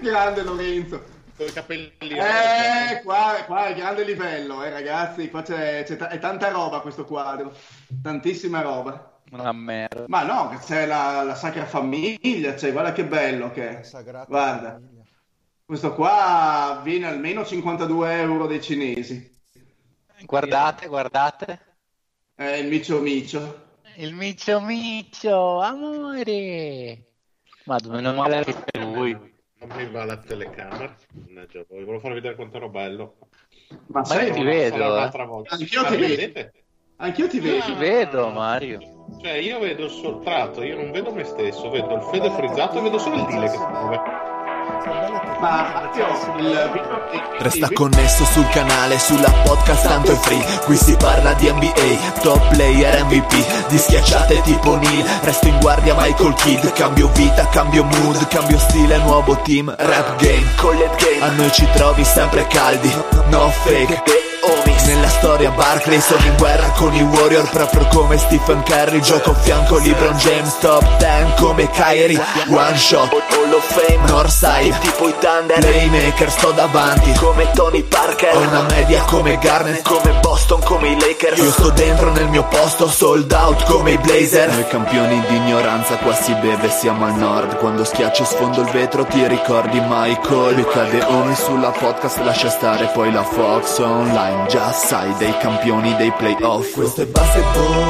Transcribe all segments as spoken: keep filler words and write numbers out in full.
Grande Lorenzo. Con i capelli. Eh, qua, qua è grande livello, eh, ragazzi. Qua c'è, c'è t- è tanta roba questo quadro. Tantissima roba. Una merda. Ma no, c'è la, la Sacra Famiglia, cioè, guarda che bello che è. Guarda. Famiglia. Questo qua viene almeno cinquantadue euro dei cinesi. Guardate, guardate. È il Micio Micio. Il Micio Micio, amore. Ma dove non male che c'è lui. Non mi va la telecamera. Mannaggia, volevo farvi vedere quanto ero bello. Ma, Ma io ti vedo. Eh. Anch'io ti vedo. Anch'io ti vedo. Ti vedo, Mario. Cioè, io vedo il sottratto, io non vedo me stesso, vedo il Fede frizzato e vedo solo il Dile che si muove. Ma il... Resta connesso sul canale, sulla podcast tanto è free. Qui si parla di N B A, top player M V P, di schiacciate tipo Neil. Resto in guardia Michael Kidd. Cambio vita, cambio mood, cambio stile, nuovo team. Rap game, collet game, a noi ci trovi sempre caldi. No fake, homies. Nella storia Barkley sono in guerra con i Warrior, proprio come Stephen Curry. Gioco a fianco LeBron James, top ten come Kyrie. One shot, Hall of Fame, Northside, tipo i Thunder. Playmaker, sto davanti come Tony Parker. Ho una media come Garnett, come Boston, come i Lakers. Io sto dentro nel mio posto, sold out come i Blazer. Noi campioni di ignoranza, qua si beve, siamo al nord. Quando schiacci sfondo il vetro ti ricordi Michael. Mi cade Omi sulla podcast, lascia stare poi la Fox online. Già sai dei campioni dei playoff. Questo è basketball,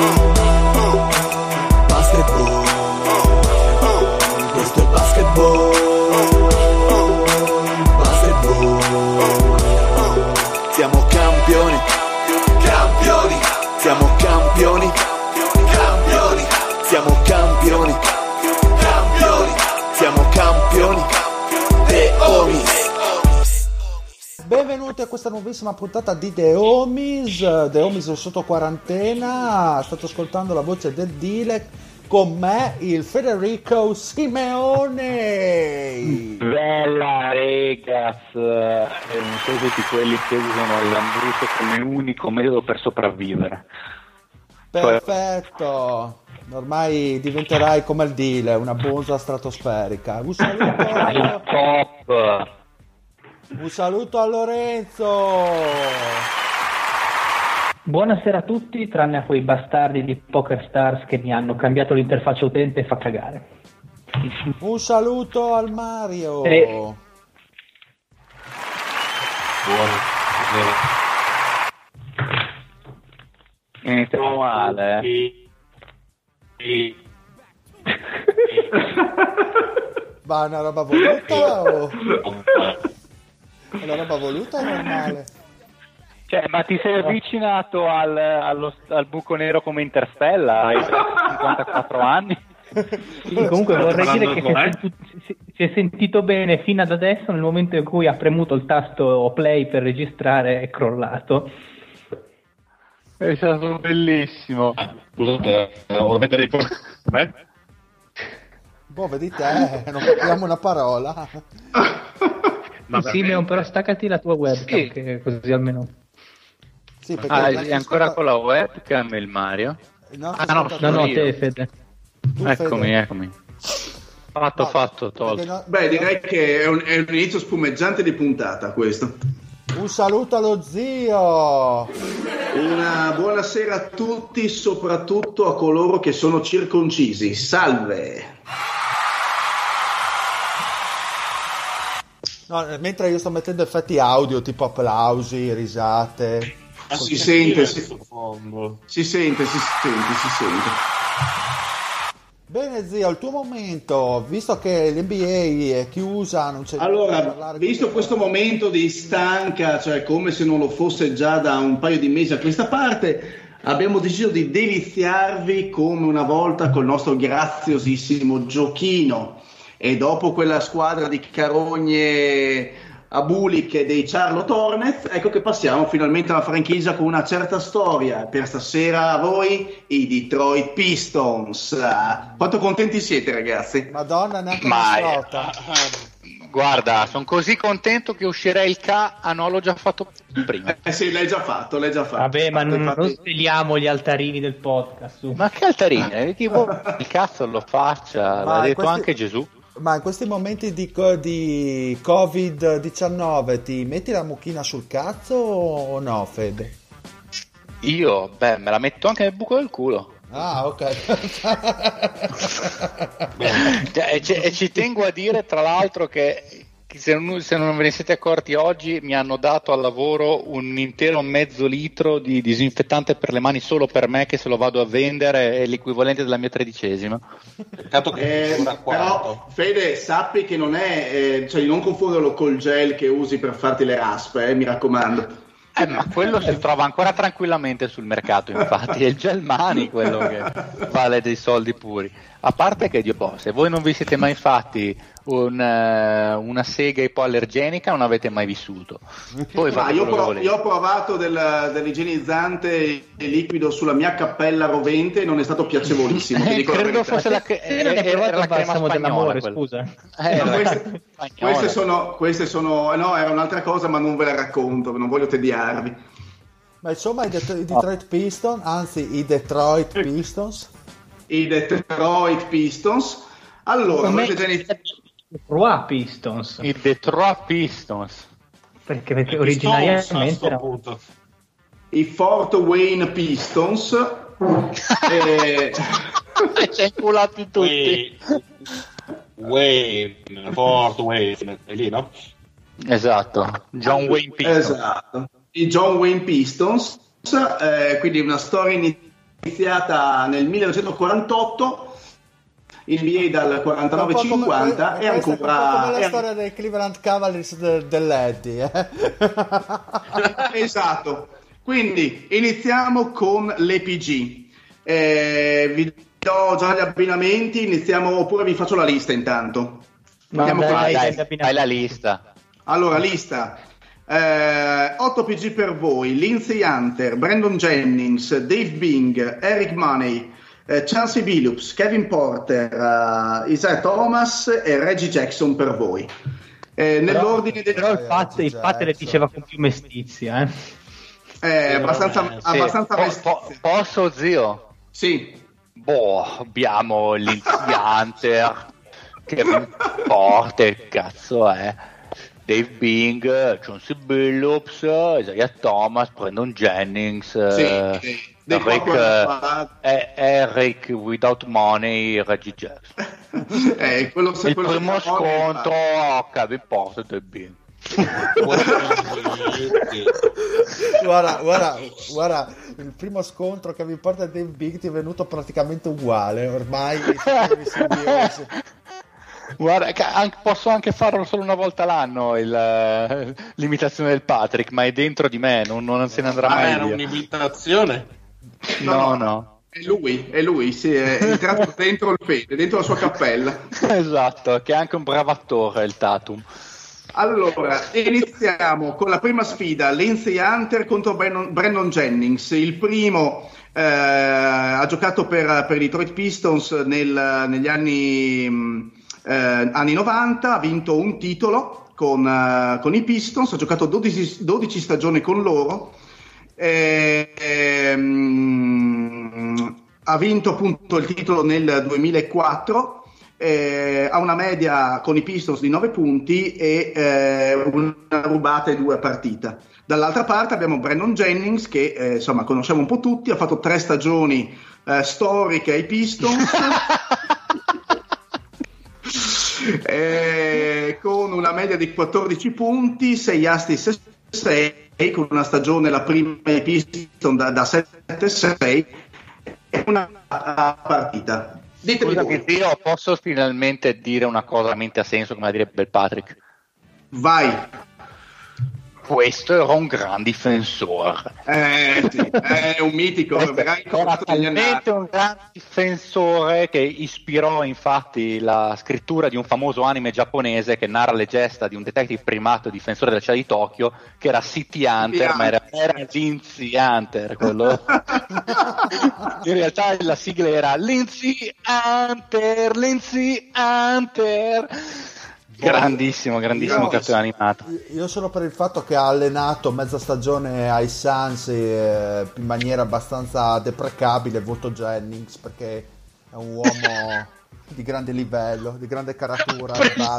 basketball. Questo è basketball, basketball. Siamo campioni, campioni. Siamo campioni, campioni. Siamo campioni, campioni. Siamo campioni. The Homies. Benvenuti a questa nuovissima puntata di The Homies. The Homies sotto quarantena. State ascoltando la voce del Dile. Con me il Federico Simeone. Bella regas. Non so tutti quelli che usano l'Ambrusco come unico metodo per sopravvivere. Perfetto. Ormai diventerai come il Dile, una bonza stratosferica. Un saluto. Top. Un saluto a Lorenzo. Buonasera a tutti, tranne a quei bastardi di Poker Stars che mi hanno cambiato l'interfaccia utente e fa cagare. Un saluto al Mario. E... Buono. Iniziamo male. Eh. Ma è una roba voluta o... È una roba voluta o normale? Cioè, ma ti sei avvicinato al, allo, al buco nero come Interstellar? Hai cinquantaquattro anni? Sì, comunque vorrei dire che si è, sentito, si, si è sentito bene fino ad adesso. Nel momento in cui ha premuto il tasto play per registrare è crollato. È stato bellissimo. Ah, scusate, devo mettere i Beh? Boh, vedi te, non capiamo una parola. Sì, Simeon, però staccati la tua webcam, sì. Che così almeno... Sì, ah, è ancora ascolta... con la webcam il Mario? No, ah, no, no, no, te Fede. Tu, eccomi, Fede. eccomi. Fatto, no, fatto, tolto. No... Beh, direi che è un, è un inizio spumeggiante di puntata questo. Un saluto allo zio. Una buonasera a tutti, soprattutto a coloro che sono circoncisi. Salve. No, mentre io sto mettendo effetti audio tipo applausi, risate. Ah, si, sente, si, si sente, si sente, si sente. Bene zio, il tuo momento, visto che l'N B A è chiusa, non c'è... Allora, visto questo momento di stanca, cioè come se non lo fosse già da un paio di mesi a questa parte, abbiamo deciso di deliziarvi come una volta col nostro graziosissimo giochino. E dopo quella squadra di carogne abuliche dei Charlotte Hornets, ecco che passiamo finalmente alla franchigia con una certa storia. Per stasera a voi i Detroit Pistons. Quanto contenti siete, ragazzi? Madonna, neanche Ma una sorta. Guarda, sono così contento che uscirei il K. Ah no, l'ho già fatto prima. Eh sì, l'hai già fatto, l'hai già fatto. Vabbè, ma non, infatti... non sveliamo gli altarini del podcast. Su. Ma che altarini? Tipo, il cazzo lo faccia, l'ha detto questi... anche Gesù. Ma in questi momenti di, co- di covid diciannove ti metti la mucchina sul cazzo o no, Fede? Io, beh, me la metto anche nel buco del culo. Ah, ok. e, ci, e ci tengo a dire, tra l'altro, che se non, se non ve ne siete accorti oggi, mi hanno dato al lavoro un intero mezzo litro di disinfettante per le mani solo per me, che se lo vado a vendere è l'equivalente della mia tredicesima. Peccato che Eh, però Fede, sappi che non è, eh, cioè non confonderlo col gel che usi per farti le raspe, eh, mi raccomando. Eh, ma quello si trova ancora tranquillamente sul mercato, infatti, è il gel mani quello che vale dei soldi puri. A parte che, Dio boh, se voi non vi siete mai fatti un, uh, una sega ipoallergenica, non avete mai vissuto. Poi Ma io, pro- io ho provato del, dell'igienizzante liquido sulla mia cappella rovente e non è stato piacevolissimo. Eh, credo fosse la, che, Io non ho provato la il balsamo dell'amore, quella. Scusa. Eh, No, la queste, queste sono, queste sono, no, era un'altra cosa, ma non ve la racconto, non voglio tediarvi. Ma insomma i, Det- i Detroit Pistons, anzi i Detroit Pistons. I Detroit Pistons. Allora, Come avete già iniziato? Detroit Pistons. I Detroit Pistons. Perché, perché originariamente era... I Fort Wayne Pistons. e... ci hai inculati tutti. Wayne, Fort Wayne, è lì, no? Esatto, John Wayne Pistons. Esatto. I John Wayne Pistons, eh, quindi una storia iniziata nel millenovecentoquarantotto, N B A dal quarantanove cinquanta e ancora... È un po' come la storia dei Cleveland Cavaliers de, dell'Eddie. Eh? Esatto. Quindi iniziamo con l'E P G. Eh, vi do già gli abbinamenti, iniziamo oppure vi faccio la lista intanto. No, Andiamo con la dai, lista. dai, Fai la lista. Allora, lista. Eh, otto P G per voi: Lindsay Hunter, Brandon Jennings, Dave Bing, Eric Money, eh, Chauncey Billups, Kevin Porter, uh, Isaiah Thomas e Reggie Jackson per voi. Eh, nell'ordine del... Però il Pat, il Pat le diceva con più mestizia, eh. Eh, abbastanza, Sì. abbastanza Po- vestito. po- posso, zio? Sì. Boh, abbiamo Lindsay Hunter, Kevin Porter, cazzo è, Dave Bing, Chauncey Billups, Isaiah Thomas, Brandon Jennings, Sì, eh, sì. Dei Eric, quattro- eh, Eric Without Money, Reggie Jackson. eh, quello, Il quello primo che- scontro, Kevin Porter e Dave Bing. guarda, guarda, guarda, il primo scontro che vi porta Dave Big ti è venuto praticamente uguale, ormai siete simbiosi. Guarda, che anche- posso anche farlo solo una volta l'anno il, eh, l'imitazione del Patrick, ma è dentro di me, non, non se ne andrà Ah, mai era via. un'imitazione? No, no. È lui, è lui, sì, è entrato dentro il Fede, dentro la sua cappella. Esatto, che è anche un bravo attore il Tatum. Allora, iniziamo con la prima sfida, Lindsay Hunter contro Brandon, Brandon Jennings. Il primo eh, ha giocato per, per i Detroit Pistons nel- negli anni, mh, eh, anni novanta, ha vinto un titolo con, eh, con i Pistons, ha giocato dodici, dodici stagioni con loro. Eh, ehm, ha vinto appunto il titolo nel duemilaquattro. Eh, ha una media con i Pistons di nove punti e eh, una rubata e due a partita. Dall'altra parte abbiamo Brandon Jennings che eh, insomma conosciamo un po' tutti, ha fatto tre stagioni eh, storiche ai Pistons eh, con una media di quattordici punti, sei assist e sei, con una stagione la prima ai Pistons da, da sette sei e una partita. Ditemi Scusa, voi. che io posso finalmente dire una cosa veramente a senso, come direbbe il Patrick. Vai. Questo era un gran difensore. Eh, sì, è un mitico, magari Era talmente un gran difensore che ispirò infatti la scrittura di un famoso anime giapponese che narra le gesta di un detective primato difensore della città di Tokyo, che era City Hunter, ma era, era Lindsay Hunter quello. In realtà la sigla era Lindsay Hunter, Lindsay Hunter. Grandissimo, grandissimo Io- cartone animato. Io sono per il fatto che ha allenato mezza stagione ai Suns eh, in maniera abbastanza deprecabile, voto Jennings perché è un uomo di grande livello, di grande caratura.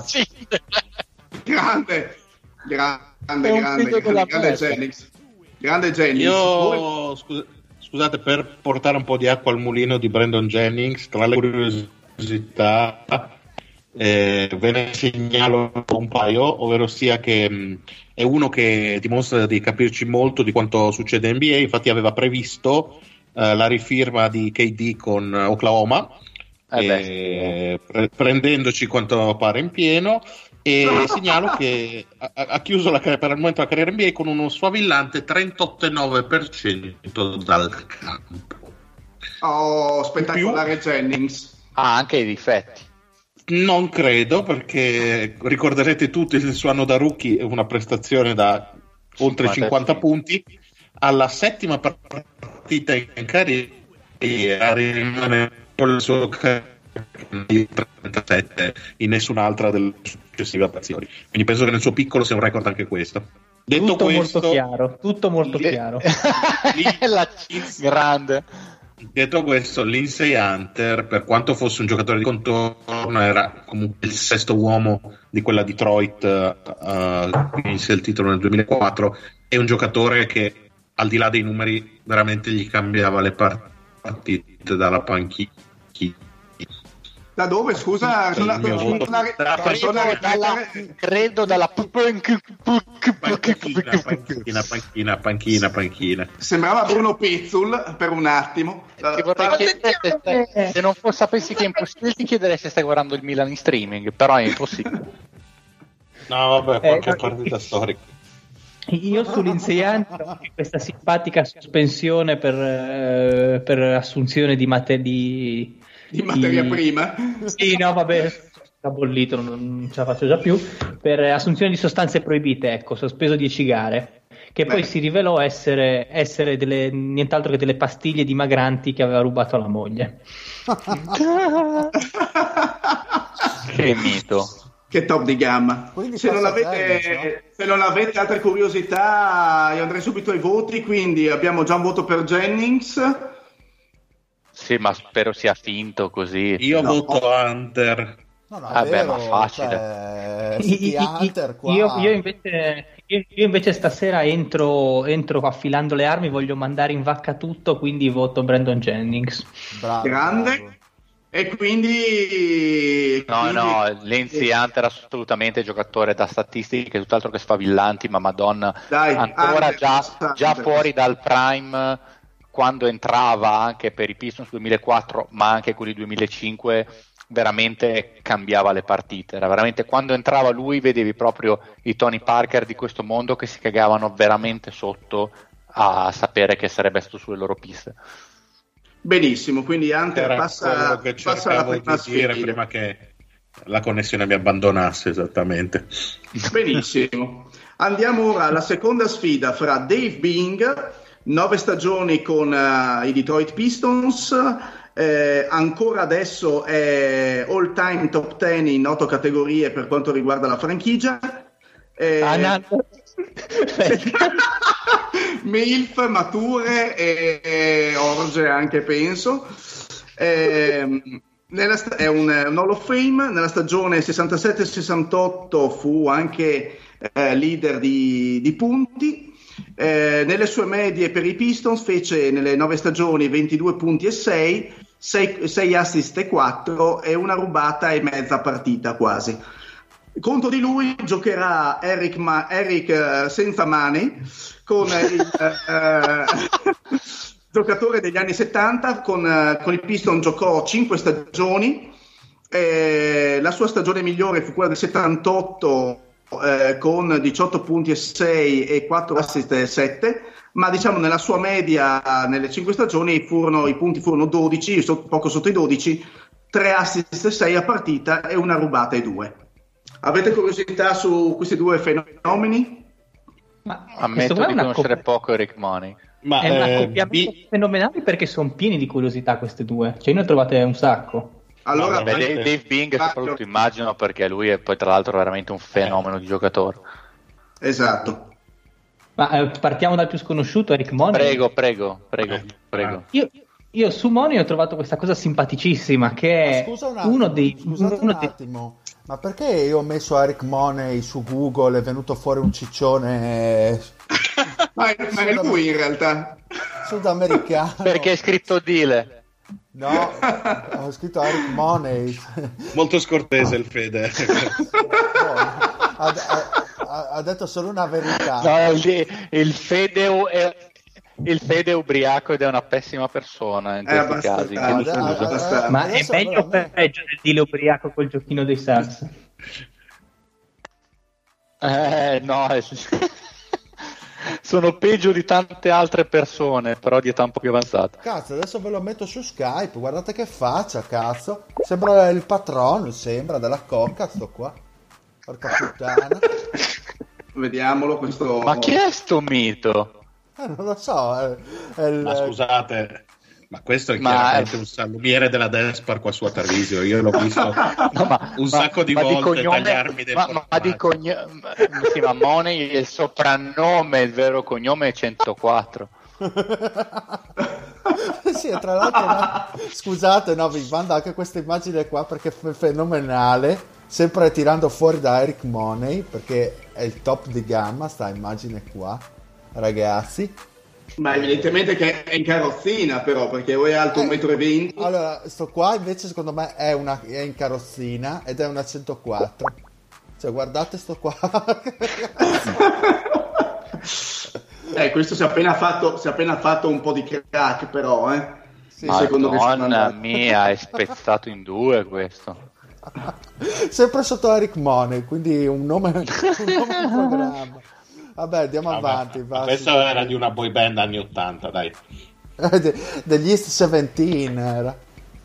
grande, grande, grande, grande, grande Jennings. Grande Jennings. Io, scusa, scusate, per portare un po' di acqua al mulino di Brandon Jennings, tra le curiosità, eh, ve ne segnalo un paio, ovvero sia che mh, è uno che dimostra di capirci molto di quanto succede in N B A. Infatti aveva previsto eh, la rifirma di K D con Oklahoma, eh eh, pre- prendendoci quanto pare in pieno, e segnalo che ha, ha chiuso la, per il momento la carriera N B A con uno sfavillante trentotto virgola nove per cento dal campo. Oh, spettacolare Jennings. Ha anche i difetti. Non credo, perché ricorderete tutti il suo anno da rookie, una prestazione da oltre cinquanta punti. Alla settima partita in carriera rimane con il suo trentasette in nessun'altra delle successive azioni. Quindi penso che nel suo piccolo sia un record anche questo. Detto tutto questo, molto chiaro, tutto molto li, chiaro. Li, la grande. Detto questo, Lindsay Hunter, per quanto fosse un giocatore di contorno, era comunque il sesto uomo di quella Detroit uh, che vinse il titolo nel duemilaquattro. È un giocatore che, al di là dei numeri, veramente gli cambiava le partite dalla panchina. Da dove, scusa? Sono credo dalla, credo dalla panchina, panchina, panchina, panchina. Sembrava Bruno Pizzul per un attimo. Ti vorrei chiedere se, stai, se non fosse, sapessi che è impossibile, ti chiederei se stai guardando il Milan in streaming, però è impossibile. No, vabbè, qualche eh, partita storica. Io sull'insegnante questa simpatica sospensione per, eh, per assunzione di, mate- di, di materia di... prima. Sì, no, vabbè, sta bollito, non, non ce la faccio già più. Per assunzione di sostanze proibite, ecco, sospeso dieci gare, che Beh. poi si rivelò essere, essere delle, nient'altro che delle pastiglie dimagranti che aveva rubato alla moglie. Che mito. Che top di gamma. Se non, avete, Tennis, no? se non avete altre curiosità, io andrei subito ai voti. Quindi abbiamo già un voto per Jennings. Sì, ma spero sia finto così. Io no. voto Hunter. No, no, Vabbè, vero, ma facile. Cioè, I, Hunter qua. Io, io, invece, io, io invece stasera entro, entro affilando le armi, voglio mandare in vacca tutto, quindi voto Brandon Jennings. Bravo, grande. Bravo. E quindi... No, quindi... no, Lindsay Hunter assolutamente giocatore da statistiche tutt'altro che sfavillanti, ma madonna, Dai, ancora Hunter, già, Hunter. già fuori dal prime, quando entrava anche per i Pistons duemilaquattro, ma anche quelli duemilacinque, veramente cambiava le partite. Era veramente, quando entrava lui vedevi proprio i Tony Parker di questo mondo che si cagavano veramente sotto a sapere che sarebbe stato sulle loro piste. Benissimo, quindi Hunter Era passa, che passa alla prima sfida prima che la connessione mi abbandonasse, esattamente. Benissimo. Andiamo ora alla seconda sfida fra Dave Bing, nove stagioni con uh, i Detroit Pistons, eh, ancora adesso è all time top dieci in otto categorie per quanto riguarda la franchigia. Eh, Milf, mature e, e orge anche, penso. Eh, nella sta- è un, un Hall of Fame. Nella stagione sessantasette sessantotto fu anche eh, leader di, di punti. Eh, nelle sue medie per i Pistons fece nelle nove stagioni ventidue punti e sei, sei assist e quattro e una rubata e mezza partita quasi. Contro di lui giocherà Eric, Ma- Eric uh, senza mani, con il uh, giocatore degli anni settanta, con, uh, con il Piston giocò cinque stagioni, eh, la sua stagione migliore fu quella del settantotto eh, con diciotto punti e sei e quattro assist e sette, ma diciamo nella sua media nelle cinque stagioni furono, i punti furono dodici, so, poco sotto i dodici, tre assist e sei a partita e una rubata e due. Avete curiosità su questi due fenomeni? Ma ammetto di conoscere copp- poco Rick Money. Ma è un accoppiamento eh, fenomenale perché sono pieni di curiosità questi due. Cioè, ne trovate un sacco. Allora, no, beh, Dave, Dave Bing soprattutto immagino, perché lui è poi tra l'altro veramente un fenomeno di giocatore. Esatto. Ma eh, partiamo dal più sconosciuto, Rick Money. Prego, prego, prego, prego. Io, io su Money ho trovato questa cosa simpaticissima, che è scusa un attimo, uno dei... Scusate uno un dei... attimo, ma perché io ho messo Eric Money su Google e è venuto fuori un ciccione ma, è, ma è lui in realtà sudamericano? Perché è scritto Dile. No, ho scritto Eric Money. Molto scortese il Fede. No, ha, ha, ha detto solo una verità. No, il, il Fede è, il Fede è ubriaco ed è una pessima persona in È questi casi. abbastanza. quindi Ah, scusa. abbastanza. Ma è Adesso meglio o veramente- peggio del Dile ubriaco col giochino dei sax? Eh, no, è- sono peggio di tante altre persone, però di età un po' più avanzata. Cazzo, adesso ve lo metto su Skype, guardate che faccia, cazzo. Sembra il patrono, sembra, della Coca, sto qua. Porca puttana. Vediamolo questo. Ma chi è sto mito? Eh, non lo so, è, è il... Ma scusate, ma questo è Ma- chiaramente un salumiere della Despar qua su a Treviso. Io l'ho visto No, ma, un ma- sacco di ma volte cognome- tagliarmi del ma, ma, ma di formaggio. cognome sì, ma Money è il soprannome, il vero cognome è centoquattro. Sì, e tra l'altro, no, scusate, no, vi mando anche questa immagine qua perché è fenomenale. Sempre tirando fuori da Eric Money perché è il top di gamma, sta immagine qua, ragazzi. Ma evidentemente che è in carrozzina, però, perché o è alto un metro e venti. Allora, sto qua invece secondo me è, una, è in carrozzina ed è una centoquattro. Cioè, guardate sto qua. Eh, questo si è appena fatto, si è appena fatto un po' di crack, però, eh. Sì, secondo che sono Madonna andato. mia, è spezzato in due questo. Sempre sotto Eric Money, quindi un nome, un nome di programma. Vabbè, andiamo Vabbè, avanti. ma va, questo sì. era di una boy band anni ottanta, dai. Eh, de- degli East diciassette era.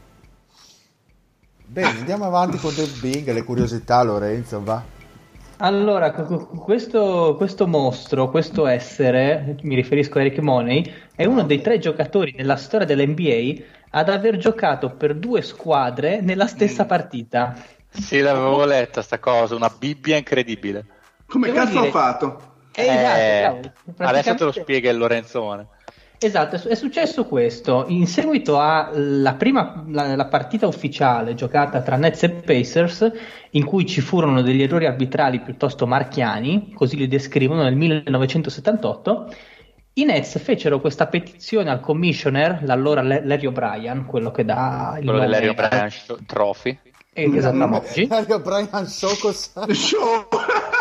Bene, andiamo avanti con Dave Bing, le curiosità, Lorenzo, va. Allora, co- co- questo, questo mostro, questo essere, mi riferisco a Eric Money, è uno dei tre giocatori nella storia dell'N B A ad aver giocato per due squadre nella stessa partita. Sì, l'avevo letta sta cosa, una Bibbia incredibile. Come Devo cazzo dire- ho fatto? Eh, Eh, esatto, cavolo. adesso te lo Praticamente- spiega il Lorenzone. Esatto, è su- è successo questo. In seguito alla prima la, la partita ufficiale giocata tra Nets e Pacers, in cui ci furono degli errori arbitrali piuttosto marchiani, così li descrivono nel millenovecentosettantotto, i Nets fecero questa petizione al commissioner, l'allora Le- Larry O'Brien, quello che dà il Quello nome dell'Ario Bryan Show- Trophy. eh, esattamente oggi. Mario Brian Show cosa? Show!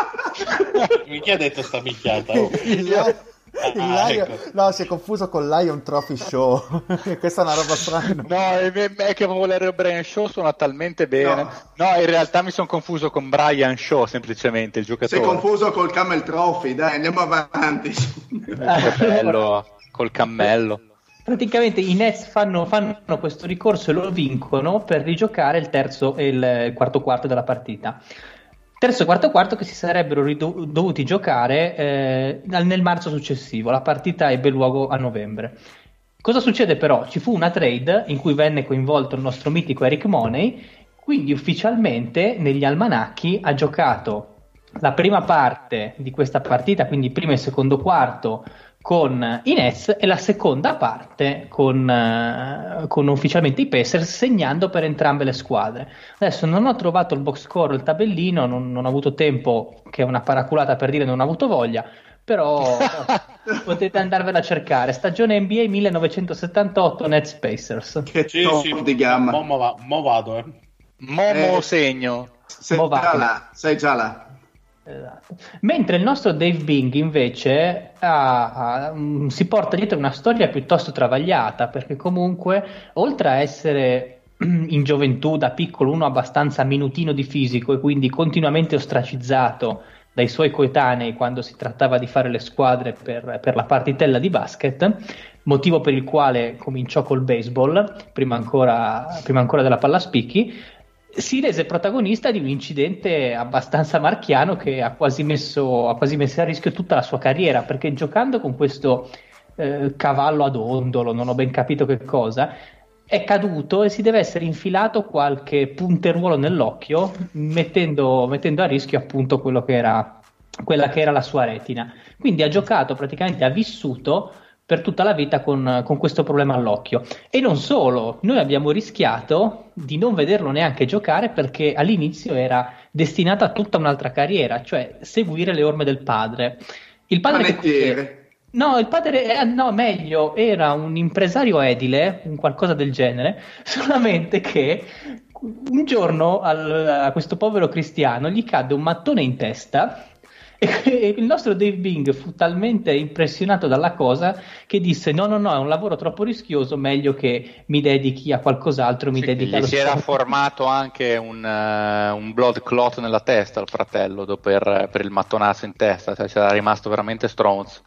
Chi ha detto sta minchiata? Oh. Il Lion- il Ah, Lion- ecco. No, si è confuso con Lion Trophy Show. Questa è una roba strana. No, è, è che avevo l'Ario Bryan Show, suona talmente bene. No. No, in realtà mi sono confuso con Brian Shaw, semplicemente il Si è giocatore. confuso col Camel Trophy, dai, andiamo avanti. Che bello, col cammello. Praticamente i Nets fanno, fanno questo ricorso e lo vincono per rigiocare il terzo e il, il quarto quarto della partita. Terzo e quarto quarto che si sarebbero rido- dovuti giocare eh, nel marzo successivo. La partita ebbe luogo a novembre. Cosa succede però? Ci fu una trade in cui venne coinvolto il nostro mitico Eric Money, quindi ufficialmente negli almanacchi ha giocato la prima parte di questa partita, quindi primo e secondo quarto, con i Nets e la seconda parte con, eh, con ufficialmente i Pacers, segnando per entrambe le squadre. Adesso non ho trovato il box score, il tabellino, non, non ho avuto tempo, che è una paraculata per dire non ho avuto voglia, però potete andarvela a cercare. Stagione N B A millenovecentosettantotto, Nets Pacers. Che Sì, top sì, di gamma. Mo, mo va- mo vado, eh. Momo Eh. segno. Sei Mo' già va. là, sei già là. Esatto. Mentre il nostro Dave Bing invece ha- ha- um, si porta dietro una storia piuttosto travagliata, perché comunque oltre a essere in gioventù da piccolo uno abbastanza minutino di fisico e quindi continuamente ostracizzato dai suoi coetanei quando si trattava di fare le squadre per, per la partitella di basket, motivo per il quale cominciò col baseball prima ancora, prima ancora della pallaspicchi, si rese protagonista di un incidente abbastanza marchiano che ha quasi messo, ha quasi messo a rischio tutta la sua carriera, perché giocando con questo eh, cavallo ad ondolo, non ho ben capito che cosa, è caduto e si deve essere infilato qualche punteruolo nell'occhio, mettendo, mettendo a rischio appunto quello che era, quella che era la sua retina. Quindi ha giocato, praticamente ha vissuto per tutta la vita con, con questo problema all'occhio. E non solo, noi abbiamo rischiato di non vederlo neanche giocare perché all'inizio era destinato a tutta un'altra carriera, cioè seguire le orme del padre. Il padre che, no, il padre eh, no, meglio, era un impresario edile, un qualcosa del genere, solamente che un giorno al, a questo povero cristiano gli cadde un mattone in testa. E il nostro Dave Bing fu talmente impressionato dalla cosa che disse no no no è un lavoro troppo rischioso, meglio che mi dedichi a qualcos'altro, mi sì, dedichi gli allo si era sport. formato anche un, uh, un blood clot nella testa al fratello dopo per, per il mattonazo in testa, cioè c'era rimasto veramente stronzo.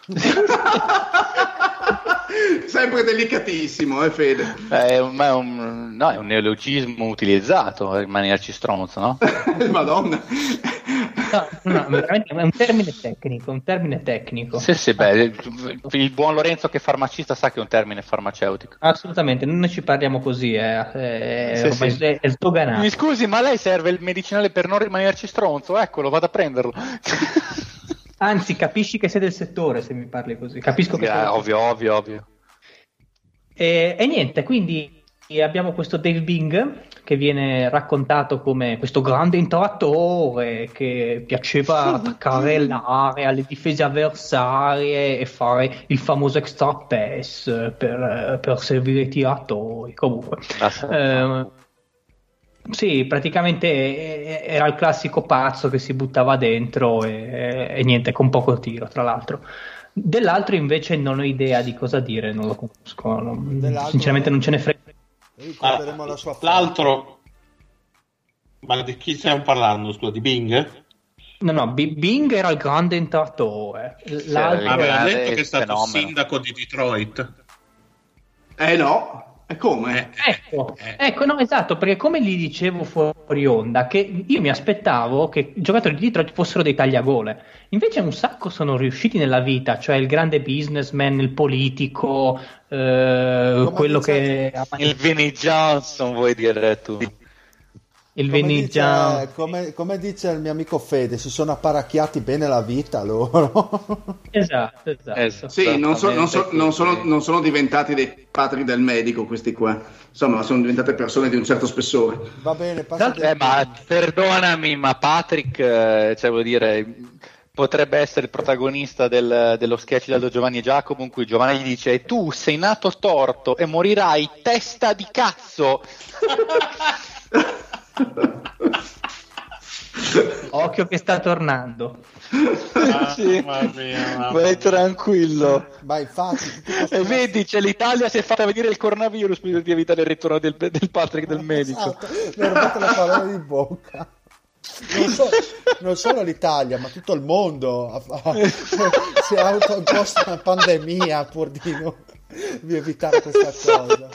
Sempre delicatissimo, eh Fede? È un, è un, no, è un neologismo utilizzato per rimanerci stronzo, no? Madonna. No, no, veramente è un termine tecnico, un termine tecnico. Sì, sì, beh, il buon Lorenzo che è farmacista sa che è un termine farmaceutico. Assolutamente, non ne ci parliamo così, è, è, Sì, ormai sì. è, è sdoganato. Mi scusi, ma a lei serve il medicinale per non rimanerci stronzo? Eccolo, vado a prenderlo. Anzi, capisci che sei del settore se mi parli così. Capisco che Eh, sei... ovvio, ovvio, ovvio. E, e niente, quindi abbiamo questo Dave Bing che viene raccontato come questo grande intrattatore che piaceva attaccare l'area, le difese avversarie e fare il famoso extra pass per, per servire i tiratori. Comunque, eh, sì, praticamente era il classico pazzo che si buttava dentro e, e niente, con poco tiro, tra l'altro. Dell'altro invece non ho idea di cosa dire, non lo conosco, non, sinceramente non ce ne frega. Ricorderemo ah, la sua l'altro, ma di chi stiamo parlando? Scusa, di Bing? No, no, B- Bing era il grande intrattatore. L'altro aveva grande detto che è stato fenomeno. sindaco di Detroit. Eh no, e come? Ecco, Eh. ecco, no, esatto, perché come gli dicevo fuori onda, che io mi aspettavo che i giocatori di Detroit fossero dei tagliagole, invece un sacco sono riusciti nella vita, cioè il grande businessman, il politico, eh, quello dice- che... Il Vinnie Johnson, vuoi dire tu? Il come Veneggiano. dice, come, come dice il mio amico Fede, si sono apparecchiati bene la vita loro. Esatto, esatto. Esatto. Sì, non, so- non so- non sono, Esattamente. non sono diventati dei padri del medico questi qua, insomma sono diventate persone di un certo spessore. Va bene, passa Eh, ma perdonami, ma Patrick, eh, cioè vuol dire, potrebbe essere il protagonista del- dello sketch dello Giovanni e Giacomo in cui Giovanni gli dice tu sei nato torto e morirai testa di cazzo. Occhio che sta tornando. Ah, Sì. mamma mia, mamma Vai mia. tranquillo. Ma infatti, tutti questi- E vedi, c'è l'Italia si è fatta venire il coronavirus per di evitare il ritorno del, del Patrick del medico. Esatto, mi ha rubato le parole di bocca. Non, so- non solo l'Italia, ma tutto il mondo ha- ha- si è autoimposta una pandemia pur di, non- di evitare questa cosa.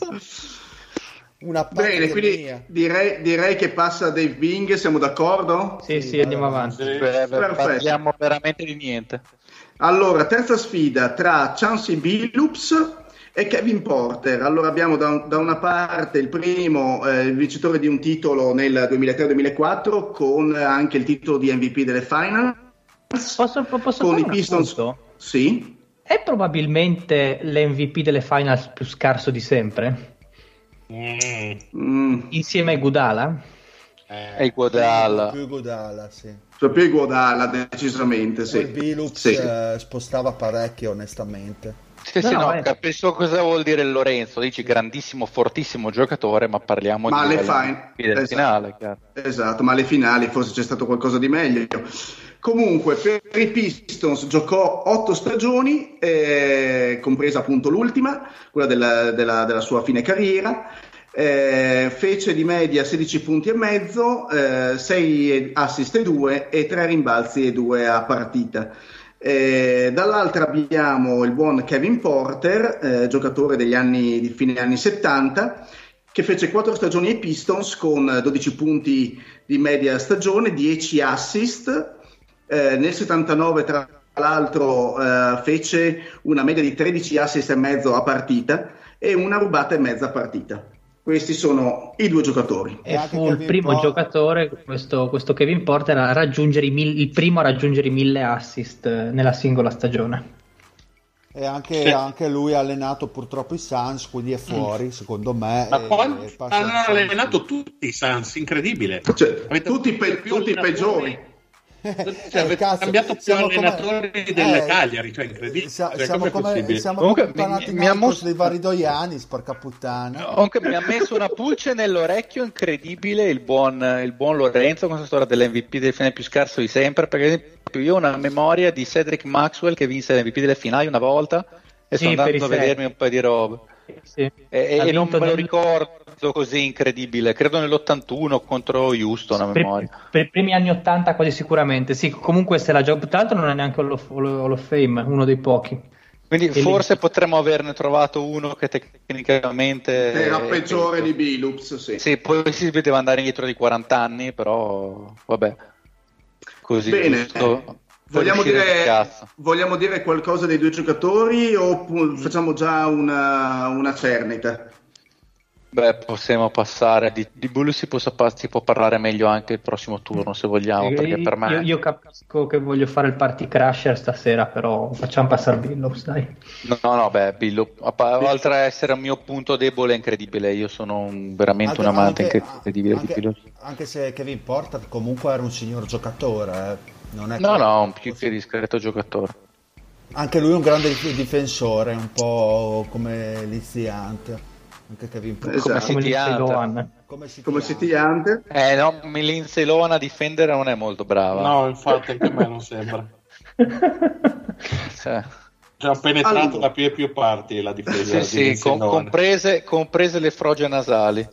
Una Bene, quindi pandemia. direi, direi che passa Dave Bing, siamo d'accordo? Sì, sì, andiamo avanti. Beh, Perfetto. parliamo veramente di niente. Allora, terza sfida tra Chauncey Billups e Kevin Porter. Allora abbiamo da, un- da una parte il primo, eh, il vincitore di un titolo nel duemilatré duemilaquattro con anche il titolo di M V P delle Finals. Posso, posso Con fare i un Pistons. appunto? Sì. È probabilmente l'M V P delle finals più scarso di sempre, Mm, Mm. insieme a Iguodala. eh. E Iguodala. Più Godala, sì. Cioè più Iguodala, decisamente, sì. Il Billups Sì. eh, spostava parecchio, onestamente. Sì, No, sì, no, no, eh. capisco cosa vuol dire Lorenzo. Dici grandissimo, fortissimo giocatore, ma parliamo Ma di alle livello fin- del esatto. finale. Chiaro. Esatto, ma alle finali forse c'è stato qualcosa di meglio. Comunque, per i Pistons giocò otto stagioni, eh, compresa appunto l'ultima, quella della, della- della sua fine carriera. Eh, fece di media sedici punti e mezzo, eh, sei assist e due e tre rimbalzi e due a partita. Eh, dall'altra abbiamo il buon Kevin Porter, eh, giocatore degli anni di fine anni settanta, che fece quattro stagioni ai Pistons con dodici punti di media stagione, dieci assist. Eh, nel settantanove tra l'altro eh, fece una media di tredici assist e mezzo a partita e una rubata e mezza a partita. Questi sono i due giocatori. E E anche fu il Kevin primo Porter. giocatore, questo, questo Kevin Porter, a raggiungere i mil- il primo a raggiungere i mille assist eh, nella singola stagione. E anche, Sì. anche lui ha allenato purtroppo i Suns, quindi è fuori, mm. secondo me. Ma e- quando e passa hanno al Suns. allenato tutti i Suns, incredibile. Cioè, Avete tutti, avuto pe- più tutti allenatori- peggiori. Cioè, Eh, avete cazzo, cambiato più siamo come- allenatori delle eh, Cagliari, cioè incredibile. sia- Cioè, siamo com'è come, possibile? siamo Comunque, come i mi- mi ha Panathinaikos mos- dei Varidoiani, sporca puttana. Comunque mi ha messo una pulce nell'orecchio incredibile il buon, il buon Lorenzo con questa storia dell'M V P del finale più scarso di sempre, perché io ho una memoria di Cedric Maxwell che vinse l'M V P delle finali una volta e Sì, sto per andando a i Celtics. vedermi un po' di robe. Sì. E, e- Ha e non vinto me lo nel- ricordo così incredibile, credo nell'ottantuno contro Houston a Per, memoria. per i primi anni ottanta quasi sicuramente, sì, comunque se la gioca, tra l'altro non è neanche Hall of, Hall of Fame, uno dei pochi. Quindi E forse lì- potremmo averne trovato uno che tecnicamente Era è peggiore peggio. di Billups, sì. Sì, poi si poteva andare indietro di quaranta anni, però vabbè, così Bene. giusto. Vogliamo per uscire di dire, cazzo. vogliamo dire qualcosa dei due giocatori o pu- facciamo già una, una cernita? Beh, possiamo passare di, di Bulls si può, sap- si può parlare meglio anche il prossimo turno se vogliamo, Eh, perché per me io, io capisco che voglio fare il party crasher stasera, però facciamo passare Billups, dai. no no beh Billo, a pa- oltre a essere un mio punto debole è incredibile, io sono un- veramente Anche- un amante anche- incredibile anche, di Billo. anche se Kevin Porter comunque era un signor giocatore, eh. Non è No che- no, un più che discreto giocatore. Anche lui è un grande dif- difensore, un po' come liziante. Anche Kevin Porter. Esatto. Come Come City Lindsay Hunter. Lohan. Come si Come chiama? City Hunter? Eh no, Lindsay Lohan a difendere non è molto brava. No, infatti anche a me non sembra. Cioè, Cioè, ho penetrato Allora. da più e più parti la difesa sì, di sì, Lindsay com- Lohan. comprese, comprese le froge nasali.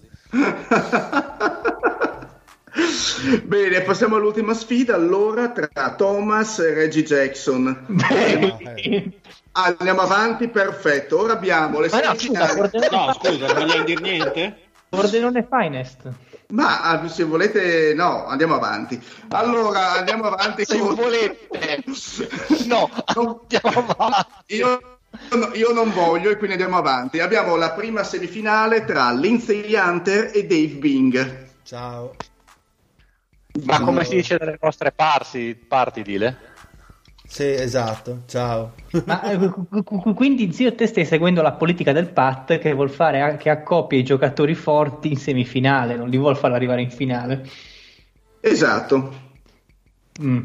Bene, passiamo all'ultima sfida allora tra Thomas e Reggie Jackson. Beh, Andiamo avanti, perfetto. Ora abbiamo le Ma no, scusa, semifinali. Pordenone, No, scusa, non vogliamo dire niente? Pordenone Finest. Ma ah, se volete, no, andiamo avanti. Allora, andiamo avanti. Se con- volete. No, Non- andiamo avanti. Io, no, io non voglio e quindi andiamo avanti. Abbiamo la prima semifinale tra Lindsay Hunter e Dave Bing. Ciao. Ma come si dice dalle nostre parti, parti dile? Sì, esatto. Ciao. Ma eh, qu- qu- quindi zio, te stai seguendo la politica del P A T che vuol fare a- che accoppia i giocatori forti in semifinale, non li vuol far arrivare in finale. Esatto, Mm.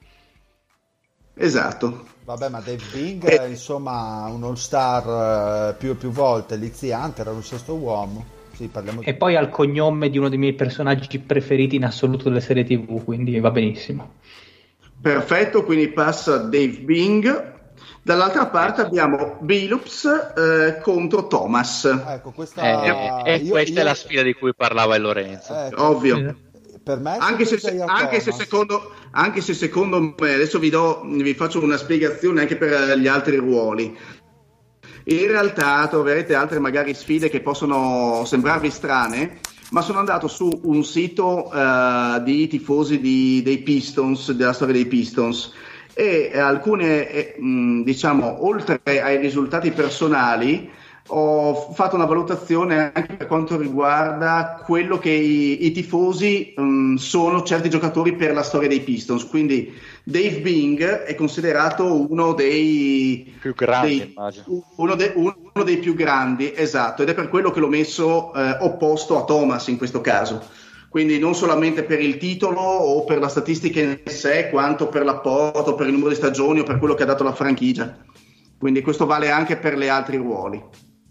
esatto. Vabbè, ma Dave Bing è insomma un all-star eh, più e più volte. Lizzie Hunter era un sesto uomo. Sì, parliamo di... E poi ha il cognome di uno dei miei personaggi preferiti in assoluto delle serie tivù, quindi va benissimo. Perfetto, quindi passa Dave Bing. Dall'altra parte abbiamo Billups eh, contro Thomas. Ecco, questa... Eh, e io- questa io- è la sfida di cui parlava il Lorenzo. ecco, Ovvio. per me Anche se, Isaiah anche, se Thomas. secondo, anche se secondo me, adesso vi, do, vi faccio una spiegazione anche per gli altri ruoli. In realtà troverete altre magari sfide che possono sembrarvi strane, ma sono andato su un sito eh, di tifosi di, dei Pistons, della storia dei Pistons, e alcune, eh, mh, diciamo, oltre ai risultati personali, ho fatto una valutazione anche per quanto riguarda quello che i, i tifosi mh, sono certi giocatori per la storia dei Pistons. Quindi Dave Bing è considerato uno dei Più grandi, dei- immagino. uno, de- uno dei più grandi, esatto, ed è per quello che l'ho messo eh, opposto a Thomas in questo caso. Quindi non solamente per il titolo o per la statistica in sé, quanto per l'apporto, per il numero di stagioni o per quello che ha dato la franchigia. Quindi questo vale anche per gli altri ruoli.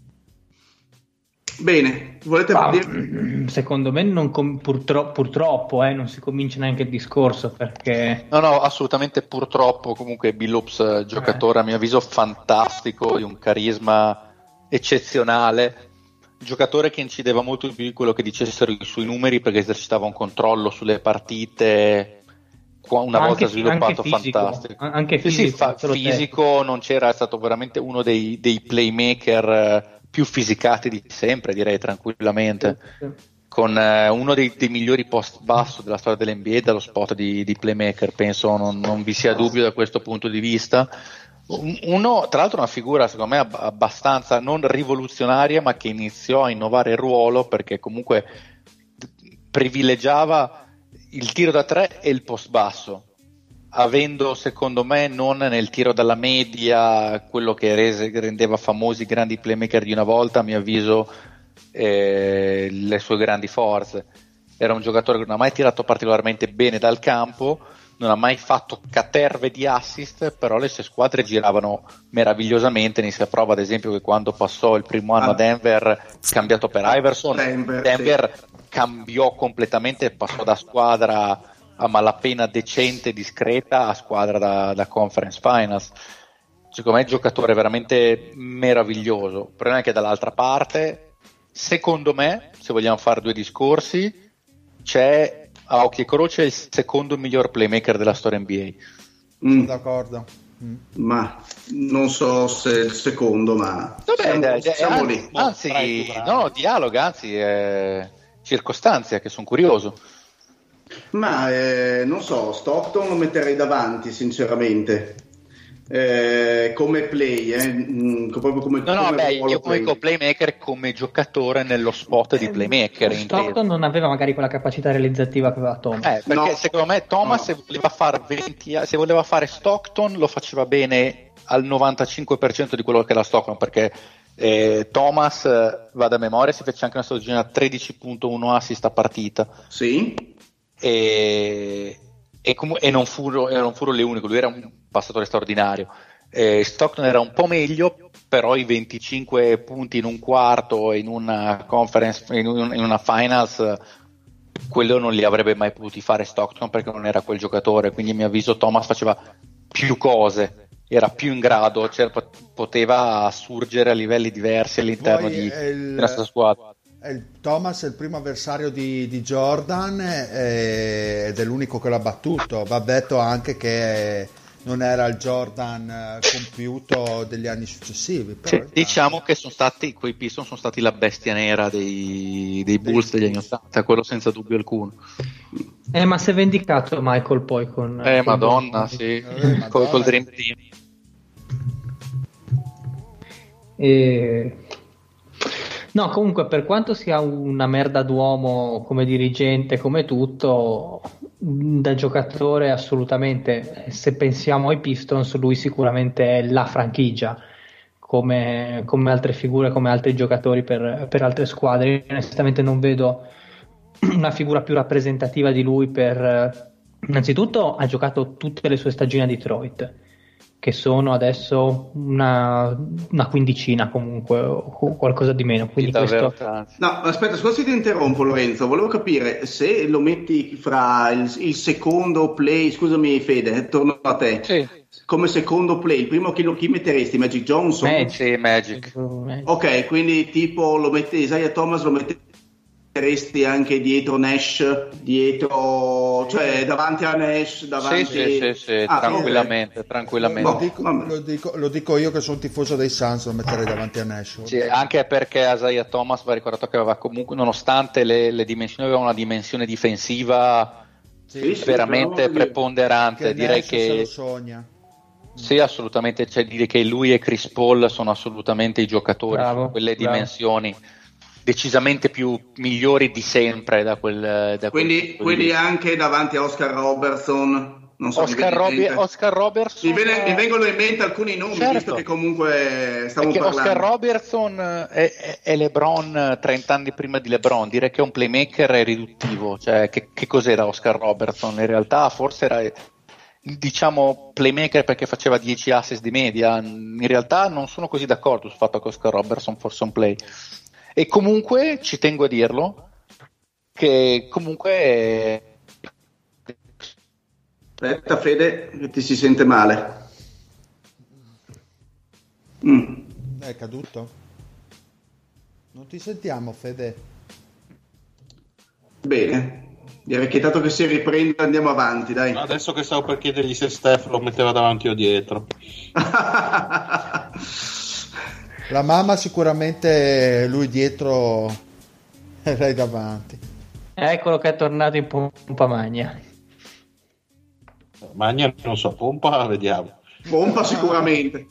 Bene, volete Ah, dire? secondo me non com- purtro- purtroppo eh, non si comincia neanche il discorso perché No, no, assolutamente purtroppo. Comunque Billups, eh, giocatore a mio avviso fantastico, di un carisma eccezionale, giocatore che incideva molto di più di quello che dicessero i suoi numeri, perché esercitava un controllo sulle partite qua- una Anche- volta sviluppato, anche fisico, fantastico. anche Sì, sì, fisico, fa- non solo fisico non c'era, è stato veramente uno dei, dei playmaker eh, più fisicati di sempre, direi tranquillamente, con eh, uno dei, dei migliori post basso della storia dell'N B A dallo spot di, di playmaker, penso non, non vi sia dubbio da questo punto di vista. Un- Uno, tra l'altro, una figura secondo me ab- abbastanza non rivoluzionaria, ma che iniziò a innovare il ruolo, perché comunque d- privilegiava il tiro da tre e il post basso, avendo secondo me non nel tiro dalla media quello che rese, rendeva famosi i grandi playmaker di una volta, a mio avviso eh, le sue grandi forze. Era un giocatore che non ha mai tirato particolarmente bene dal campo, non ha mai fatto caterve di assist, però le sue squadre giravano meravigliosamente. Ne si prova ad esempio che quando passò il primo anno a Denver, cambiato per Iverson, Denver, Denver sì. cambiò completamente, passò da squadra a malapena decente, discreta, a squadra da, da conference finals. Secondo me è un giocatore veramente meraviglioso. Il problema è che dall'altra parte, secondo me, se vogliamo fare due discorsi, c'è a occhi e croce il secondo miglior playmaker della storia N B A. Mm. Sono d'accordo. Mm. Ma non so se il secondo, ma Vabbè, siamo, dai, dai, siamo anzi, lì. anzi Bravi, bravi. no, dialoga, anzi è circostanzia che sono curioso. Ma eh, non so, Stockton lo metterei davanti sinceramente, eh, come play, eh, mm, proprio come, No, no, come beh, ruolo io come play. playmaker, come giocatore nello spot di playmaker. Stockton inteso. non aveva magari quella capacità realizzativa che aveva Thomas. Eh, perché No. secondo me Thomas No. se voleva fare venti, se voleva fare Stockton lo faceva bene al novantacinque per cento di quello che era Stockton, perché eh, Thomas, eh, vado a memoria, si fece anche una stagione a tredici virgola uno assist a partita. Sì, E, e, com- e non furono, e non furono le uniche, lui era un passatore straordinario. Eh, Stockton era un po' meglio, però i venticinque punti in un quarto in una conference, in, un, in una finals, quello non li avrebbe mai potuti fare Stockton, perché non era quel giocatore. Quindi a mio avviso Thomas faceva più cose, era più in grado, cioè, poteva assurgere a livelli diversi all'interno Poi di, è il- della sua squadra. È il Thomas è il primo avversario di, di Jordan eh, ed è l'unico che l'ha battuto. Va detto anche che non era il Jordan eh, compiuto degli anni successivi. Però, Sì, diciamo che sono stati, quei Pistons sono stati la bestia nera dei, dei Bulls degli anni ottanta, quello senza dubbio alcuno. Eh, ma si è vendicato Michael poi con... Eh, con madonna, Boston. sì, Eh, Madonna. col, col Dream Team. E... No, comunque, per quanto sia una merda d'uomo come dirigente, come tutto, da giocatore assolutamente, se pensiamo ai Pistons, lui sicuramente è la franchigia, come, come altre figure, come altri giocatori per, per altre squadre. Io onestamente non vedo una figura più rappresentativa di lui per... Innanzitutto ha giocato tutte le sue stagioni a Detroit, che sono adesso una, una quindicina comunque, o qualcosa di meno. Quindi Davvero questo... tanti. no, aspetta, scusa se ti interrompo Lorenzo, volevo capire se lo metti fra il, il secondo play, scusami Fede, torno a te, Sì, come secondo play, il primo chi, lo, chi metteresti? Magic Johnson? Magic. sì, Magic. Ok, quindi tipo lo mette Isaiah Thomas, lo metteresti anche dietro Nash, dietro, cioè davanti a Nash, davanti... Sì, sì, sì, sì, Ah, tranquillamente, ok. tranquillamente. Lo dico, vabbè. lo, dico, lo dico io che sono tifoso dei Suns, lo metterei davanti a Nash. Sì, anche perché Isaiah Thomas va ricordato che aveva comunque, nonostante le, le dimensioni, aveva una dimensione difensiva Sì, sì, veramente però- preponderante. Che Direi Nash se lo che sogna. sì, assolutamente, cioè dire che lui e Chris Paul sono assolutamente i giocatori Bravo, su quelle bravo. dimensioni decisamente più migliori di sempre da quel, da quel Quindi, punto di quindi vista. anche davanti a Oscar Robertson, non so, mi Oscar, viene in Robi- mente- Oscar Robertson mi, viene- mi vengono in mente alcuni nomi, Certo. visto che comunque stiamo perché parlando. Oscar Robertson è, è- è LeBron trenta anni prima di LeBron. Dire che è un playmaker è riduttivo, cioè che, che cos'era Oscar Robertson? In realtà forse era, diciamo, playmaker perché faceva dieci assist di media. In realtà non sono così d'accordo sul fatto che Oscar Robertson fosse un play. E comunque ci tengo a dirlo che comunque Aspetta Fede, che ti si sente male. Mm. È caduto? Non ti sentiamo, Fede. Bene, direi che dato che si riprende andiamo avanti, dai. Adesso che stavo per chiedergli se Steph lo metteva davanti o dietro. La mamma sicuramente lui dietro e lei davanti. Eccolo che è tornato in pompa magna. Magna non so, pompa, vediamo. Pompa sicuramente.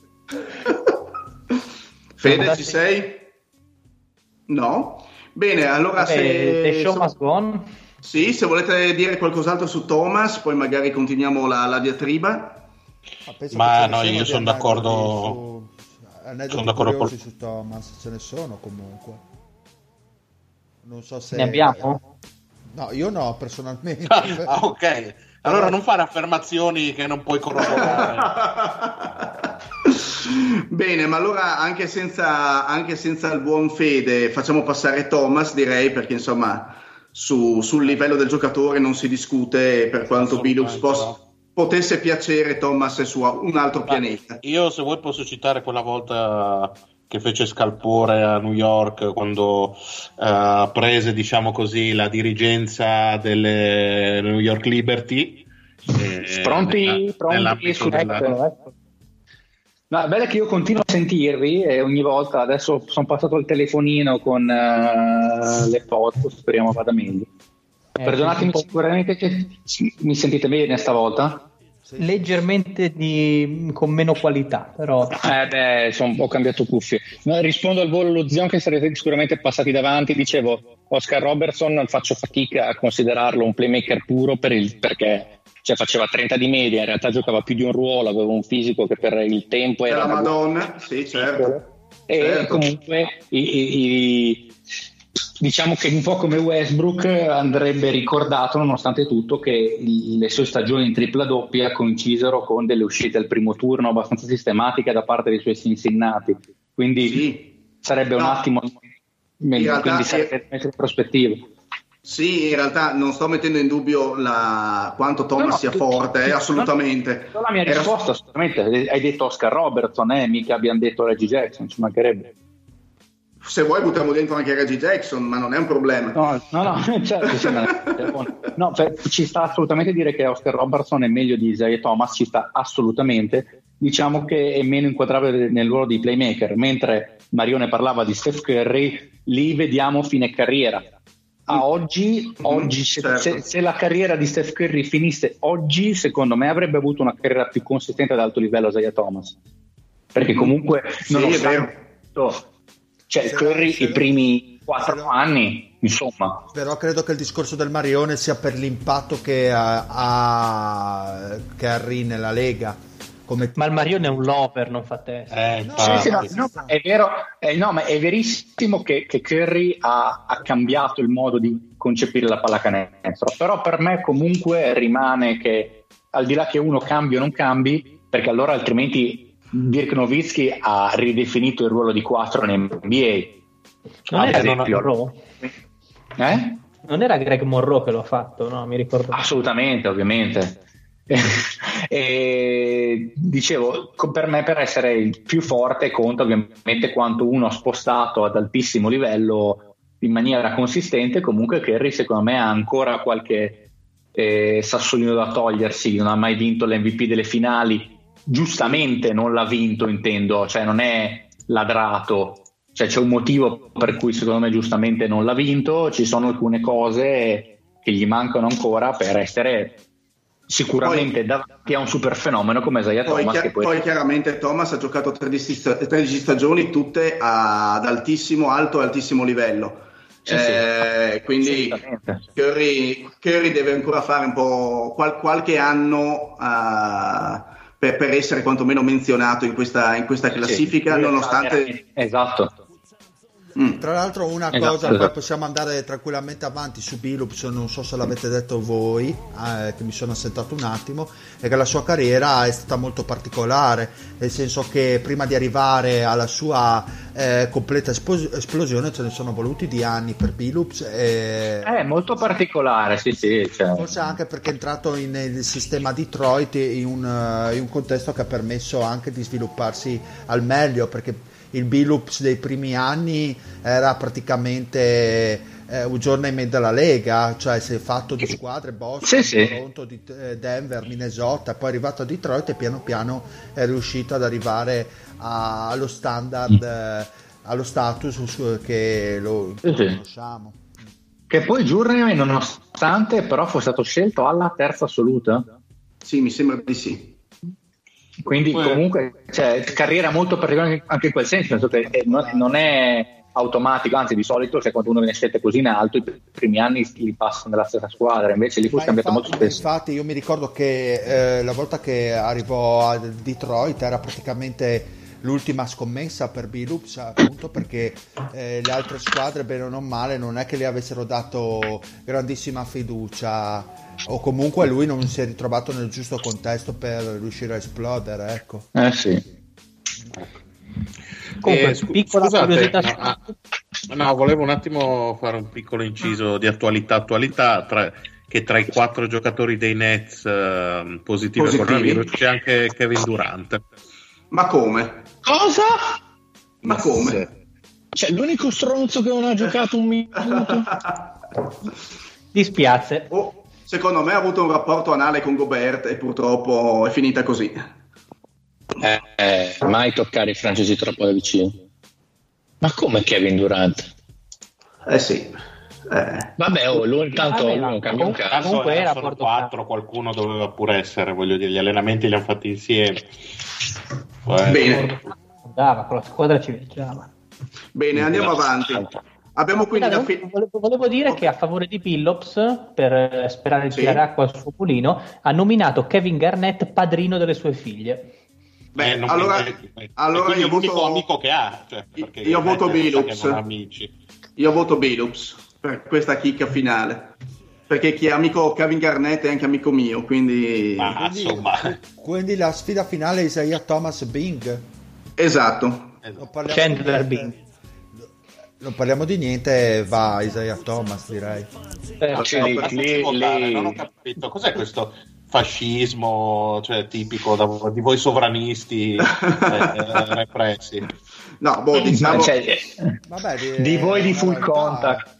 Fede, ci sei? No? Bene, allora Vabbè, se... The show so- must go on. Sì, se volete dire qualcos'altro su Thomas, poi magari continuiamo la, la diatriba. Ma no, io sono d'accordo. Aneddoti sono d'accordo curiosi col... su Thomas, ce ne sono comunque. Non so se ne abbiamo? No, io no, personalmente. Ah, ok. Allora non fare affermazioni che non puoi corroborare. Bene, ma allora anche senza, anche senza il buon fede facciamo passare Thomas, direi, perché insomma su, sul livello del giocatore non si discute, per quanto Billups pos- potesse piacere, Thomas è su un altro pianeta. Io, se vuoi, posso citare quella volta che fece scalpore a New York quando uh, prese, diciamo così, la dirigenza delle New York Liberty. Eh, pronti? Nella, pronti su della... ecco. No, è bello che io continuo a sentirvi e ogni volta, adesso sono passato al telefonino con uh, le foto, speriamo vada meglio. Eh, Perdonatemi, sicuramente che mi sentite bene stavolta? Leggermente di, con meno qualità, però eh beh, son, ho cambiato cuffie. No, rispondo al volo lo Zion, che sarete sicuramente passati davanti. Dicevo, Oscar Robertson faccio fatica a considerarlo un playmaker puro per il, perché cioè, faceva trenta di media, in realtà giocava più di un ruolo, aveva un fisico che per il tempo era la Madonna, sì, certo. E certo. comunque i, i, i diciamo che un po' come Westbrook andrebbe ricordato, nonostante tutto, che le sue stagioni in tripla doppia coincisero con delle uscite al primo turno abbastanza sistematiche da parte dei suoi Cincinnati, quindi sì. sarebbe no. un attimo meglio, quindi sarebbe è... in prospettiva. Sì, in realtà non sto mettendo in dubbio la... quanto Thomas no, no, sia tu, forte, tu, assolutamente. No, la mia Era... risposta, assolutamente, hai detto Oscar Robertson, eh, mica abbiamo detto Reggie Jackson, ci mancherebbe. Se vuoi buttiamo dentro anche Reggie Jackson, ma non è un problema. No, no, no, certo, no, cioè, ci sta assolutamente dire che Oscar Robertson è meglio di Isaiah Thomas, ci sta assolutamente. Diciamo che è meno inquadrabile nel ruolo di playmaker, mentre Marione parlava di Steph Curry, lì vediamo fine carriera. A oggi, oggi certo. se, se la carriera di Steph Curry finisse oggi, secondo me avrebbe avuto una carriera più consistente ad alto livello Isaiah Thomas, perché comunque sì, non è vero. Cioè se Curry i primi quattro anni, insomma. Però credo che il discorso del Marione sia per l'impatto che ha, ha Curry nella Lega. Come... Ma il Marione è un lover, non fa testa. Eh, no, sì, sì, no, no, è vero, eh, no, ma è verissimo che, che Curry ha, ha cambiato il modo di concepire la pallacanestro. Però per me comunque rimane che, al di là che uno cambi o non cambi, perché allora altrimenti Dirk Nowitzki ha ridefinito il ruolo di quattro in N B A. Non era Greg Monroe? Eh? Non era Greg Monroe che l'ha fatto, no? Mi ricordo. Assolutamente, ovviamente. E dicevo, per me, per essere il più forte conta ovviamente quanto uno ha spostato ad altissimo livello in maniera consistente. Comunque Curry secondo me ha ancora qualche eh, sassolino da togliersi, non ha mai vinto l'M V P delle finali, giustamente non l'ha vinto, intendo, cioè non è ladrato, cioè c'è un motivo per cui secondo me giustamente non l'ha vinto, ci sono alcune cose che gli mancano ancora per essere sicuramente poi, davanti a un super fenomeno come Isaiah poi, Thomas. Chi- che poi... poi chiaramente Thomas ha giocato tredici stagioni tutte ad altissimo, alto e altissimo livello. Sì, eh, sì. Quindi Curry, Curry deve ancora fare un po' qual- qualche anno uh, per, per essere quantomeno menzionato in questa, in questa classifica, sì, nonostante... Esatto. Mm. Tra l'altro una esatto, cosa, esatto. Poi possiamo andare tranquillamente avanti su Billups, non so se l'avete detto voi, eh, che mi sono assentato un attimo, è che la sua carriera è stata molto particolare, nel senso che prima di arrivare alla sua eh, completa espos- esplosione ce ne sono voluti di anni per Billups. E... È molto particolare, sì sì. Cioè... Forse anche perché è entrato in, nel sistema Detroit in un, uh, in un contesto che ha permesso anche di svilupparsi al meglio, perché il Billups dei primi anni era praticamente eh, un giorno e mezzo alla Lega, cioè si è fatto di squadre Boston, sì, Toronto, sì. Di, Denver, Minnesota, poi è arrivato a Detroit e piano piano è riuscito ad arrivare a, allo standard, eh, allo status su, che lo sì, conosciamo. Che poi Journeyman, nonostante però fosse stato scelto alla terza assoluta? Sì, mi sembra di sì. Quindi comunque cioè, carriera molto particolare anche in quel senso, penso che non è automatico, anzi di solito se quando uno viene scelto così in alto i primi anni li passano nella stessa squadra, invece lì fu scambiato molto spesso. Infatti io mi ricordo che eh, la volta che arrivò a Detroit era praticamente l'ultima scommessa per Billups, appunto perché eh, le altre squadre bene o non male non è che le avessero dato grandissima fiducia, o comunque lui non si è ritrovato nel giusto contesto per riuscire a esplodere, ecco. Eh sì. Comunque, Eh, scu- piccola scusate, curiosità no, ah, no, volevo un attimo fare un piccolo inciso di attualità attualità tra, che tra i quattro giocatori dei Nets eh, positivi al Positivi. coronavirus c'è anche Kevin Durant. Ma come? Cosa? Ma come? Cioè l'unico stronzo che non ha giocato un minuto? dispiace. Oh, secondo me ha avuto un rapporto anale con Gobert e purtroppo è finita così. Eh, eh, mai toccare i francesi troppo da vicino. Ma come Kevin Durant? Eh sì. Eh. Vabbè, oh, lui tanto Vabbè, lui non ma cambia un comunque- cazzo. comunque era sono portato- quattro, qualcuno doveva pure essere, voglio dire, gli allenamenti li hanno fatti insieme. Eh, Bene. Andava, con la squadra ci viaggiava. Bene, andiamo avanti. Abbiamo quindi la fi- volevo, volevo dire che a favore di Billups, per eh, sperare di Sì. tirare acqua al suo mulino, ha nominato Kevin Garnett padrino delle sue figlie. Beh, eh, non- allora, eh, eh, allora quindi io l'unico voto amico che ha, cioè, perché io voto ovviamente sa Billups. che non ha amici. io voto Billups per questa chicca finale. Perché chi è amico Kevin Garnett è anche amico mio, quindi Ma Quindi, insomma, quindi la sfida finale è Isaiah Thomas Bing. esatto. Non parliamo Chandler di niente. Bing. Non parliamo di niente, va Isaiah Thomas, direi. Eh, Sì, eh, lì- ma lì- votare, lì- non ho capito cos'è questo fascismo, cioè tipico da- di voi sovranisti eh, eh, repressi. No, boh, Ma diciamo cioè, Vabbè, di voi di una full realtà- contact.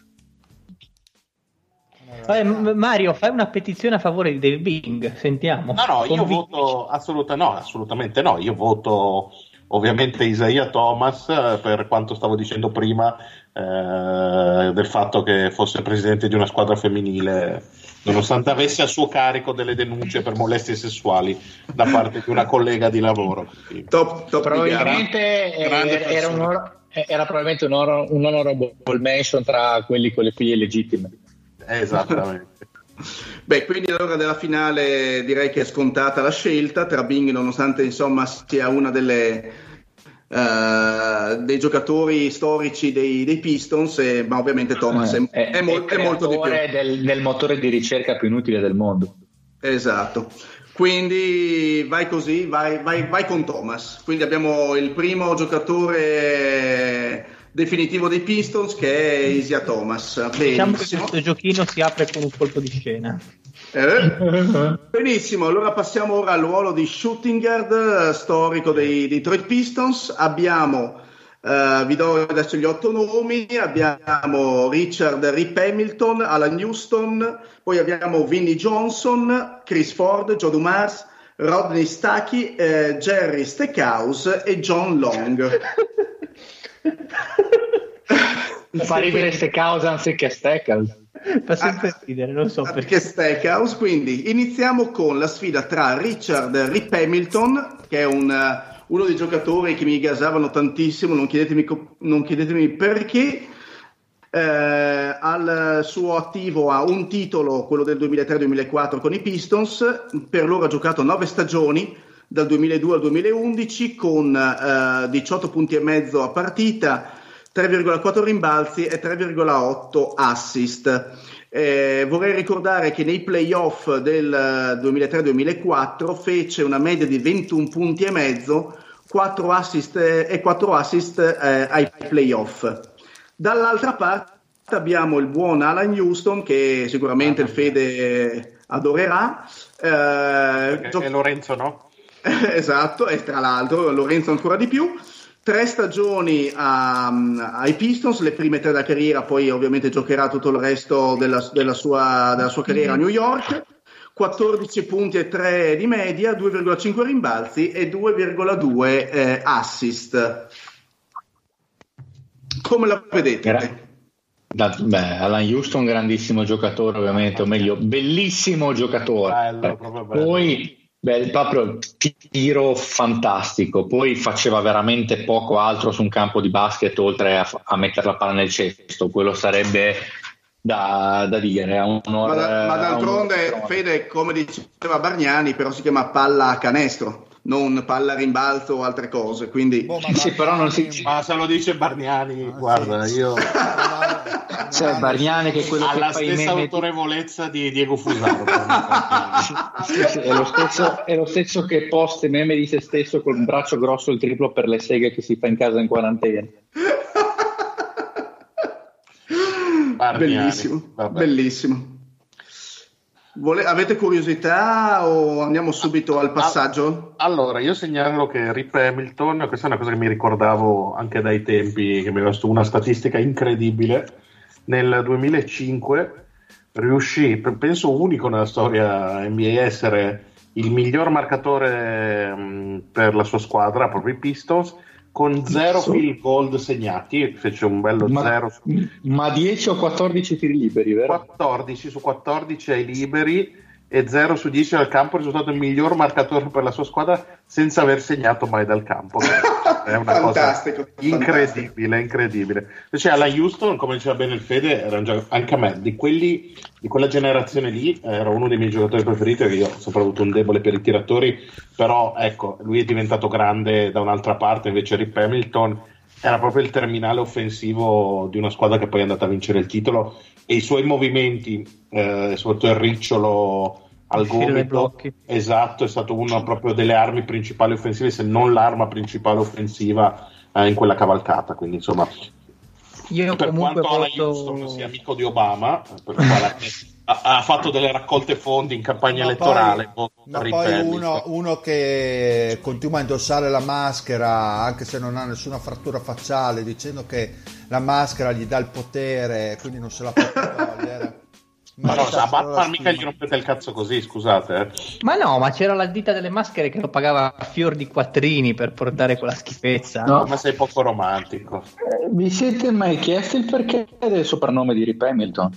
vabbè, M- Mario, fai una petizione a favore di Dave Bing, sentiamo. No, no, io Convinci- voto assolutamente no, assolutamente no, io voto ovviamente Isaiah Thomas eh, per quanto stavo dicendo prima eh, del fatto che fosse presidente di una squadra femminile, nonostante avesse a suo carico delle denunce per molestie sessuali da parte di una collega di lavoro. Quindi, top, top di gara. Probabilmente eh, Grande era, era, un persona. or- era probabilmente un, or- un honorable mention tra quelli con le figlie legittime. esattamente. Beh, quindi allora della finale direi che è scontata la scelta tra Bing, nonostante insomma sia una delle eh, dei giocatori storici dei, dei Pistons, e- ma ovviamente Thomas è, è, è mol- è è molto di più. creatore del, del motore di ricerca più inutile del mondo. Esatto. Quindi vai così, vai, vai, vai con Thomas. Quindi abbiamo il primo giocatore definitivo dei Pistons, che è Isaiah Thomas. Diciamo che Benissimo. questo giochino si apre con un colpo di scena. Eh? Benissimo, allora passiamo ora al ruolo di shooting guard eh, storico dei Detroit Pistons. Abbiamo, eh, vi do adesso gli otto nomi, abbiamo Richard Rip Hamilton, Alan Houston, poi abbiamo Vinnie Johnson, Chris Ford, Joe Dumars, Rodney Stuckey, eh, Jerry Stackhouse e John Long. Fa ridere ste cause anziché Stackhouse. Fa sempre ridere, non so perché. Perché Stackhouse. Quindi iniziamo con la sfida tra Richard Rip Hamilton, che è un, uh, uno dei giocatori che mi gasavano tantissimo, non chiedetemi, co- non chiedetemi perché. Eh, al suo attivo ha un titolo, quello del duemilatré duemilaquattro con i Pistons. Per loro ha giocato nove stagioni, dal duemiladue al duemilaundici, con eh, diciotto punti e mezzo a partita, tre virgola quattro rimbalzi e tre virgola otto assist. Eh, vorrei ricordare che nei playoff del duemilatré duemilaquattro fece una media di ventuno punti e mezzo, quattro assist e quattro assist eh, ai playoff. Dall'altra parte abbiamo il buon Alan Houston, che sicuramente il Fede adorerà. Eh, E Lorenzo no? Esatto, e tra l'altro Lorenzo ancora di più. Tre stagioni a, ai Pistons, le prime tre della carriera, poi ovviamente giocherà tutto il resto della, della, sua, della sua carriera a New York. quattordici punti e tre di media, due virgola cinque rimbalzi e due virgola due eh, assist. Come la vedete? Gra- da, beh, Alan Houston, grandissimo giocatore, ovviamente, o meglio, bellissimo giocatore. Bello, proprio bello. Poi Beh, proprio tiro fantastico, poi faceva veramente poco altro su un campo di basket oltre a, a mettere la palla nel cesto, quello sarebbe da, da dire. A un ma, da, ma d'altronde, Fede, come diceva Bargnani, però si chiama palla a canestro, non palla a rimbalzo o altre cose, quindi boh, ma sì, però non si dice. Ma se lo dice Bargnani, ah, guarda, sì. io cioè Bargnani che è quello ha che la fa stessa i meme autorevolezza di... di Diego Fusaro. sì, sì, è, lo stesso, è lo stesso che posta meme di se stesso con un braccio grosso il triplo per le seghe che si fa in casa in quarantena. Bargnani, bellissimo, vabbè. bellissimo. Vole- avete curiosità o andiamo subito al passaggio? Allora, io segnalo che Rip Hamilton, questa è una cosa che mi ricordavo anche dai tempi, che mi era una statistica incredibile, nel duemilacinque riuscì, penso unico nella storia N B A, a essere il miglior marcatore mh, per la sua squadra, proprio i Pistons, con zero so. field goal segnati, fece un bello ma, zero. Ma dieci o quattordici tiri liberi, vero? quattordici su quattordici ai liberi e zero su dieci dal campo, è risultato il miglior marcatore per la sua squadra senza aver segnato mai dal campo. È una fantastico, cosa incredibile, fantastico. incredibile. Invece alla Houston, come diceva bene il Fede, era un gioco, anche a me, di quelli di quella generazione lì, era uno dei miei giocatori preferiti, perché io ho sempre avuto un debole per i tiratori, però ecco, lui è diventato grande da un'altra parte, invece Rip Hamilton era proprio il terminale offensivo di una squadra che poi è andata a vincere il titolo, e i suoi movimenti, eh, soprattutto il ricciolo al gomito, esatto, è stato una proprio delle armi principali offensive, se non l'arma principale offensiva eh, in quella cavalcata. Quindi insomma, io per comunque quanto posso... alla Houston sia amico di Obama, per quale ha, ha fatto delle raccolte fondi in campagna ma elettorale, poi, ma poi uno, uno che continua a indossare la maschera anche se non ha nessuna frattura facciale, dicendo che la maschera gli dà il potere, quindi non se la può togliere. Ma no, a Batman mica gli rompete il cazzo così, scusate. Eh. Ma no, ma c'era la ditta delle maschere che lo pagava a fior di quattrini per portare quella schifezza. No, ma sei poco romantico. Eh, vi siete mai chiesti il perché del soprannome di Rip Hamilton?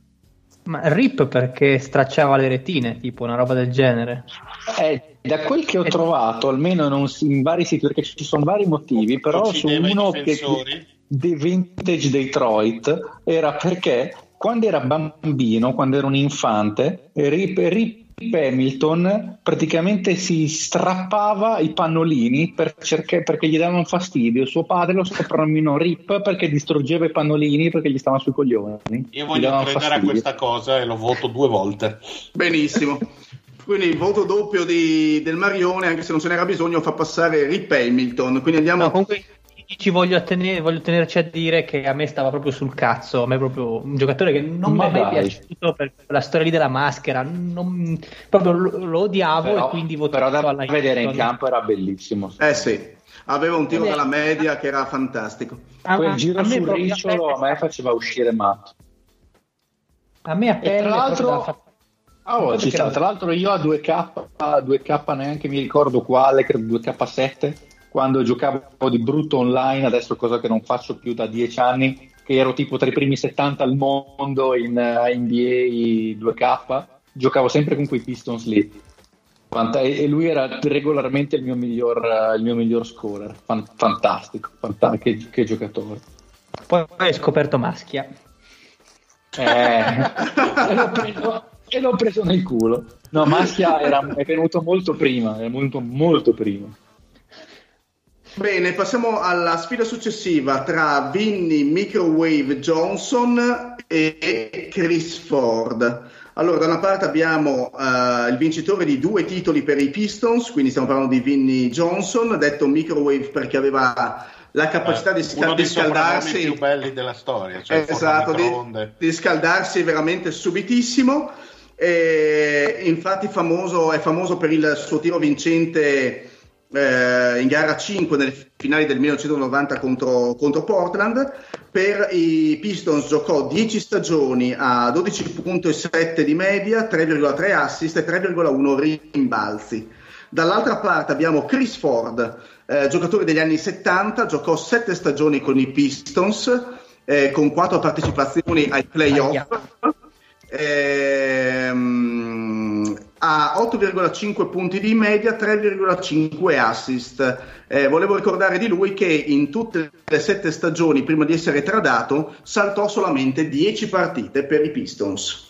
Ma Rip perché stracciava le retine, tipo una roba del genere. Eh, da quel che ho eh, trovato, almeno non, in vari siti, perché ci sono vari motivi, però su uno che di Vintage Detroit era perché quando era bambino, quando era un infante, Rip, Rip Hamilton praticamente si strappava i pannolini per cercare, perché gli davano fastidio. Suo padre lo soprannominò Rip perché distruggeva i pannolini perché gli stavano sui coglioni. Io voglio credere fastidio. a questa cosa e lo voto due volte. Benissimo. Quindi il voto doppio di, del Marione, anche se non ce n'era bisogno, fa passare Rip Hamilton. Quindi andiamo... No, comunque ci voglio tenere, voglio tenerci a dire che a me stava proprio sul cazzo, a me proprio un giocatore che non mi è mai piaciuto per la storia lì della maschera, non, proprio lo, lo odiavo, però, e quindi voto però da alla vedere in campo era bellissimo. Eh sì, aveva un tiro dalla media che era fantastico. A, Quel giro sul ricciolo a me faceva uscire matto. A me a pelle, tra l'altro fa... oh, ci sta, tra l'altro io a due K, due K neanche mi ricordo quale, credo due K sette, quando giocavo di brutto online, adesso cosa che non faccio più da dieci anni, che ero tipo tra i primi settanta al mondo in uh, N B A due K, giocavo sempre con quei Pistons lì, Fant- e lui era regolarmente il mio miglior, uh, il mio miglior scorer. Fan- fantastico, fant- che, che giocatore. Poi hai scoperto Maschia. Eh, e, l'ho preso, e l'ho preso nel culo. No, Maschia era, è venuto molto prima, è venuto molto prima. Bene, passiamo alla sfida successiva tra Vinny Microwave Johnson e Chris Ford. Allora, da una parte abbiamo uh, il vincitore di due titoli per i Pistons, quindi stiamo parlando di Vinny Johnson, detto Microwave perché aveva la capacità eh, di, scal- di scaldarsi, più belli della storia, cioè esatto, di, di scaldarsi veramente subitissimo. E infatti famoso, è famoso per il suo tiro vincente eh, in gara cinque nelle finali del millenovecentonovanta contro, contro Portland. Per i Pistons giocò dieci stagioni a dodici virgola sette di media, tre virgola tre assist e tre virgola uno rimbalzi. Dall'altra parte abbiamo Chris Ford, eh, giocatore degli anni settanta, giocò sette stagioni con i Pistons, eh, con quattro partecipazioni ai playoff. Ehm, ha otto virgola cinque punti di media, tre virgola cinque assist. Eh, volevo ricordare di lui che in tutte le sette stagioni prima di essere tradato saltò solamente dieci partite per i Pistons.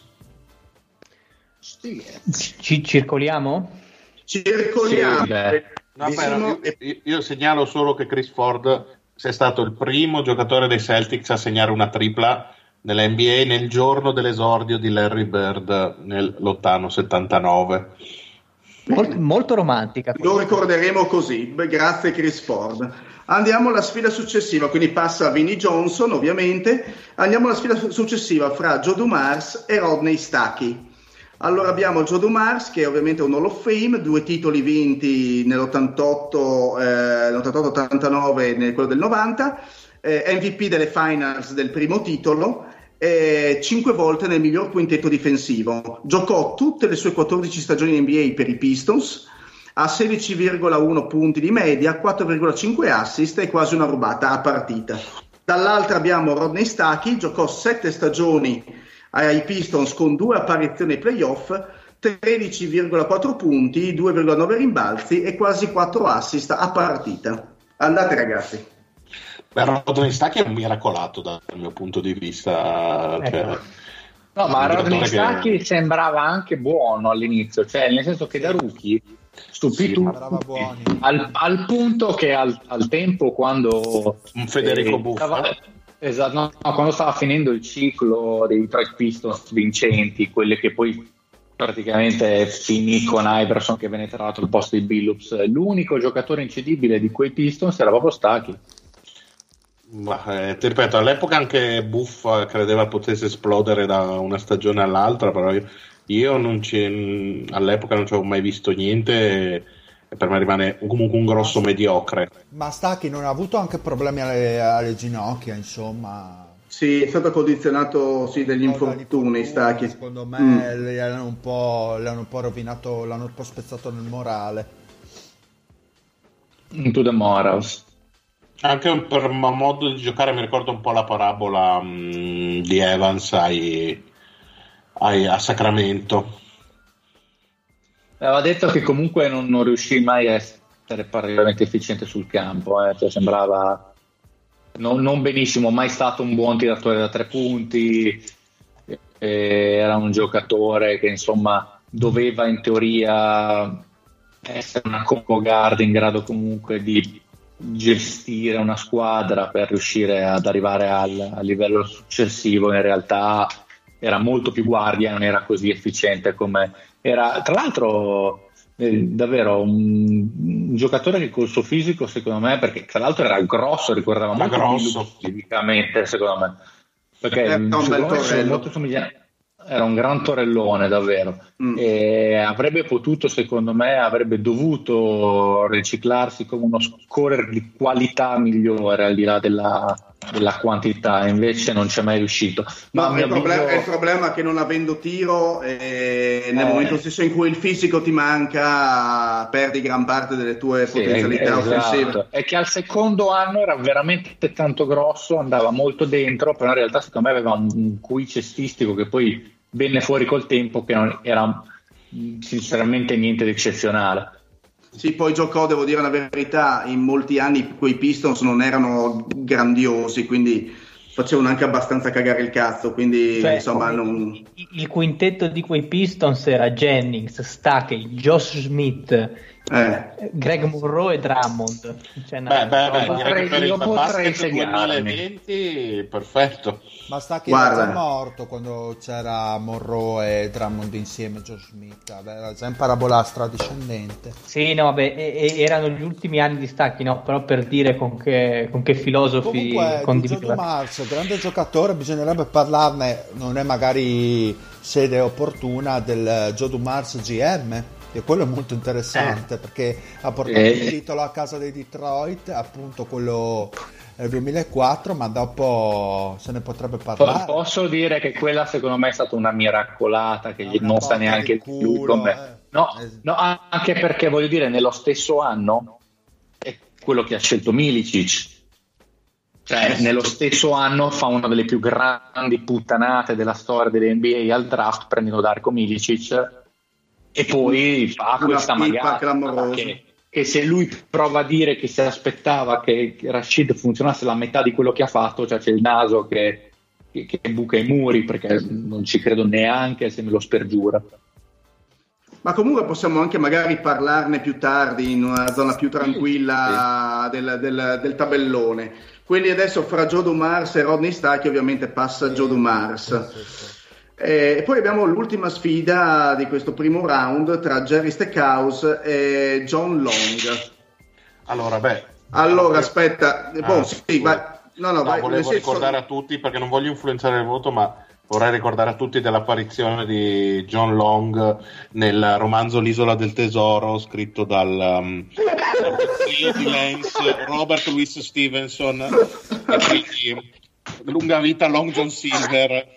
Ci circoliamo? Circoliamo. Sì, beh. No, però, io, io segnalo solo che Chris Ford è stato il primo giocatore dei Celtics a segnare una tripla nella N B A nel giorno dell'esordio di Larry Bird nel lontano settantanove. Molto, molto romantica. Lo ricorderemo così. Beh, grazie Chris Ford. Andiamo alla sfida successiva, quindi passa Vinnie Johnson ovviamente. Andiamo alla sfida successiva fra Joe Dumars e Rodney Stuckey. Allora abbiamo Joe Dumars, che è ovviamente un Hall of Fame, due titoli vinti nell'ottantotto, eh, nell'ottantotto ottantanove e nel quello del novanta, eh, M V P delle finals del primo titolo, eh, cinque volte nel miglior quintetto difensivo. Giocò tutte le sue quattordici stagioni in N B A per i Pistons, ha sedici virgola uno punti di media, quattro virgola cinque assist e quasi una rubata a partita. Dall'altra abbiamo Rodney Stuckey, giocò sette stagioni ai Pistons con due apparizioni ai playoff, tredici virgola quattro punti, due virgola nove rimbalzi e quasi quattro assist a partita. Andate ragazzi. Beh, Rodney Stuckey è un miracolato dal mio punto di vista. Cioè, ecco. No, ma Rodney Stuckey che... sembrava anche buono all'inizio, cioè nel senso che da rookie stupì sì, tu al, al punto che al, al tempo quando un Federico eh, Buffa stava, esatto, no, no, quando stava finendo il ciclo dei Detroit Pistons vincenti, quelli che poi praticamente finì con Iverson che venne tratto al posto di Billups, l'unico giocatore incedibile di quei Pistons era proprio Stuckey. Ma, eh, ti ripeto, all'epoca anche Buffa credeva potesse esplodere da una stagione all'altra, però io, io non ci, all'epoca non ci avevo mai visto niente e, e per me rimane comunque un grosso mediocre. Ma Stuckey non ha avuto anche problemi alle, alle ginocchia, insomma? Sì, è stato condizionato sì, dagli infortuni Stuckey. Secondo me mm. le hanno un po', le hanno un po' rovinato, l'hanno un po' spezzato nel morale. Into the morals. Anche per modo di giocare mi ricordo un po' la parabola mh, di Evans ai, ai, a Sacramento. Aveva detto che comunque non, non riuscì mai a essere particolarmente efficiente sul campo, eh. Cioè, sembrava non, non benissimo, mai stato un buon tiratore da tre punti, eh, era un giocatore che insomma doveva in teoria essere una combo guard in grado comunque di gestire una squadra per riuscire ad arrivare al, al livello successivo. In realtà era molto più guardia, non era così efficiente come era. Tra l'altro eh, davvero un, un giocatore che col suo fisico, secondo me, perché tra l'altro era grosso, ricordava era molto grosso fisicamente, secondo me, perché era un secondo bel me molto somigliante. Era un gran torellone davvero, mm. e avrebbe potuto, secondo me, avrebbe dovuto riciclarsi come uno scorer di qualità migliore al di là della, della quantità, invece non c'è mai riuscito. Ma no, il, problema, avviso... il problema è che non avendo tiro eh, nel eh. momento stesso in cui il fisico ti manca perdi gran parte delle tue sì, potenzialità esatto. offensive. È che al secondo anno era veramente tanto grosso, andava molto dentro, però in realtà secondo me aveva un, un Q I cestistico che poi venne fuori col tempo, che non era sinceramente niente di eccezionale. Sì, poi giocò, devo dire la verità, in molti anni quei Pistons non erano grandiosi, quindi facevano anche abbastanza cagare il cazzo, quindi cioè, insomma non... il, il quintetto di quei Pistons era Jennings, Stuckey, Josh Smith, eh. Greg Monroe e Drummond. Cioè, beh, beh, beh, potrei, per il basket duemilaventi perfetto. Ma Stuckey era già morto quando c'era Monroe e Drummond insieme, Josh Smith, era già in parabola stradiscendente. Sì, no, vabbè, e, e erano gli ultimi anni di Stuckey, no? Però per dire con che, con che filosofi condivideva. Joe Dumars, grande giocatore, bisognerebbe parlarne, non è magari sede opportuna, del Joe Dumars G M, e quello è molto interessante eh. perché ha portato eh. il titolo a casa dei Detroit, appunto quello nel duemilaquattro, ma dopo se ne potrebbe parlare. Posso dire che quella secondo me è stata una miracolata che una non sa neanche culo, lui con me. Eh. No, no, anche perché voglio dire, nello stesso anno è quello che ha scelto Milicic, cioè nello stesso anno fa una delle più grandi puttanate della storia dell'N B A al draft, prendendo Darko Milicic, e poi fa una questa magara che, che se lui prova a dire che si aspettava che Rashid funzionasse la metà di quello che ha fatto, cioè c'è il naso che, che, che buca i muri, perché non ci credo neanche se me lo spergiura. Ma comunque possiamo anche magari parlarne più tardi in una zona più tranquilla del, del, del tabellone. Quindi adesso fra Joe Dumars e Rodney Stark ovviamente passa Joe Dumars. E poi abbiamo l'ultima sfida di questo primo round tra Jerry Stackhouse e John Long. Allora, beh. Allora, aspetta. Ah, boh, sì, vai. No, no, no, vai. volevo senso... ricordare a tutti, perché non voglio influenzare il voto, ma vorrei ricordare a tutti dell'apparizione di John Long nel romanzo L'isola del tesoro, scritto dal um, zio di Lance, Robert Louis Stevenson, e quindi lunga vita Long John Silver.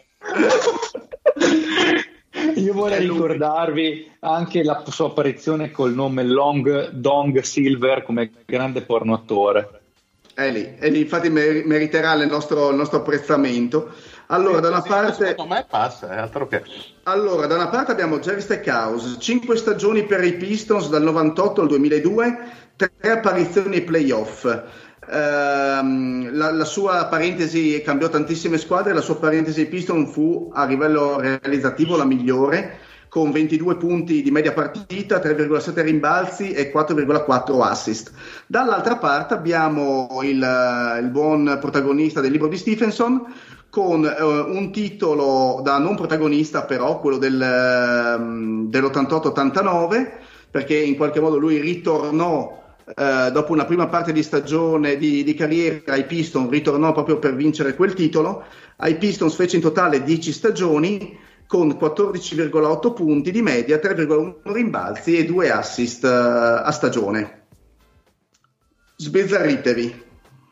Io vorrei ricordarvi anche la sua apparizione col nome Long Dong Silver come grande porno attore. È lì, è lì, infatti mer- meriterà il nostro, il nostro apprezzamento. Allora, da una parte, secondo me passa, è altro che. Allora, da una parte abbiamo Jerry Stackhouse, cinque stagioni per i Pistons dal novantotto al duemiladue, tre apparizioni ai playoff. Uh, la, la sua parentesi cambiò tantissime squadre, la sua parentesi ai Pistons fu a livello realizzativo la migliore, con ventidue punti di media partita, tre virgola sette rimbalzi e quattro virgola quattro assist. Dall'altra parte abbiamo il, il buon protagonista del libro di Stephenson, con uh, un titolo da non protagonista, però quello del, um, dell'ottantotto ottantanove, perché in qualche modo lui ritornò Uh, dopo una prima parte di stagione di, di carriera ai Pistons, ritornò proprio per vincere quel titolo. Ai Pistons fece in totale dieci stagioni con quattordici virgola otto punti di media, tre virgola uno rimbalzi e due assist uh, a stagione. Sbizzarritevi.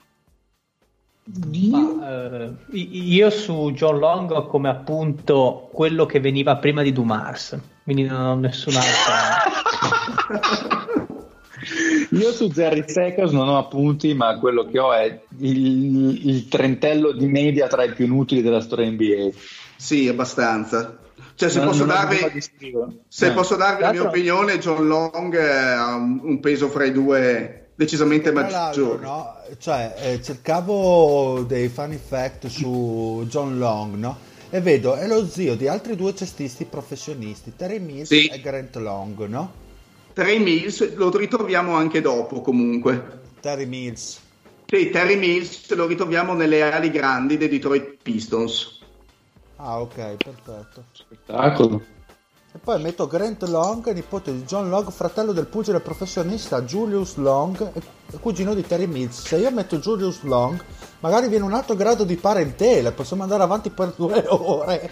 Ma, uh, io su John Long ho come appunto quello che veniva prima di Dumars, quindi non ho nessun'altra. Io su Jerry Stackhouse non ho appunti, ma quello che ho è il, il trentello di media tra i più inutili della storia N B A. Sì, abbastanza. Cioè, se non, posso non darvi, se eh. posso darvi la mia L'altro... opinione, John Long ha un, un peso fra i due decisamente maggiore. No? Cioè, eh, cercavo dei funny fact su John Long, no? E vedo, è lo zio di altri due cestisti professionisti, Terry Mills sì. e Grant Long, no? Terry Mills lo ritroviamo anche dopo comunque. Terry Mills. Sì, Terry Mills lo ritroviamo nelle ali grandi dei Detroit Pistons. Ah, ok, perfetto. Spettacolo. E poi metto Grant Long, nipote di John Long, fratello del pugile professionista Julius Long e cugino di Terry Mills. Se io metto Julius Long, magari viene un alto grado di parentela, possiamo andare avanti per due ore.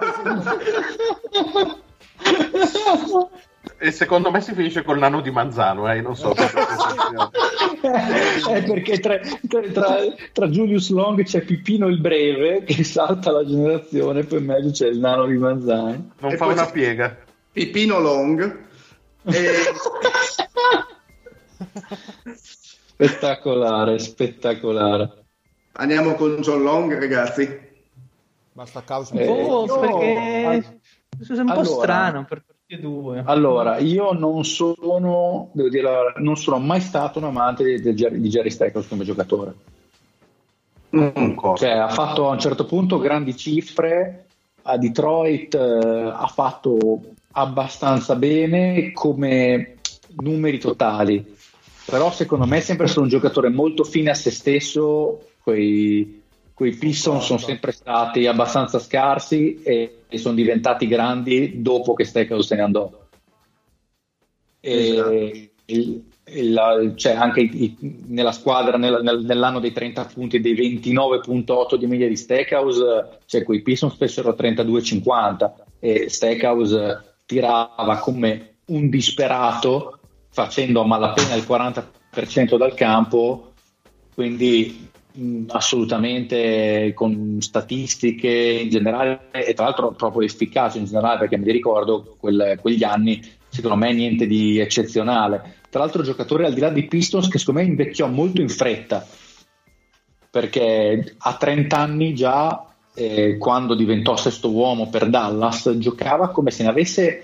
E secondo me si finisce col nano di Manzano, eh? Non so. È perché tra, tra, tra Julius Long c'è Pippino il Breve che salta la generazione, poi in mezzo c'è il nano di Manzano. Non e fa una piega. Pippino Long. E... Spettacolare, spettacolare. Andiamo con John Long, ragazzi. Basta causa. Eh, Oh, io... perché è un po' allora, strano per tutti e due. Allora, io non sono, devo dire, non sono mai stato un amante di, di, di Jerry Stackhouse come giocatore. Mm. Cioè, ha fatto a un certo punto grandi cifre, a Detroit eh, ha fatto abbastanza bene come numeri totali, però secondo me è sempre stato un giocatore molto fine a se stesso. Quei quei Pistons sono sempre stati abbastanza scarsi e, e sono diventati grandi dopo che Stackhouse se ne andò. E, il, il, cioè anche i, nella squadra nel, nel, nell'anno dei trenta punti e dei ventinove virgola otto di media di Stackhouse, cioè quei Pistons fecero trentadue cinquanta e Stackhouse tirava come un disperato facendo a malapena il quaranta per cento dal campo, quindi assolutamente con statistiche in generale e tra l'altro proprio efficace in generale, perché mi ricordo quel, quegli anni secondo me niente di eccezionale. Tra l'altro giocatore al di là di Pistons che secondo me invecchiò molto in fretta, perché a trenta anni già eh, quando diventò sesto uomo per Dallas giocava come se ne avesse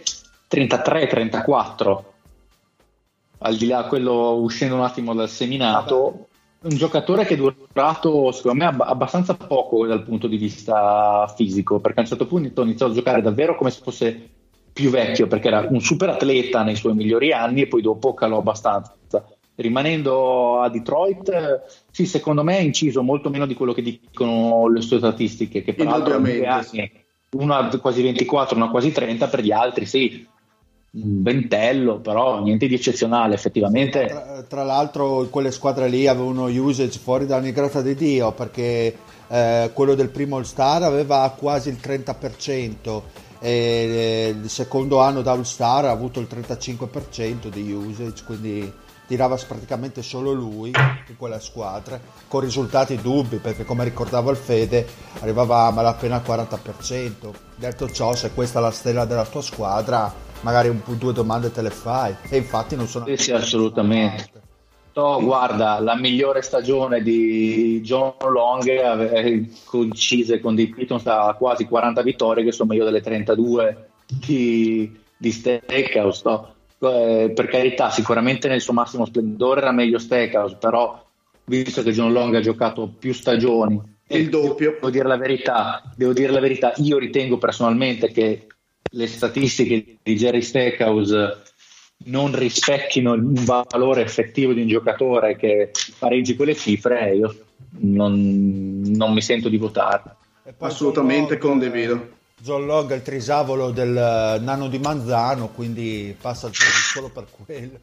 trentatré trentaquattro, al di là quello uscendo un attimo dal seminato, un giocatore che è durato secondo me ab- abbastanza poco dal punto di vista fisico, perché a un certo punto iniziò a giocare davvero come se fosse più vecchio, perché era un super atleta nei suoi migliori anni e poi dopo calò abbastanza. Rimanendo a Detroit, sì, secondo me ha inciso molto meno di quello che dicono le sue statistiche, che peraltro anni, uno ha quasi ventiquattro, uno ha quasi trenta, per gli altri sì, un ventello, però niente di eccezionale effettivamente. Tra, tra l'altro quelle squadre lì avevano uno usage fuori da ogni grata di Dio, perché eh, quello del primo All-Star aveva quasi il trenta per cento e il secondo anno da All-Star ha avuto il trentacinque per cento di usage, quindi tirava praticamente solo lui in quella squadra, con risultati dubbi, perché come ricordava il Fede arrivava a malapena al quaranta per cento. Detto ciò, se questa è la stella della tua squadra, magari un po' due domande te le fai, e infatti non sono... Sì, sì, assolutamente. No, guarda, la migliore stagione di John Long eh, coincise con dei Pitons a quasi quaranta vittorie, che sono meglio delle trentadue di, di Stackhouse, no? Eh, per carità, sicuramente nel suo massimo splendore era meglio Stackhouse, però visto che John Long ha giocato più stagioni, il doppio, devo dire la verità, devo dire la verità, io ritengo personalmente che le statistiche di Jerry Stackhouse non rispecchino il valore effettivo di un giocatore che pareggi quelle cifre, io non, non mi sento di votare. Assolutamente condivido. John Long è il trisavolo del nano di Manzano, quindi passa il solo per quello.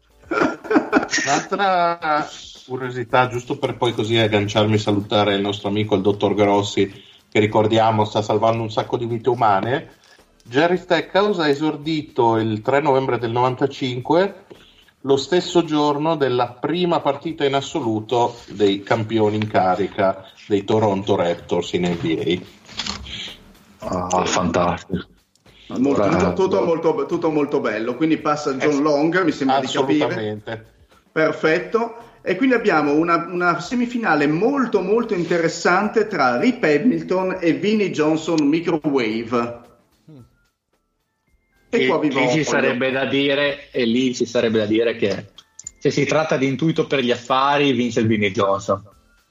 Un'altra curiosità, giusto per poi così agganciarmi e salutare il nostro amico il dottor Grossi, che ricordiamo sta salvando un sacco di vite umane. Jerry Stackhouse ha esordito il tre novembre del novantacinque, lo stesso giorno della prima partita in assoluto dei campioni in carica dei Toronto Raptors in N B A. Ah, fantastico. Molto, tutto, tutto, molto, tutto molto bello. Quindi passa John Long, mi sembra di capire. Perfetto. E quindi abbiamo una, una semifinale molto molto interessante tra Rip Hamilton e Vinnie Johnson Microwave. E, e qua vi lì ci sarebbe da dire, e lì ci sarebbe da dire che se si tratta di intuito per gli affari, vince il Vinnie Johnson,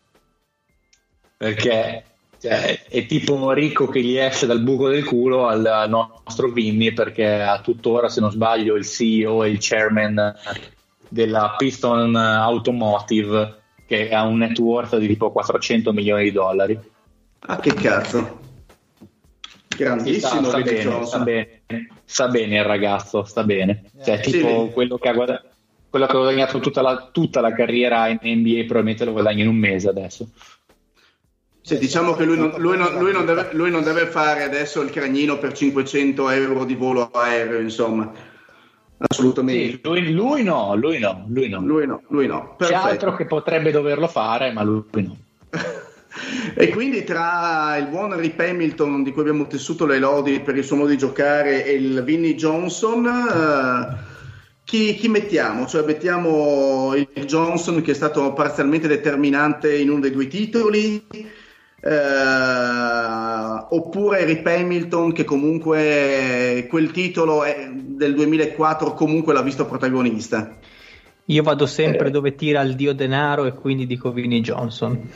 perché cioè, è tipo un ricco che gli esce dal buco del culo al nostro Vinnie, perché a tuttora, se non sbaglio, il C E O e il chairman della Piston Automotive, che ha un net worth di tipo quattrocento milioni di dollari. Ah, che cazzo, grandissimo. Sta, sta, bene, sta, bene, sta bene il ragazzo, sta bene, cioè sì, tipo sì. quello che ha guadagnato, quello che ha guadagnato tutta la, tutta la carriera in N B A probabilmente lo guadagna in un mese adesso. Sì, diciamo che lui non, lui, non, lui, non deve, lui non deve fare adesso il cranino per cinquecento euro di volo aereo, insomma, assolutamente. Sì, lui, lui no, lui no, lui no, lui no, lui no. C'è altro che potrebbe doverlo fare, ma lui no. E quindi tra il buon Rip Hamilton, di cui abbiamo tessuto le lodi per il suo modo di giocare, e il Vinnie Johnson, uh, chi, chi mettiamo? Cioè mettiamo il Johnson, che è stato parzialmente determinante in uno dei due titoli, uh, oppure Rip Hamilton, che comunque quel titolo è del duemilaquattro comunque l'ha visto protagonista? Io vado sempre eh. dove tira il dio denaro, e quindi dico Vinnie Johnson.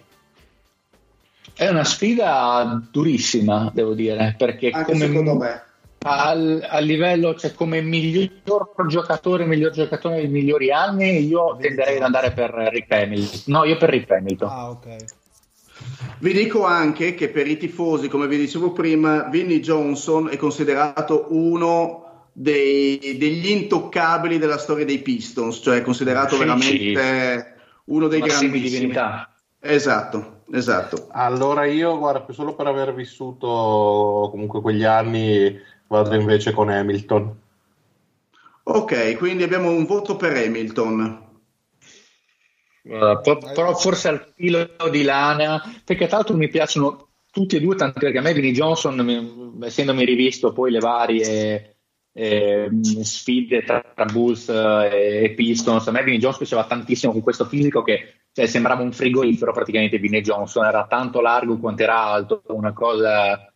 È una sfida durissima, devo dire, perché anche come secondo me al, a livello, cioè come miglior giocatore, miglior giocatore dei migliori anni, io tenderei ad andare per Rip Hamilton. No, io per Rip Hamilton. Ah, ok. Vi dico anche che per i tifosi, come vi dicevo prima, Vinnie Johnson è considerato uno dei, degli intoccabili della storia dei Pistons, cioè è considerato sì, veramente sì. uno dei grandissimi. Divinità. Esatto, esatto. Allora io, guarda, solo per aver vissuto comunque quegli anni, vado invece con Hamilton. Ok, quindi abbiamo un voto per Hamilton. Uh, però forse al filo di lana, perché tra l'altro mi piacciono tutti e due, tanto perché a me Vinnie Johnson, mi, essendomi rivisto poi le varie eh, sfide tra, tra Bulls e, e Pistons, a me Vinnie Johnson piaceva tantissimo con questo fisico che cioè, sembrava un frigorifero praticamente. Vinnie Johnson era tanto largo quanto era alto, una cosa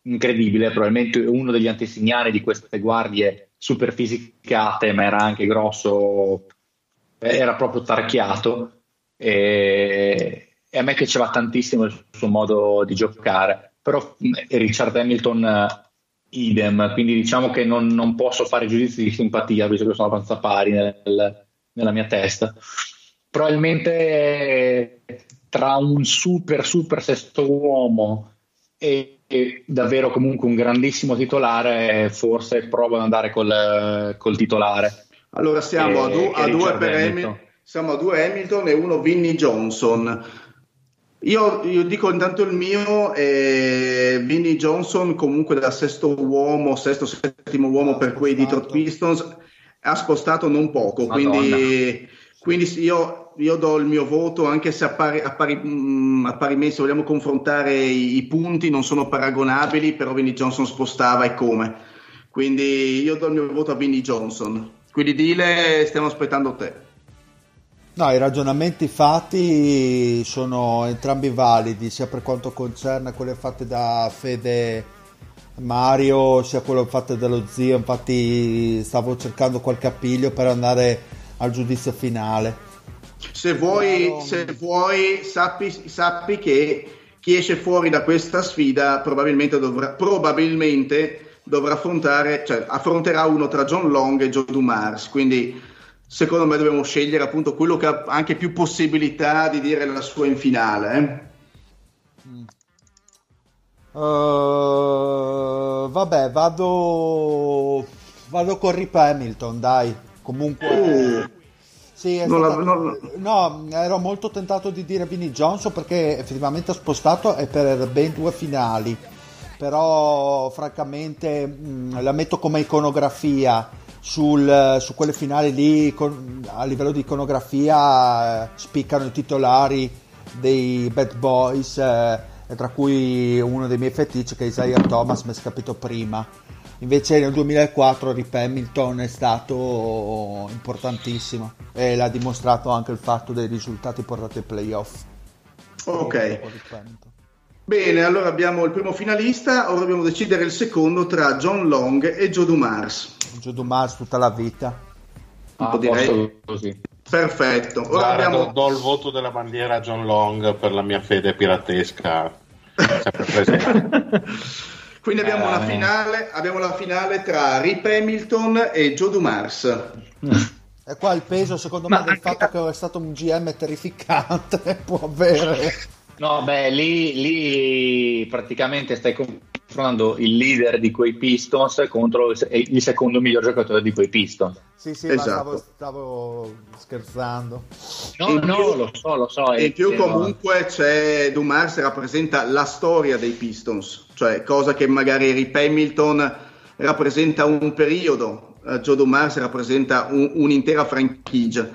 incredibile, probabilmente uno degli antesignani di queste guardie super fisicate, ma era anche grosso, era proprio tarchiato, e, e a me piaceva tantissimo il suo modo di giocare. Però Richard Hamilton idem, quindi diciamo che non, non posso fare giudizi di simpatia, visto che sono abbastanza pari nel, nella mia testa. Probabilmente tra un super super sesto uomo e, e davvero comunque un grandissimo titolare, forse provo ad andare col, col titolare. Allora siamo a, du- a due per Hamilton. Siamo a due Hamilton e uno Vinnie Johnson. Io, io dico intanto il mio, eh, Vinnie Johnson comunque da sesto uomo, sesto, settimo uomo per quei Detroit Pistons, ha spostato non poco, quindi, quindi io, io do il mio voto, anche se a pari, a pari, mh, a pari mesi, se vogliamo confrontare i, i punti, non sono paragonabili, però Vinnie Johnson spostava e come. Quindi io do il mio voto a Vinnie Johnson. Quindi Dile, stiamo aspettando te. No, i ragionamenti fatti sono entrambi validi, sia per quanto concerne quelle fatte da Fede Mario, sia quelle fatte dallo zio. Infatti stavo cercando qualche appiglio per andare al giudizio finale. Se vuoi, no, se vuoi sappi, sappi che chi esce fuori da questa sfida probabilmente dovrà, probabilmente dovrà affrontare, cioè affronterà uno tra John Long e Joe Dumars, quindi secondo me dobbiamo scegliere appunto quello che ha anche più possibilità di dire la sua in finale. Eh? Mm. Uh, vabbè, vado vado con Rip Hamilton, dai. Comunque uh, sì, è non stata... la, non... no, ero molto tentato di dire Vinnie Johnson perché effettivamente ha spostato e per ben due finali. Però francamente mh, la metto come iconografia. Sul, su quelle finali lì con, a livello di iconografia eh, spiccano i titolari dei Bad Boys, eh, tra cui uno dei miei feticci che è Isaiah Thomas, mi è scappato prima. Invece nel duemilaquattro Rip Hamilton è stato importantissimo e l'ha dimostrato anche il fatto dei risultati portati ai playoff. Ok, bene, allora abbiamo il primo finalista, ora dobbiamo decidere il secondo tra John Long e Joe Dumars. Joe Dumars tutta la vita. Ah, direi così. Perfetto. Ora Guarda, abbiamo... do, do il voto della bandiera a John Long per la mia fede piratesca sempre presente. Quindi abbiamo eh. una finale, abbiamo la finale tra Rip Hamilton e Joe Dumars. E qua il peso secondo Ma me del anche... fatto che è stato un G M terrificante può avere. No, beh, lì, lì praticamente stai confrontando il leader di quei Pistons contro il secondo miglior giocatore di quei Pistons. Sì, sì, esatto. ma stavo, stavo scherzando. No, in no, più, lo so, lo so. In più eh, comunque c'è Dumars rappresenta la storia dei Pistons, cioè cosa che magari Rip Hamilton rappresenta un periodo, uh, Joe Dumars rappresenta un, un'intera franchigia.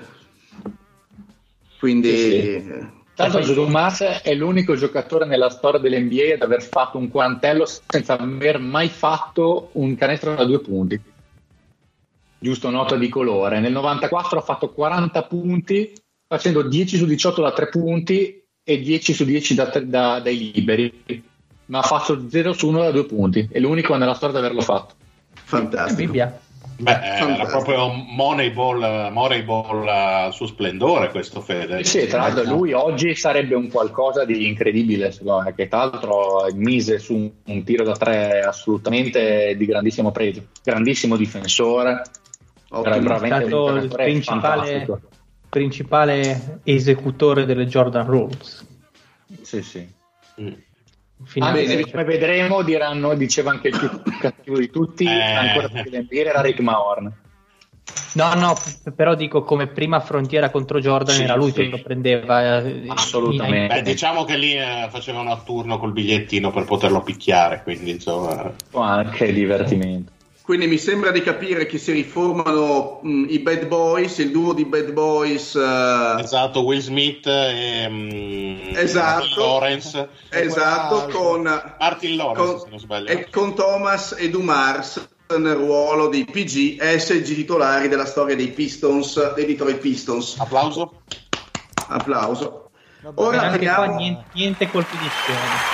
Quindi... Sì, sì. Tanto Joe Dumars è l'unico giocatore nella storia dell'N B A ad aver fatto un quarantello senza aver mai fatto un canestro da due punti. Giusto, nota di colore. Nel novantaquattro ha fatto quaranta punti facendo dieci su diciotto da tre punti e dieci su dieci da, da, dai liberi, ma ha fatto zero su uno da due punti. È l'unico nella storia ad averlo fatto. Fantastico. Beh, era proprio Moneyball, Moneyball al suo splendore questo Fede. Sì, tra l'altro lui oggi sarebbe un qualcosa di incredibile, secondo me, che tra l'altro mise su un, un tiro da tre assolutamente di grandissimo pregio, grandissimo difensore, era è stato il principale, principale esecutore delle Jordan Rules. Sì, sì. Mm. Anzi, come vedremo, diranno, diceva anche il più cattivo di tutti, eh. ancora più dell'N B A era Rick Mahorn. No, no, però dico come prima frontiera contro Jordan, sì, era lui sì. che lo prendeva. Eh, Assolutamente. Beh, diciamo che lì eh, facevano a turno col bigliettino per poterlo picchiare, quindi insomma. O anche divertimento. Quindi mi sembra di capire che si riformano mh, i Bad Boys, il duo di Bad Boys. Uh... Esatto, Will Smith e um, esatto, Martin Lawrence. Esatto, con Martin Lawrence, con, se non sbaglio. E con Thomas e Dumars nel ruolo di P G e S G titolari della storia dei Pistons, dei Detroit Pistons. Applauso. Applauso. Ora anche qua niente, niente colpi di scena. No.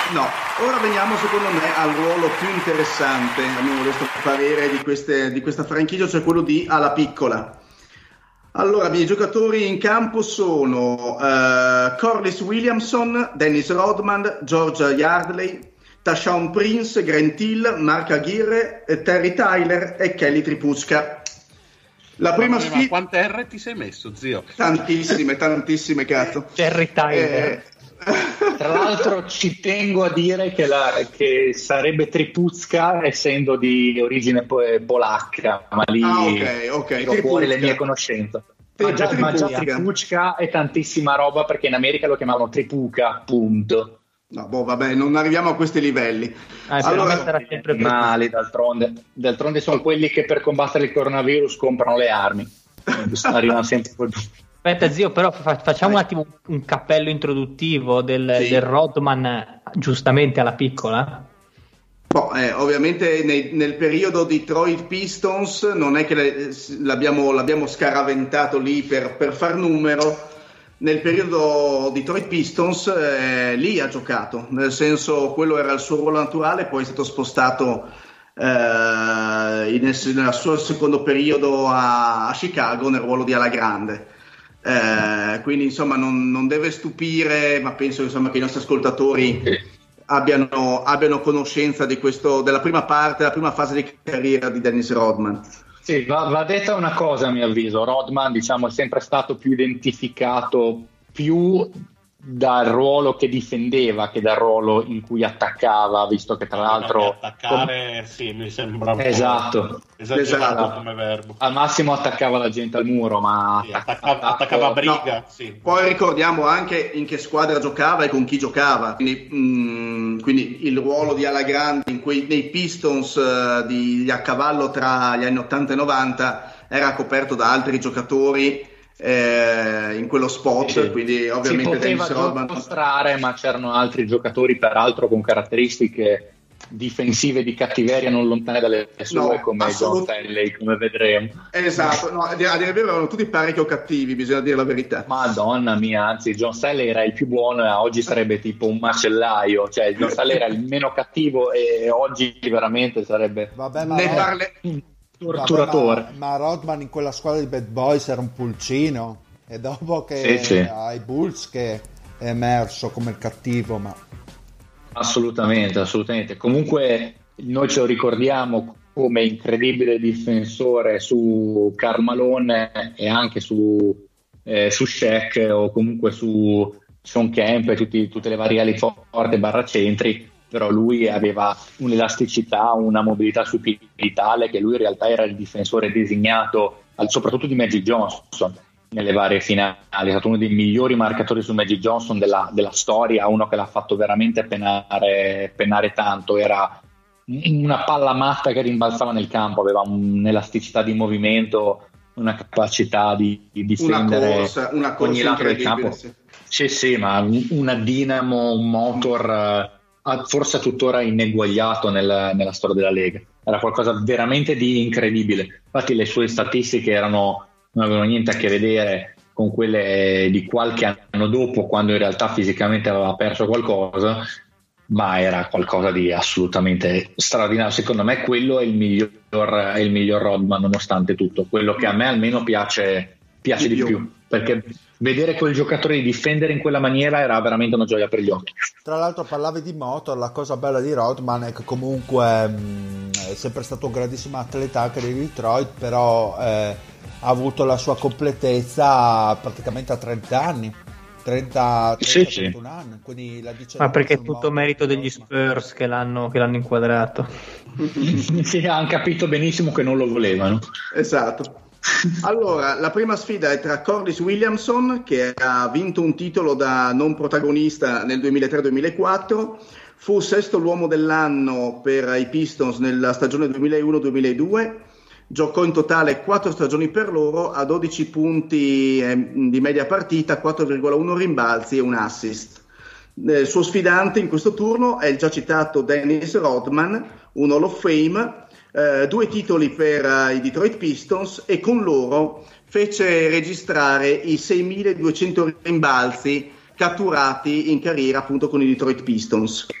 Ora veniamo secondo me al ruolo più interessante, a mio modesto parere, di, queste, di questa franchigia, cioè quello di ala piccola. Allora, i giocatori in campo sono uh, Corliss Williamson, Dennis Rodman, George Yardley, Tashawn Prince, Grant Hill, Mark Aguirre, Terry Tyler e Kelly Tripucka. La prima ma, sfida... ma quante R ti sei messo, zio? Tantissime, tantissime, cazzo. Terry Tyler. Eh... Tra l'altro ci tengo a dire che, la, che sarebbe Tripucka essendo di origine po- polacca, ma lì ah, okay, okay. tiro fuori le mie conoscenze. Ma già, ma già Tripucka è tantissima roba, perché in America lo chiamavano Tripuka, punto. No, boh, vabbè, non arriviamo a questi livelli. Ah, allora, sempre male, d'altronde. D'altronde sono quelli che per combattere il coronavirus comprano le armi. Arrivano sempre col... Aspetta zio, però fa- facciamo Vai. un attimo un cappello introduttivo del, sì. del Rodman, giustamente alla piccola. Boh, eh, ovviamente nei, nel periodo Detroit Pistons non è che le, l'abbiamo, l'abbiamo scaraventato lì per, per far numero. Nel periodo Detroit Pistons eh, lì ha giocato, nel senso quello era il suo ruolo naturale, poi è stato spostato eh, in, nel suo secondo periodo a, a Chicago nel ruolo di ala grande. Eh, quindi insomma non, non deve stupire, ma penso insomma che i nostri ascoltatori abbiano, abbiano conoscenza di questo, della prima parte, della prima fase di carriera di Dennis Rodman. Sì, va, va detta una cosa a mio avviso. Rodman, diciamo, è sempre stato più identificato più dal ruolo che difendeva che dal ruolo in cui attaccava, visto che tra l'altro attaccare com- sì, mi sembra un esatto, esagerato come verbo. Al massimo attaccava la gente al muro, ma sì, attaccava, attaccava a briga. No. Sì. Poi ricordiamo anche in che squadra giocava e con chi giocava, quindi, mh, quindi il ruolo di ala grande in quei, nei Pistons uh, di, a cavallo tra gli anni ottanta e novanta era coperto da altri giocatori Eh, in quello spot, sì, quindi ovviamente si poteva dimostrare, ma c'erano altri giocatori peraltro con caratteristiche difensive di cattiveria non lontane dalle sue, no, come assolut- John Salley, come vedremo. Esatto, no, a dire il vero erano tutti parecchio cattivi, bisogna dire la verità. Madonna mia, anzi John Salley era il più buono e oggi sarebbe tipo un macellaio, cioè John Salley era il meno cattivo e oggi veramente sarebbe... Vabbè, ma ne no. parle... torturatore. Vabbè, ma, ma Rodman in quella squadra di Bad Boys era un pulcino, e dopo che sì, sì. ai Bulls che è emerso come il cattivo, ma assolutamente, assolutamente. Comunque noi ce lo ricordiamo come incredibile difensore su Karl Malone e anche su eh, su Shaq o comunque su Sean Kemp e tutti, tutte le varie ali forti barra centri. Però lui aveva un'elasticità, una mobilità sui piedi tale che lui in realtà era il difensore designato, soprattutto di Magic Johnson nelle varie finali. È stato uno dei migliori marcatori su Magic Johnson della, della storia, uno che l'ha fatto veramente penare, penare tanto. Era una palla matta che rimbalzava nel campo, aveva un'elasticità di movimento, una capacità di, di difendere una corsa, una corsa ogni lato del campo. Sì. sì, sì, ma una dinamo, un motor... forse tuttora ineguagliato nel, nella storia della Lega. Era qualcosa veramente di incredibile. Infatti le sue statistiche erano, non avevano niente a che vedere con quelle di qualche anno dopo, quando in realtà fisicamente aveva perso qualcosa, ma era qualcosa di assolutamente straordinario. Secondo me quello è il miglior, è il miglior Rodman nonostante tutto, quello che a me almeno piace, piace di più, perché vedere quel giocatore difendere in quella maniera era veramente una gioia per gli occhi. Tra l'altro parlavi di motor, la cosa bella di Rodman è che comunque mh, è sempre stato un grandissimo atleta anche di Detroit, però eh, ha avuto la sua completezza praticamente a trenta anni, trenta, trenta sì, sì. anni, quindi la ma perché è tutto motor, merito degli Spurs che l'hanno, che l'hanno inquadrato. Sì, hanno capito benissimo che non lo volevano. Esatto. Allora, la prima sfida è tra Corliss Williamson, che ha vinto un titolo da non protagonista nel duemilatré duemilaquattro, fu sesto l'uomo dell'anno per i Pistons nella stagione duemilauno duemiladue, giocò in totale quattro stagioni per loro a dodici punti eh, di media partita, quattro virgola uno rimbalzi e un assist. Il suo sfidante in questo turno è il già citato Dennis Rodman, un Hall of Fame, Uh, due titoli per uh, i Detroit Pistons, e con loro fece registrare i seimiladuecento rimbalzi catturati in carriera appunto con i Detroit Pistons.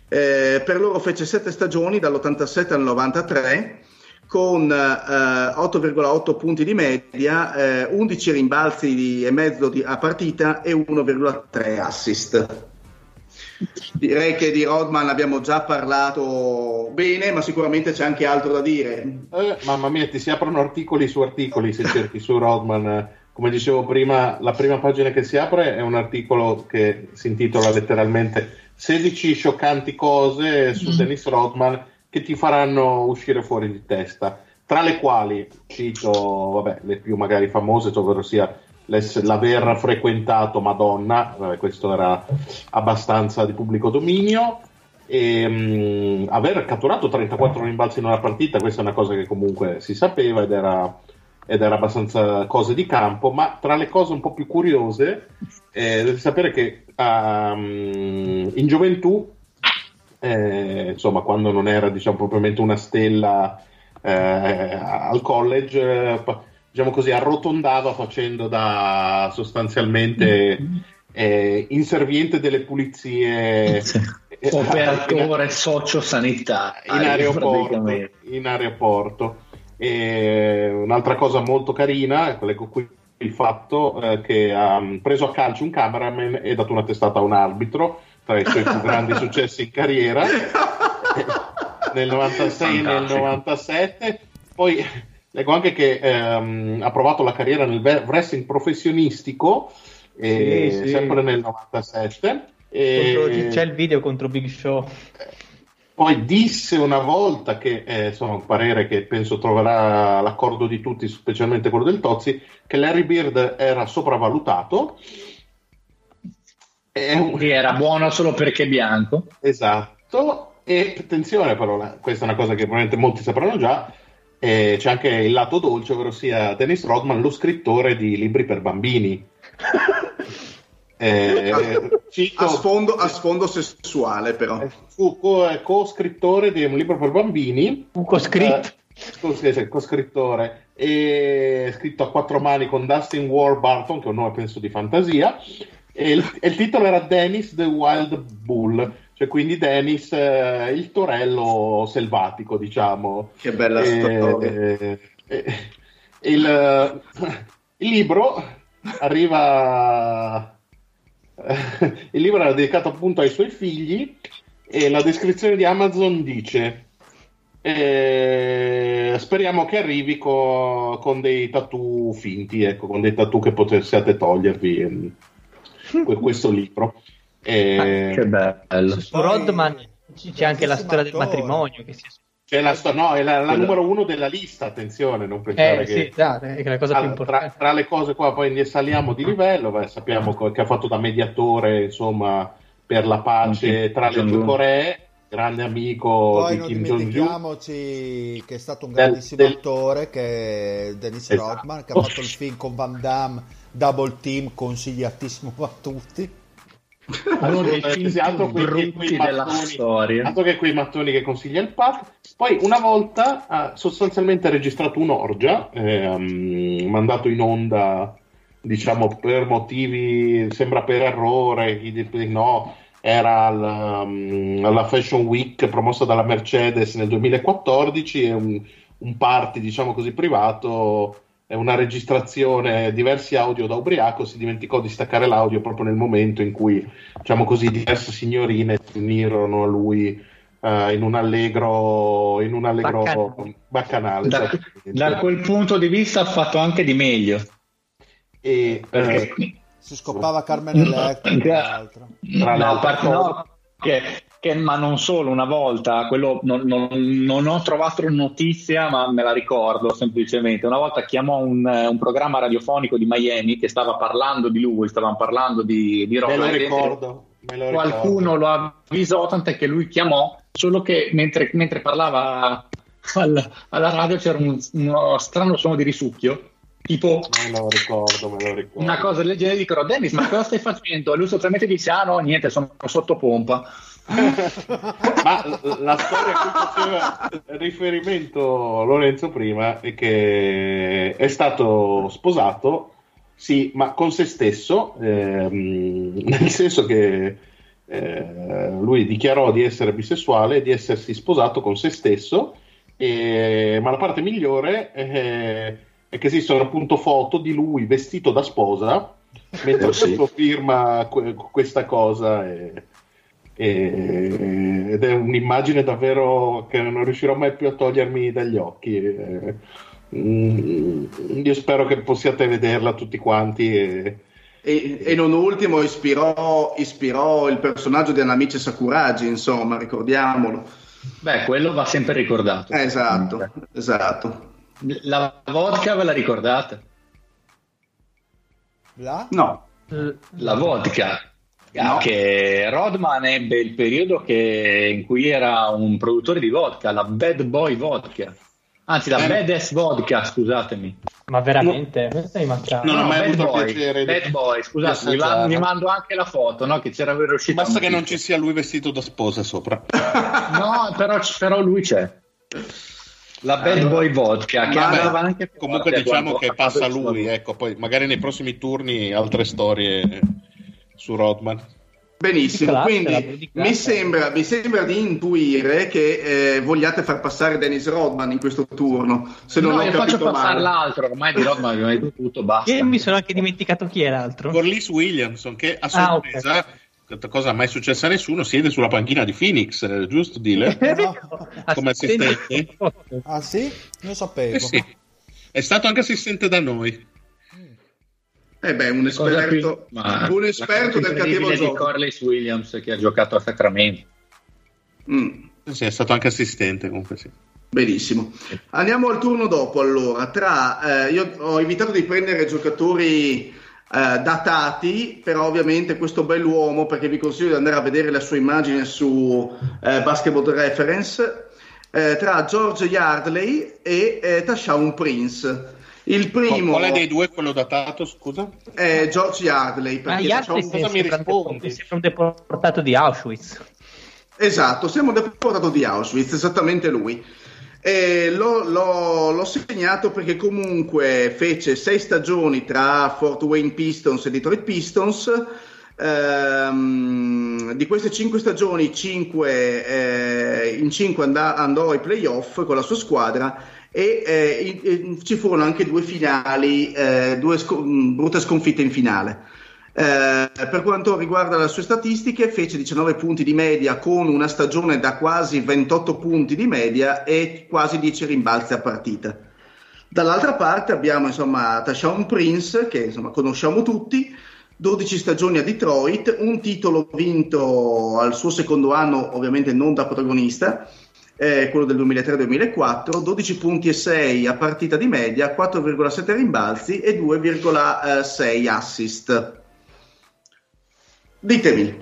Eh, per loro fece sette stagioni dall'ottantasette al novantatré con eh, otto virgola otto punti di media, eh, undici rimbalzi di, e mezzo di, a partita e uno virgola tre assist. Direi che di Rodman abbiamo già parlato bene, ma sicuramente c'è anche altro da dire. Eh, mamma mia, ti si aprono articoli su articoli se cerchi su Rodman. Come dicevo prima, la prima pagina che si apre è un articolo che si intitola letteralmente sedici scioccanti cose su mm. Dennis Rodman che ti faranno uscire fuori di testa, tra le quali cito vabbè, le più magari famose, ovvero sia l'aver frequentato Madonna, vabbè, questo era abbastanza di pubblico dominio, e mh, aver catturato trentaquattro rimbalzi in una partita, questa è una cosa che comunque si sapeva ed era, ed era abbastanza cose di campo, ma tra le cose un po' più curiose eh, devi sapere che um, in gioventù, eh, insomma quando non era diciamo propriamente una stella eh, al college, eh, diciamo così, arrotondava facendo da sostanzialmente eh, inserviente delle pulizie, operatore sociosanitario in aeroporto, in aeroporto. E un'altra cosa molto carina, leggo qui il fatto eh, che ha preso a calcio un cameraman e dato una testata a un arbitro, tra i suoi più grandi successi in carriera nel novantasei e nel novantasette. Poi leggo anche che ehm, ha provato la carriera nel wrestling professionistico, eh, sì, sì. sempre nel novantasette. E... c'è il video contro Big Show. Poi disse una volta che, eh, insomma, un parere che penso troverà l'accordo di tutti, specialmente quello del Tozzi, che Larry Bird era sopravvalutato. È un... che era buono solo perché è bianco. Esatto. E attenzione però, questa è una cosa che probabilmente molti sapranno già, eh, c'è anche il lato dolce, ovvero sia Dennis Rodman, lo scrittore di libri per bambini. Eh, cito, a, sfondo, a sfondo sessuale però fu co- co-scrittore di un libro per bambini, co-scritto eh, co-scrittore e scritto a quattro mani con Dustin Warburton, che è un nome penso di fantasia, e il, e il titolo era Dennis the Wild Bull, cioè quindi Dennis eh, il torello selvatico, diciamo. Che bella e, storia. E, e, il, il libro arriva il libro era dedicato appunto ai suoi figli e la descrizione di Amazon dice eh, speriamo che arrivi co- con dei tattoo finti, ecco, con dei tattoo che possiate togliervi eh, questo libro. Eh, ah, che bello. Su Rodman c'è anche la storia del matrimonio che si è C'è la, sto- no, è la, la numero uno della lista, attenzione, non pensare eh, che... Sì, da, è la cosa allora, più importante. Tra, tra le cose qua poi ne saliamo di livello, beh, sappiamo co- che ha fatto da mediatore, insomma, per la pace tra le due Coree, grande amico poi di Kim Jong-un. Poi non dimentichiamoci che è stato un grandissimo del, del... attore, che è Dennis esatto. Rodman, che ha fatto il film con Van Damme, Double Team, consigliatissimo a tutti. Allora, dei film altro più brutti della storia, altro che quei mattoni che consiglia il Pat. Poi una volta ha sostanzialmente registrato un'orgia, eh, um, mandato in onda diciamo per motivi, sembra per errore, no, era al, um, alla Fashion Week promossa dalla Mercedes nel duemilaquattordici, e un, un party diciamo così privato, è una registrazione, diversi audio da ubriaco, si dimenticò di staccare l'audio proprio nel momento in cui, diciamo così, diverse signorine si unirono a lui uh, in un allegro in un allegro baccanale, baccanale da, da quel punto di vista ha fatto anche di meglio, e perché eh, si scoppava Carmen Electra, tra l'altro. Tra no, parte, no, che, che, ma non solo, una volta, quello non, non, non ho trovato notizia, ma me la ricordo semplicemente. Una volta chiamò un, un programma radiofonico di Miami che stava parlando di lui, stavano parlando di, di me lo ricordo, me lo qualcuno ricordo. Lo avvisò, tant'è che lui chiamò, solo che mentre, mentre parlava al, alla radio c'era un, uno strano suono di risucchio. Tipo, me lo ricordo, me lo ricordo. Una cosa del genere, dicono: Dennis, ma cosa stai facendo? E lui sostanzialmente dice: ah no, niente, sono sotto pompa. Ma la storia a cui faceva riferimento Lorenzo prima è che è stato sposato, sì, ma con se stesso, ehm, nel senso che Eh, lui dichiarò di essere bisessuale e di essersi sposato con se stesso, e, ma la parte migliore è, è che esistono appunto foto di lui vestito da sposa mentre sì. firma que- questa cosa e, e, ed è un'immagine davvero che non riuscirò mai più a togliermi dagli occhi. E, mm, io spero che possiate vederla tutti quanti e E, e non ultimo ispirò, ispirò il personaggio di Anamice Sakuragi, insomma, ricordiamolo. Beh, quello va sempre ricordato. Eh, esatto, esatto. La vodka ve la ricordate? La? No. La vodka. No. Che Rodman ebbe il periodo che, in cui era un produttore di vodka, la Bad Boy Vodka. Anzi, la Eh. Badass Vodka, scusatemi. Ma veramente? Questo mi mancava. Non ho No, mai Bad avuto il Boy, piacere di- Bad Boy, scusate, di vi, va- assaggiarla. vi mando anche la foto, no? Che c'era uscito. basta che non ci sia lui vestito da sposa sopra. No, però, però lui c'è. La Bad Allora, Boy Vodka, che ma- andava anche Comunque forte diciamo quando- che passa lui, ecco, poi magari nei prossimi turni altre storie su Rodman. Benissimo, Di classe, la quindi di classe. mi sembra, mi sembra di intuire che eh, vogliate far passare Dennis Rodman in questo turno, se non No, ho io faccio capito passare male. l'altro, ormai di Rodman abbiamo detto tutto, basta. Io mi sono anche dimenticato chi è l'altro. Corliss Williamson, che a Ah, ok. sorpresa, questa cosa mai successa a nessuno, siede sulla panchina di Phoenix, eh, giusto Dile? Come assistente? Ah sì? Non sapevo. Eh sì, è stato anche assistente da noi. Eh beh, un Cosa esperto, più- ma un la esperto cosa del più cattivo incredibile di gioco. Corliss Williams che ha giocato a Sacramento. Mm. Sì, è stato anche assistente comunque, sì. Benissimo. Andiamo al turno dopo allora. Tra, eh, io ho evitato di prendere giocatori eh, datati, però ovviamente questo bell'uomo, perché vi consiglio di andare a vedere la sua immagine su eh, Basketball Reference, eh, tra George Yardley e eh, Tashaun Prince. Il primo Qual è dei due quello datato, scusa? è George Yardley, Ma perché gli altri Tashaun- cosa mi sembra un depo- rispondi? sembra un deportato di Auschwitz. Esatto, siamo deportato di Auschwitz, esattamente lui. E l'ho, l'ho- l'ho segnato perché comunque fece sei stagioni tra Fort Wayne Pistons e Detroit Pistons. Ehm, di queste cinque stagioni, cinque, eh, in cinque andà- andò ai playoff con la sua squadra e eh, in- in- ci furono anche due finali, eh, due sco- mh, brutte sconfitte in finale. Eh, per quanto riguarda le sue statistiche, fece diciannove punti di media con una stagione da quasi ventotto punti di media e quasi dieci rimbalzi a partita. Dall'altra parte abbiamo insomma Tashaun Prince, che insomma conosciamo tutti, dodici stagioni a Detroit, un titolo vinto al suo secondo anno, ovviamente non da protagonista, eh, quello del duemilatré duemilaquattro, dodici punti e sei a partita di media, quattro virgola sette rimbalzi e due virgola sei assist. Ditemi.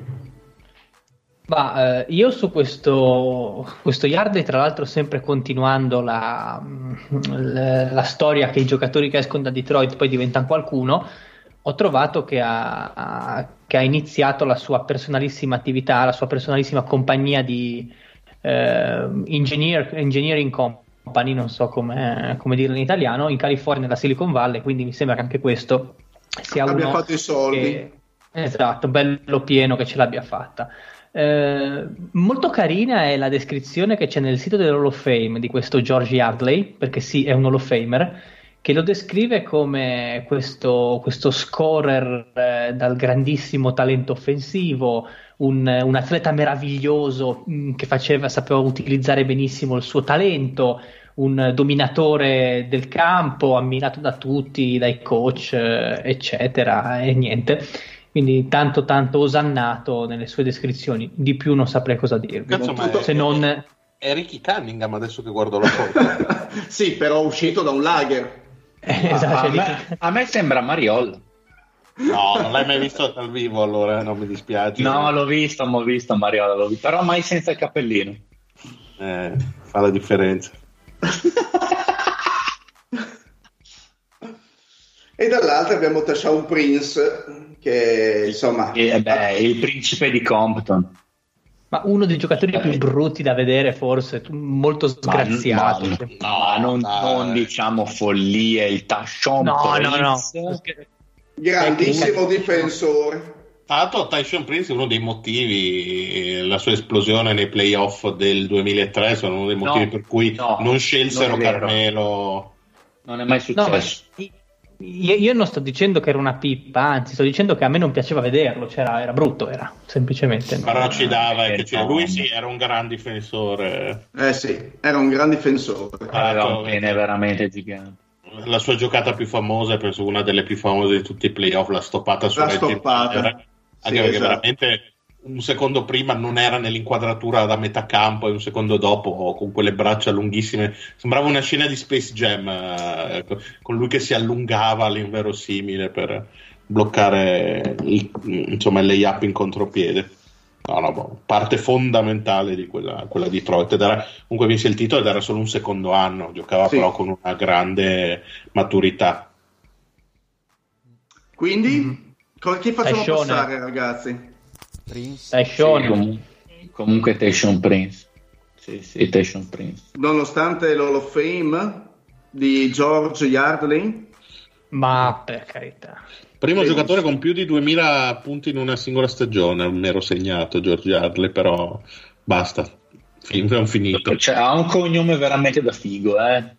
Ma eh, io su questo, questo Yardley, tra l'altro, sempre continuando la, la, la storia che i giocatori che escono da Detroit poi diventano qualcuno, ho trovato che ha, ha- che ha iniziato la sua personalissima attività, la sua personalissima compagnia di eh, engineer, engineering company, non so come, come dirlo in italiano, in California, nella Silicon Valley, quindi mi sembra che anche questo sia Abbia uno fatto i soldi. che- esatto, bello pieno che ce l'abbia fatta. Eh, molto carina è la descrizione che c'è nel sito dell'Hall of Fame di questo George Yardley, perché sì, è un Hall of Famer, che lo descrive come questo, questo scorer eh, dal grandissimo talento offensivo, un, un atleta meraviglioso mh, che faceva, sapeva utilizzare benissimo il suo talento, un dominatore del campo, ammirato da tutti, dai coach, eh, eccetera, e niente. Quindi tanto tanto osannato nelle sue descrizioni, di più non saprei cosa dirvi. Cazzo, ma è- se non È Ricky Cunningham adesso che guardo la foto. Sì, però uscito da un lager. eh, esatto, a, me, a me sembra Mariolla. No, non l'hai mai visto dal vivo, allora non mi dispiace. No, l'ho visto, l'ho visto Mariolla, l'ho visto, però mai senza il cappellino. Eh, fa la differenza. E dall'altra abbiamo Tashaun Prince, che insomma E, eh beh, il principe di Compton. ma uno dei giocatori più brutti da vedere, forse, tu- molto sgraziato. Ma- ma- no, non, non diciamo follie, il Tashaun No, no, no. Prince. grandissimo difensore. Tanto Tyson Prince è uno dei motivi, la sua esplosione nei playoff del duemilatré sono uno dei motivi no, per cui no, non scelsero non è vero. Carmelo. Non è mai No, ma successo. io, io non sto dicendo che era una pippa, anzi sto dicendo che a me non piaceva vederlo, cioè era, era brutto, era semplicemente. Però non- ci dava, eh, che ci- no. lui sì, era un gran difensore. Eh sì, era un gran difensore. Aveva Tanto, un pene veramente gigante. la sua giocata più famosa, penso una delle più famose di tutti i playoff, la stoppata su La Reggie stoppata. Miller. Sì, Anche perché esatto. veramente un secondo prima non era nell'inquadratura da metà campo e un secondo dopo con quelle braccia lunghissime, sembrava una scena di Space Jam, eh, con lui che si allungava all'inverosimile per bloccare il, insomma, il lay-up in contropiede. No, no, boh, parte fondamentale di quella, quella Detroit. Ed era, comunque vinse il titolo ed era solo un secondo anno, giocava Sì. però con una grande maturità. Quindi, co- chi facciamo Taishone. passare, ragazzi? Prince. Dai, Sì, Sean. comu- comunque Tayshaun Prince. Sì, sì, Tayshaun Prince. Nonostante l'Hall of Fame di George Yardley, Ma per carità. Primo Benissimo. giocatore con più di duemila punti in una singola stagione, mi ero segnato George Yardley, però basta, fin- è un finito. Cioè, ha un cognome veramente da figo, eh.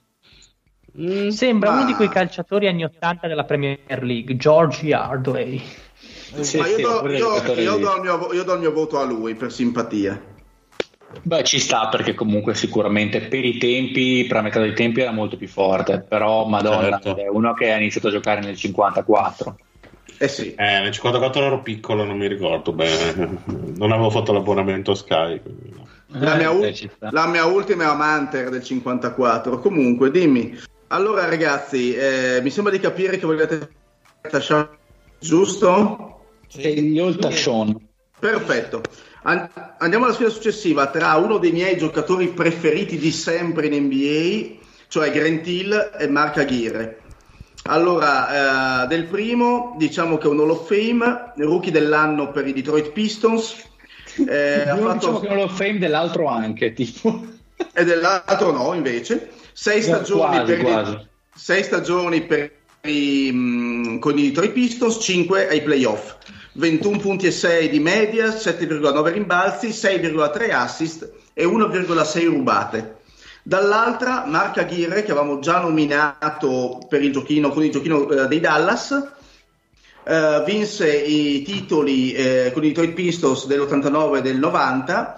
Mm, Sembra Ma- uno di quei calciatori anni ottanta della Premier League, George Yardley. Sì, ma io sì, do, oppure il io- giocatore io di- do il mio, vo- io do il mio voto a lui per simpatia. Beh, ci sta perché comunque sicuramente per i tempi, per la metà dei tempi era molto più forte, però Madonna, Certo. è uno che ha iniziato a giocare nel cinquantaquattro. Eh sì, Eh, nel cinquantaquattro ero piccolo, non mi ricordo bene, non avevo fatto l'abbonamento a Sky. quindi no. la mia, u- Eh, ci sta. la mia ultima amante era del cinquantaquattro. Comunque, dimmi. Allora, ragazzi, eh, mi sembra di capire che volete lasciare, giusto? E gli Old Tayshaun. Perfetto. An- andiamo alla sfida successiva tra uno dei miei giocatori preferiti di sempre in N B A, cioè Grant Hill e Mark Aguirre. Allora, eh, del primo, diciamo che è un Hall of Fame, rookie dell'anno per i Detroit Pistons. Eh, ha Io fatto... diciamo che non lo fame dell'altro anche, tipo. E dell'altro no, invece. Sei stagioni, Quasi, per, quasi. I, sei stagioni per i, mh, con i Detroit Pistons, cinque ai playoff. ventuno punti e sei di media, sette virgola nove rimbalzi, sei virgola tre assist e uno virgola sei rubate. Dall'altra, Mark Aguirre, che avevamo già nominato per il giochino, con il giochino eh, dei Dallas, eh, vinse i titoli eh, con i Detroit Pistons dell'ottantanove e del novanta,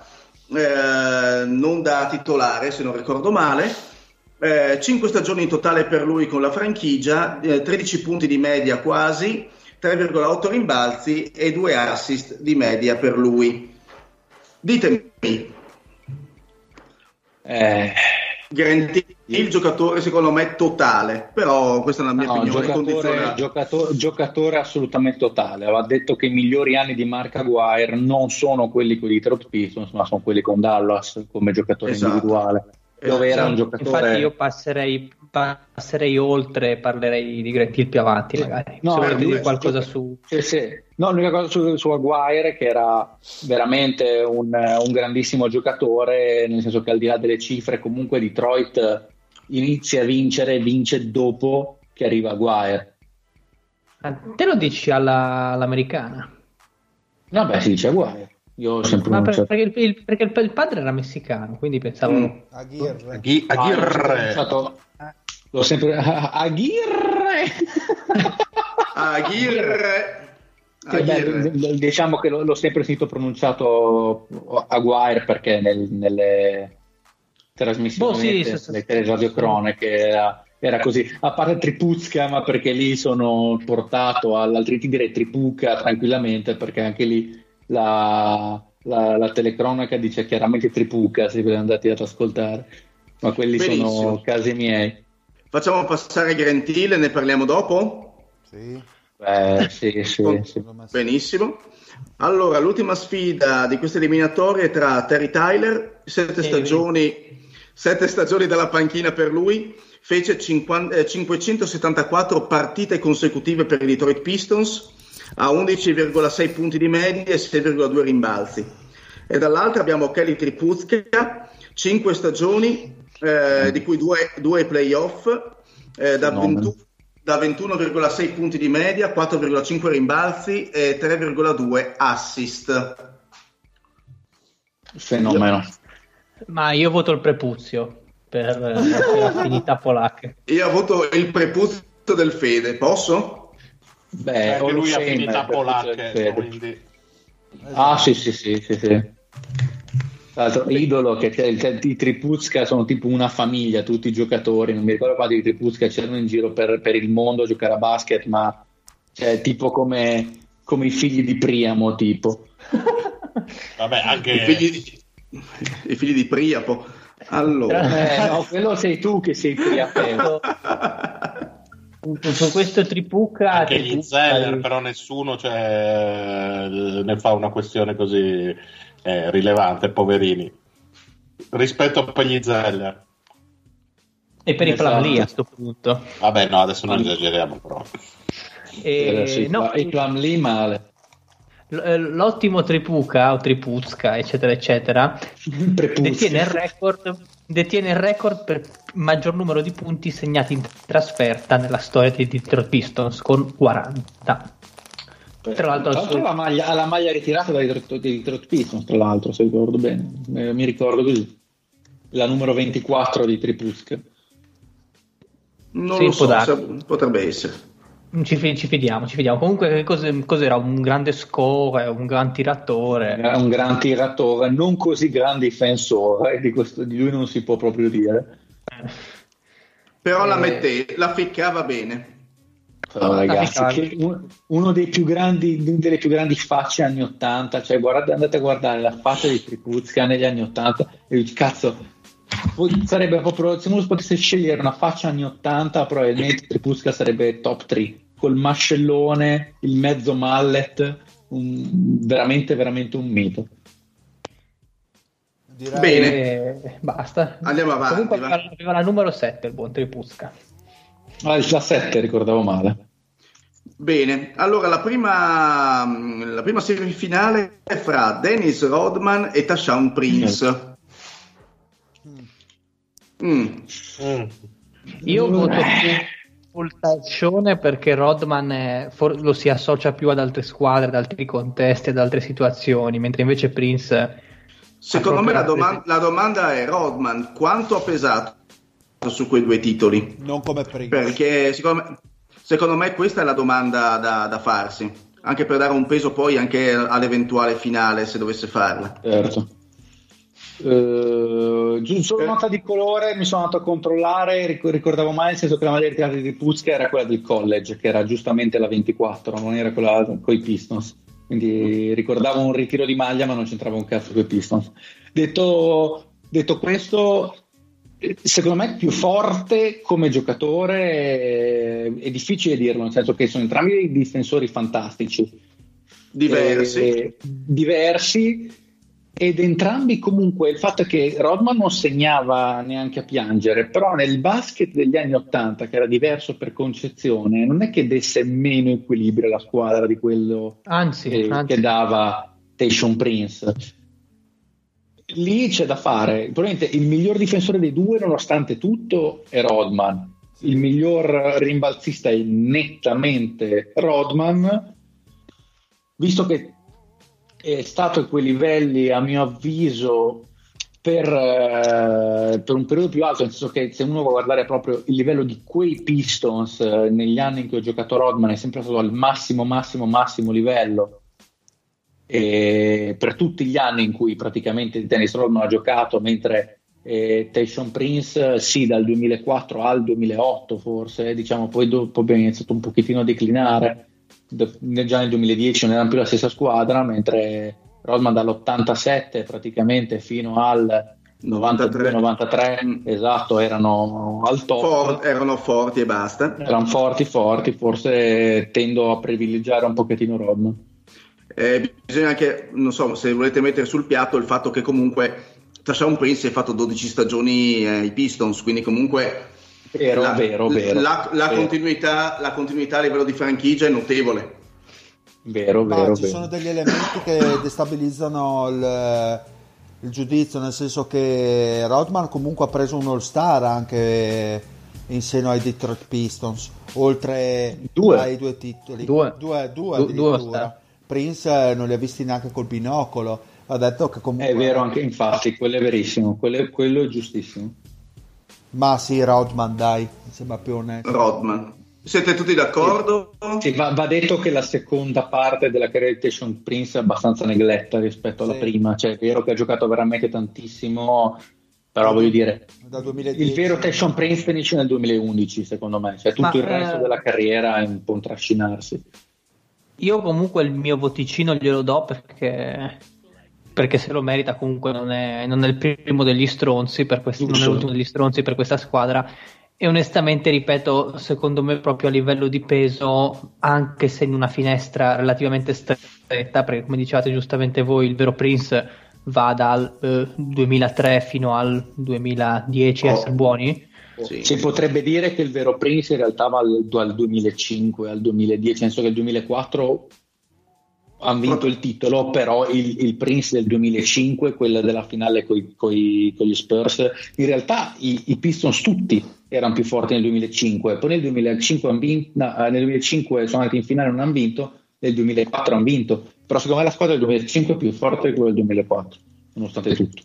eh, non da titolare se non ricordo male. Eh, cinque stagioni in totale per lui con la franchigia, eh, tredici punti di media quasi, tre virgola otto rimbalzi e due assist di media per lui. Ditemi, Eh, Grant Hill, il giocatore secondo me totale, però questa è la mia no, opinione giocatore, condizionata. giocatore, giocatore assolutamente totale. Aveva detto che i migliori anni di Mark Aguirre non sono quelli con i Detroit Pistons, ma sono quelli con Dallas come giocatore Esatto. individuale. Dove era un Infatti giocatore. io passerei, passerei oltre e parlerei di Grant Hill più avanti magari. No, Se volete lui- dire qualcosa su... Sì, sì. No, l'unica cosa su, su Aguirre che era veramente un, un grandissimo giocatore, nel senso che al di là delle cifre comunque Detroit inizia a vincere, vince dopo che arriva Aguirre. Ah, te lo dici alla, all'americana? Vabbè, si dice Aguirre. Io ho sempre Ma per- pronunciato- perché, il, il- perché il, il padre era messicano, quindi pensavo... Mm. Aguirre. Aghi- Ah, l'ho sempre Aguirre. pronunciato- l'ho sempre Aguirre. Aguirre. Che beh, Aguirre. d- diciamo che l'ho, l'ho sempre sentito pronunciato Aguirre perché nel- nelle trasmissioni, Boh, sì, nelle sì, sì, teleradio-cronache era, era così, a parte Tripuzka, ma perché lì sono portato all'altrimenti dire Tripuca tranquillamente, perché anche lì la, la, la telecronaca dice chiaramente Tripuca, se ve ne andate ad ascoltare, ma quelli Benissimo. sono casi miei. Facciamo passare Grant Hill e ne parliamo dopo? Sì. Eh, sì, sì, sì. Benissimo. Allora, l'ultima sfida di questa eliminatoria è tra Terry Tyler, sette Sì. stagioni, sette stagioni dalla panchina per lui, fece cinquanta eh, cinquecentosettantaquattro partite consecutive per i Detroit Pistons, a undici virgola sei punti di media e sei virgola due rimbalzi. E dall'altra abbiamo Kelly Tripuzka, cinque stagioni, eh, di cui due, due playoff, eh, da, Fenomeno. ventuno, da ventuno virgola sei punti di media, quattro virgola cinque rimbalzi e tre virgola due assist. Fenomeno. Ma io voto il prepuzio per, per le affinità polacche. Io ho avuto il prepuzio del Fede, posso? Beh, Anche lui ha Fame, affinità per polacche, Fede. quindi... Ah, sì, sì, sì, sì, sì. Tra l'altro, idolo che c'è, c'è, i Tripuzka sono tipo una famiglia, tutti i giocatori. Non mi ricordo quanti i Tripuzka c'erano in giro per, per il mondo a giocare a basket, ma cioè, tipo come, come i figli di Priamo, tipo. Vabbè, anche I figli di, i figli di Priapo. Allora, Eh, no, quello sei tu che sei Priapo. Su questo Tripucca anche gli Tripucca- Zeller, però nessuno cioè, ne fa una questione così eh, rilevante, poverini. Rispetto per gli Zeller. e per i Esatto. Plumlee a questo punto. Vabbè, no, adesso non esageriamo però. E, Eh, sì, no, i Plumlee male. l- l'ottimo Tripucca o Tripuzka eccetera eccetera Prepuzzi. detiene il record detiene il record per maggior numero di punti segnati in trasferta nella storia dei Detroit Pistons con quaranta. Tra l'altro, Tra l'altro la maglia, ha la maglia ritirata dai Detroit dai Detroit Pistons, tra l'altro, se ricordo bene. Eh, mi ricordo così. La numero ventiquattro di Tripuzka. non Sì, lo può so, darsi. se- potrebbe essere. ci, fi- ci fidiamo, ci fidiamo. Comunque, che cos- cos'era? Un grande score, un gran tiratore. Era un gran tiratore, non così gran difensore, di, questo, di lui non si può proprio dire. Però la Eh. mette, la ficcava bene. Però, Ah, ragazzi, ah, che un- uno dei più grandi, delle più grandi facce anni ottanta, cioè guardate, andate a guardare la faccia di Tripuzka negli anni ottanta e dici, cazzo, poi sarebbe proprio, se uno potesse scegliere una faccia anni ottanta, probabilmente Tripuzka sarebbe top tre, col mascellone, il mezzo mallet, un- veramente veramente un mito. Direi Bene. E basta. Andiamo avanti, Comunque va. aveva, aveva la numero sette il buon Tripuzka. Ah, il sette ricordavo male. Bene, allora la prima, la prima semifinale è fra Dennis Rodman e Tashaun Prince. Mm. Mm. Io voto più sul Tascione perché Rodman è- for- lo si associa più ad altre squadre, ad altri contesti, ad altre situazioni, mentre invece Prince Secondo me la, proprio doman- la domanda è Rodman, quanto ha pesato su quei due titoli? non come prima. Perché secondo me, secondo me questa è la domanda da, da farsi, anche per dare un peso poi anche all'eventuale finale se dovesse farla. Certo. Uh, giusto solo Eh. nota di colore, mi sono andato a controllare, ric- ricordavo mai, nel senso che la maglia ritirata di Tripuzka era quella del college, che era giustamente la ventiquattro, non era quella con i Pistons, quindi ricordavo un ritiro di maglia ma non c'entrava un cazzo con i Pistons. Detto, detto questo, eh, secondo me più forte come giocatore è, è difficile dirlo, nel senso che sono entrambi dei difensori fantastici, Diversi. eh, diversi, ed entrambi comunque il fatto è che Rodman non segnava neanche a piangere, però nel basket degli anni ottanta, che era diverso per concezione, non è che desse meno equilibrio alla squadra di quello anzi, che, anzi. che dava Tayshaun Prince. Lì c'è da fare, probabilmente il miglior difensore dei due nonostante tutto è Rodman, il miglior rimbalzista è nettamente Rodman, visto che è stato a quei livelli, a mio avviso, per, eh, per un periodo più alto, nel senso che se uno vuole guardare proprio il livello di quei Pistons eh, negli anni in cui ho giocato Rodman, è sempre stato al massimo, massimo, massimo livello. E per tutti gli anni in cui praticamente Dennis Rodman ha giocato, mentre eh, Tayshaun Prince sì, dal duemilaquattro al duemilaotto forse, diciamo, poi dopo è iniziato un pochettino a declinare. Già nel duemiladieci non erano più la stessa squadra, mentre Rodman dall'ottantasette praticamente fino al novantadue novantatré esatto, erano al top. For- erano forti e basta. Erano forti forti, forse tendo a privilegiare un pochettino Rodman. Eh, bisogna anche, non so, se volete mettere sul piatto il fatto che comunque Tashaun Prince ha fatto dodici stagioni eh, ai Pistons, quindi comunque Vero, la, vero, vero. La, la, vero. Continuità, la continuità a livello di franchigia è notevole. Vero, Ma vero, ci vero. sono degli elementi che destabilizzano il, il giudizio, nel senso che Rodman comunque ha preso un all-star anche in seno ai Detroit Pistons, oltre due. ai due titoli. Due. Due, due Du- due addirittura. Prince eh, non li ha visti neanche col binocolo, ha detto che comunque... È vero, anche infatti, quello è verissimo, quello è, quello è giustissimo. Ma sì, Rodman, dai, mi sembra più onesto. Rodman. Siete tutti d'accordo? Sì, va, va detto che la seconda parte della carriera di Tayshaun Prince è abbastanza negletta rispetto alla Sì. prima, cioè è vero che ha giocato veramente tantissimo, però voglio dire, Da duemiladieci. il vero Tayshaun Prince finisce nel duemilaundici secondo me, cioè tutto Ma, il resto eh, della carriera è un po' un trascinarsi. Io comunque il mio voticino glielo do perché, perché se lo merita. Comunque non è, non è il primo degli stronzi per quest- non è Giusto. l'ultimo degli stronzi per questa squadra, e onestamente ripeto, secondo me proprio a livello di peso, anche se in una finestra relativamente stretta, perché come dicevate giustamente voi, il vero Prince va dal eh, duemilatré fino al duemiladieci, Oh. essere buoni. Sì. Si potrebbe dire che il vero Prince in realtà va al, al duemilacinque, al duemiladieci, nel senso che il duemilaquattro hanno vinto il titolo, però il, il Prince del duemilacinque, quella della finale coi, coi, con gli Spurs, in realtà i, i Pistons tutti erano più forti nel duemilacinque, poi nel duemilacinque, han vinto, no, nel duemilacinque sono andati in finale e non hanno vinto, nel duemilaquattro hanno vinto, però secondo me la squadra del duemilacinque è più forte di quella del duemilaquattro, nonostante tutto.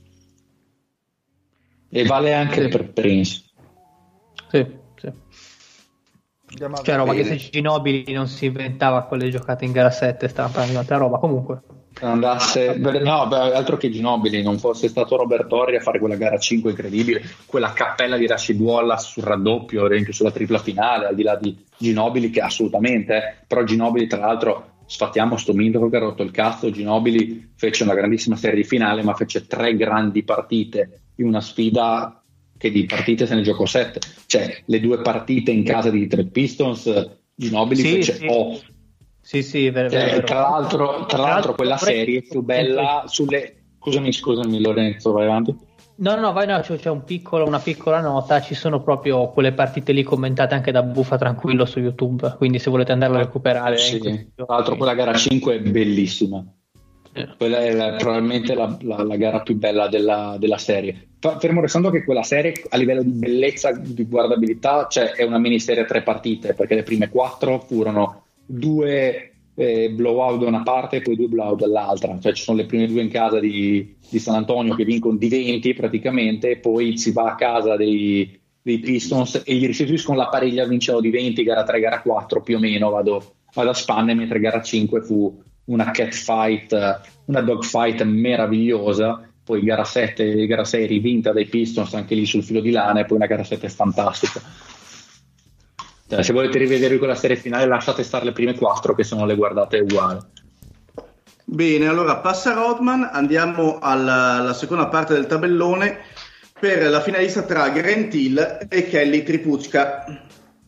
E vale anche per Prince. Sì, sì. Andiamo a Cioè, roba che bene. se Ginobili non si inventava quelle giocate in gara sette, stava parlando di altra roba. Comunque, Se non andasse, beh, no, beh, altro che Ginobili, non fosse stato Robert Torri a fare quella gara cinque incredibile, quella cappella di Rashid Wallace sul raddoppio, anche sulla tripla finale, al di là di Ginobili, che assolutamente, eh, però Ginobili, tra l'altro, sfattiamo sto mito che ha rotto il cazzo. Ginobili fece una grandissima serie di finale, ma fece tre grandi partite in una sfida che di partite se ne giocò sette, cioè le due partite in casa di Detroit Pistons, Ginobili Sì, fece sì. oh, sì, sì, ver- cioè, vero, vero. tra l'altro, tra l'altro quella vorrei- serie più bella sulle... Scusami, scusami Lorenzo, vai avanti. No, no, vai, no, c'è, c'è un piccolo, una piccola nota. Ci sono proprio quelle partite lì commentate anche da Buffa Tranquillo su YouTube. Quindi, se volete andarlo a recuperare, Sì, in questi tra l'altro giorni- quella gara cinque è bellissima. Eh. Quella è la- probabilmente la, la- la gara più bella della, della serie. Fa- Fermo restando che quella serie a livello di bellezza, di guardabilità, cioè è una miniserie a tre partite, perché le prime quattro furono due eh, blowout da una parte e poi due blowout dall'altra, cioè ci sono le prime due in casa di, di San Antonio che vincono di venti praticamente, e poi si va a casa dei, dei Pistons e gli restituiscono la pareggia, vincevano di venti, gara tre, gara quattro più o meno, vado, vado a spanne, mentre gara cinque fu una cat fight, una dog fight meravigliosa, poi gara sette e gara sei rivinta dai Pistons anche lì sul filo di lana, e poi una gara sette fantastica. Cioè, se volete rivedere quella serie finale lasciate stare le prime quattro, che se no le guardate uguali. Bene, allora passa Rodman, andiamo alla, alla seconda parte del tabellone per la finalista tra Grant Hill e Kelly Tripucka.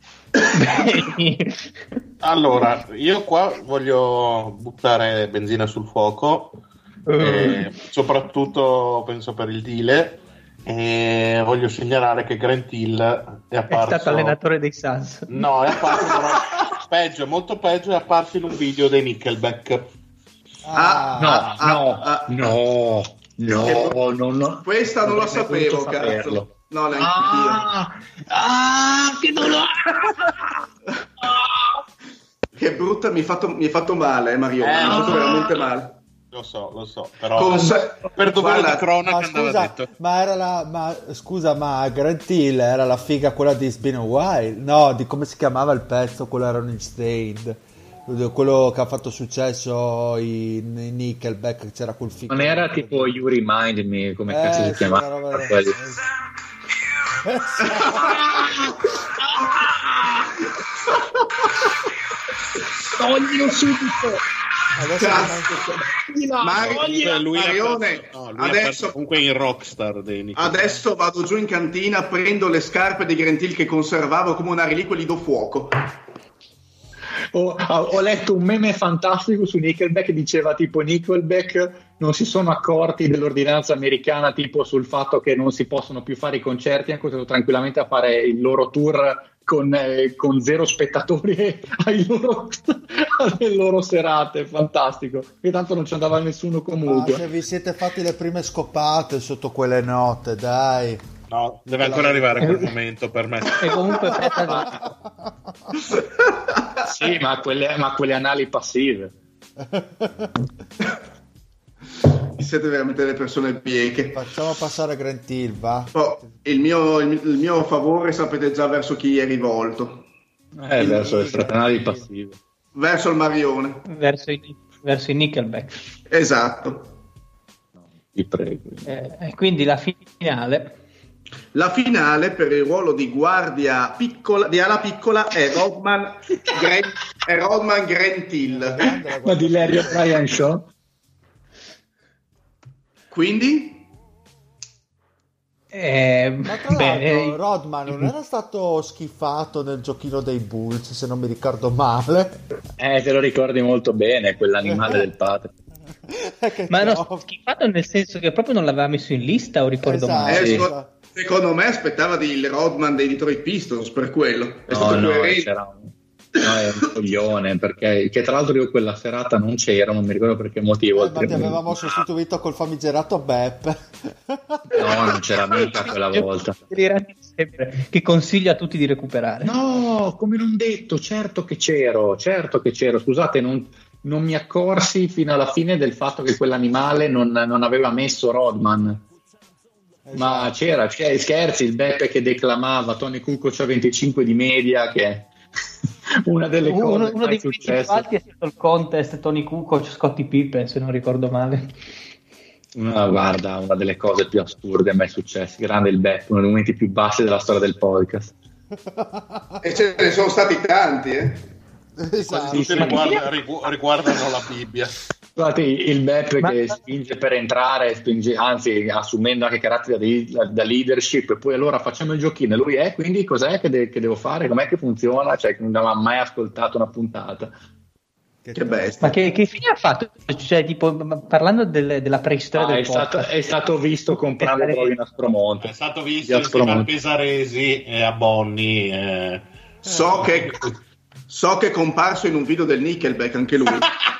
Allora, io qua voglio buttare benzina sul fuoco, eh, soprattutto penso per il Dile, e voglio segnalare che Grant Hill è È apparso... stato allenatore dei Suns. No, è apparso però peggio, molto peggio, è apparso in un video dei Nickelback. Ah, No, ah, ah, no, ah. no, no, no, no. Questa non lo Avrei sapevo, voluto cazzo. saperlo. No, neanche Ah, ah, che dolore! io. Che brutta, mi hai fatto, mi hai fatto male, eh, Mario. Eh, mi hai fatto no. veramente male. Lo so, lo so, però Con se- per dovere Guarda, di cronaca Ma andava scusa, detto. ma era la, ma, scusa, ma Grant Hill era la figa quella di It's Been a While? No, di come si chiamava il pezzo, quello era Rolling Stone, quello che ha fatto successo in, in Nickelback, c'era quel figo. Non era tipo You Remind Me, come Eh, cazzo si sì, chiamava? una roba- quelli? Toglilo subito! Adesso Cazzo. Mari- Cioè, lui è Marione, apparso- no, lui è adesso, apparso comunque in rockstar dei Nickelback. adesso vado giù in cantina, prendo le scarpe di Grant Hill che conservavo come una reliquia e gli do fuoco. Ho, ho letto un meme fantastico su Nickelback che diceva tipo Nickelback non si sono accorti dell'ordinanza americana tipo sul fatto che non si possono più fare i concerti, hanno continuato tranquillamente a fare il loro tour con, eh, con zero spettatori ai loro, alle loro serate, fantastico, e tanto non ci andava nessuno Ma comunque. se vi siete fatti le prime scopate sotto quelle note, dai. No, deve ancora arrivare quel momento per me. E comunque sì, ma quelle, ma quelle anali passive. Siete veramente delle persone bieche. Facciamo passare Grant Hill, va. Oh, il, mio, il, il mio favore sapete già verso chi è rivolto. Eh, il verso le anali passive. Verso il Marione. Verso i, verso i Nickelback. Esatto. Vi prego. Eh, quindi la finale. La finale per il ruolo di guardia piccola, di ala piccola è Rodman Grant, è Rodman Grant Hill. Ma di Larry O'Brien Show? Quindi? Eh, Ma tra beh, l'altro Rodman non era stato schifato nel giochino dei Bulls, se non mi ricordo male. Eh, te lo ricordi molto bene, quell'animale del padre. ma no, schifato nel senso che proprio non l'aveva messo in lista, o ricordo Esatto. male. Eh, sì. secondo, secondo me aspettava di il Rodman dei Detroit Pistons per quello. È No, stato no, coerente. c'era un, no, è un coglione, perché che tra l'altro io quella serata non c'ero, non mi ricordo per che motivo. Eh, ma ti avevamo sostituito col famigerato Beppe. No, non c'era mica quella volta. Sempre, che consiglio a tutti di recuperare. No, come non detto, certo che c'ero, certo che c'ero. Scusate, non, non mi accorsi fino alla fine del fatto che quell'animale non, non aveva messo Rodman. Esatto. Ma c'era, c'è, scherzi, il Beppe che declamava, Tony Cucco c'ha venticinque di media, che è una delle cose uno, uno dei successe. principali è stato il contest Tony Kukoc Scottie Pippen, se non ricordo male. No, guarda, una delle cose più assurde mai successe. Grande il Beppe, uno dei momenti più bassi della storia del podcast. E ce ne sono stati tanti, eh. Esatto. Tutti riguarda- rigu- riguardano la Bibbia. Guardate, il Beppe Ma- che spinge per entrare, spinge, anzi assumendo anche caratteri da, da leadership, e poi allora facciamo il giochino e lui è, quindi cos'è che, de- che devo fare, com'è che funziona, cioè che non aveva mai ascoltato una puntata. Che bestia. Ma che, che fine ha fatto? Cioè, tipo, parlando del- della preistoria Ah, del è, stato, podcast. è stato visto comprando Pesaresi. droga in Aspromonte. È stato Di visto insieme a Aspromonte. Pesaresi e a Bonni. eh. So che, so che è comparso in un video del Nickelback anche lui.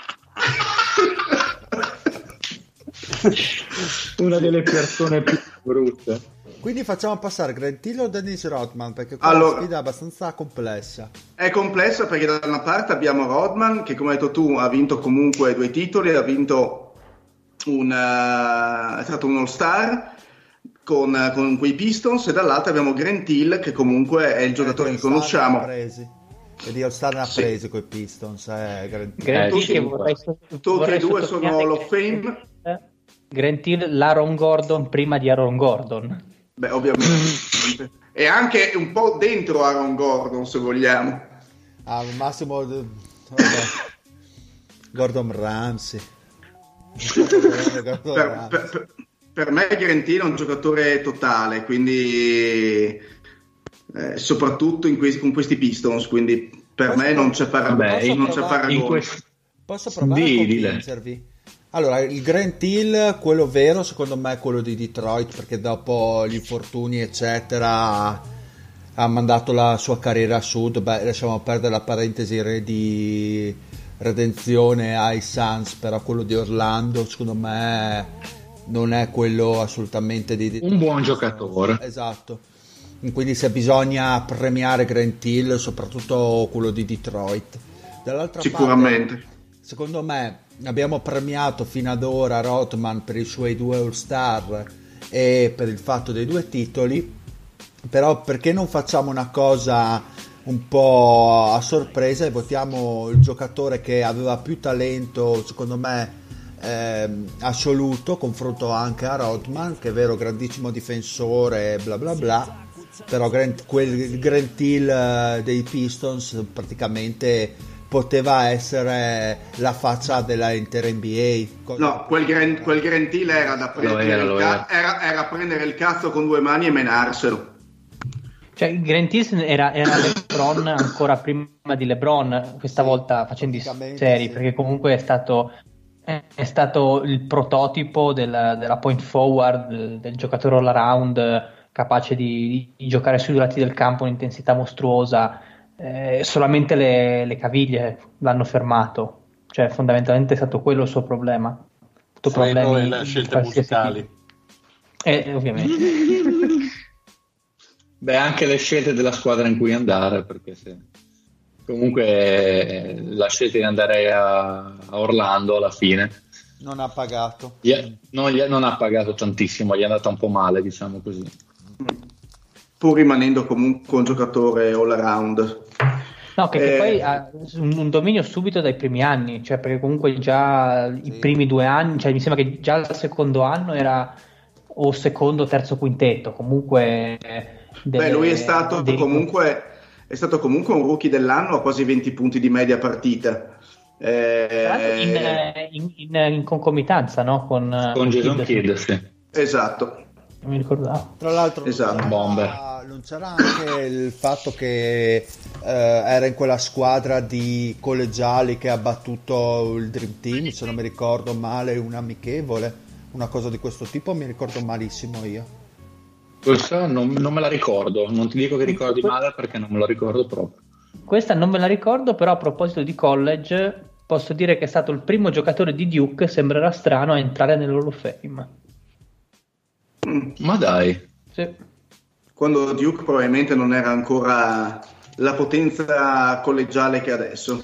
Una delle persone più brutte. Quindi facciamo passare Grant Hill o Dennis Rodman, perché qua Allora- la sfida è abbastanza complessa. È complessa perché da una parte abbiamo Rodman che, come hai detto tu, ha vinto comunque due titoli, ha vinto un uh, è stato un All-Star con, con quei Pistons, e dall'altra abbiamo Grant Hill che comunque è il giocatore che conosciamo. Presi. E di All-Star ne ha Sì. presi coi Pistons, eh, Grant Hill. Grant Eh, Hill sì, che infatti. vorrei, Tutti vorrei e due sono sottolineare Hall of che- Fame. Grant Hill, l'Aaron Gordon prima di Aaron Gordon. Beh, ovviamente. E anche un po' dentro Aaron Gordon, se vogliamo. Ah, al massimo eh, vabbè. Gordon Ramsay. Gordon Per, Ramsay. per- per- per me Grant Hill è un giocatore totale, quindi eh, soprattutto in questi, con questi Pistons, quindi per Posso- me non c'è, paragone. Vabbè, non in- c'è provare- paragone. In quest- Posso provare Di- a dile. convincervi? Allora, il Grant Hill, quello vero, secondo me è quello di Detroit, perché dopo gli infortuni, eccetera, ha mandato la sua carriera a sud. Beh, lasciamo perdere la parentesi re- di redenzione ai Suns, però quello di Orlando, secondo me, non è quello assolutamente di Detroit. Un buon giocatore. Esatto. Quindi se bisogna premiare Grant Hill, soprattutto quello di Detroit. Dall'altra Sicuramente. parte, secondo me abbiamo premiato fino ad ora Rodman per i suoi due All-Star e per il fatto dei due titoli, però perché non facciamo una cosa un po' a sorpresa e votiamo il giocatore che aveva più talento, secondo me, ehm, assoluto, confronto anche a Rodman, che è vero, grandissimo difensore, bla bla bla, però Grant, quel Grant Hill eh, dei Pistons praticamente poteva essere la faccia della intera N B A. Cosa- No, quel Grant, quel Grant Hill era da prendere, era, il lo ca- era, era prendere il cazzo con due mani e menarselo. Cioè, Grant Hill era, era LeBron ancora prima di LeBron, questa Sì, volta facendo i praticamente seri, sì. perché comunque è stato, è, è stato il prototipo della, della point forward, del, del giocatore all around, eh, capace di, di giocare sui due lati del campo, un'intensità mostruosa. Eh, solamente le, le caviglie l'hanno fermato, cioè fondamentalmente è stato quello il suo problema. Tutto Freno problemi e le di scelte qualsiasi musicali. tipo. Eh, ovviamente. Beh, anche le scelte della squadra in cui andare, perché se comunque eh, la scelta di andare a, a Orlando alla fine non ha pagato. Gli, non, gli, non ha pagato tantissimo, gli è andata un po' male, diciamo così. Pur rimanendo comunque un giocatore all around. No, che, eh, che poi ha un, un dominio subito dai primi anni, cioè perché comunque già sì. i primi due anni, cioè mi sembra che già il secondo anno era o secondo o terzo quintetto, comunque delle, beh, lui è stato dei... comunque è stato comunque un rookie dell'anno a quasi venti punti di media partita. Eh, in, in, in, in concomitanza, no? Con, con Jason Kidd, sì. Esatto. Non mi ricordavo. Tra l'altro esatto. non, c'era, non c'era anche il fatto che eh, era in quella squadra di collegiali che ha battuto il Dream Team, se non mi ricordo male, un amichevole, una cosa di questo tipo, mi ricordo malissimo io. Questa non, non me la ricordo, non ti dico che ricordi male perché non me la ricordo proprio. Questa non me la ricordo, però a proposito di college posso dire che è stato il primo giocatore di Duke, sembrerà strano, a entrare nell'Hall of Fame. Ma dai, sì. Quando Duke probabilmente non era ancora la potenza collegiale che è adesso.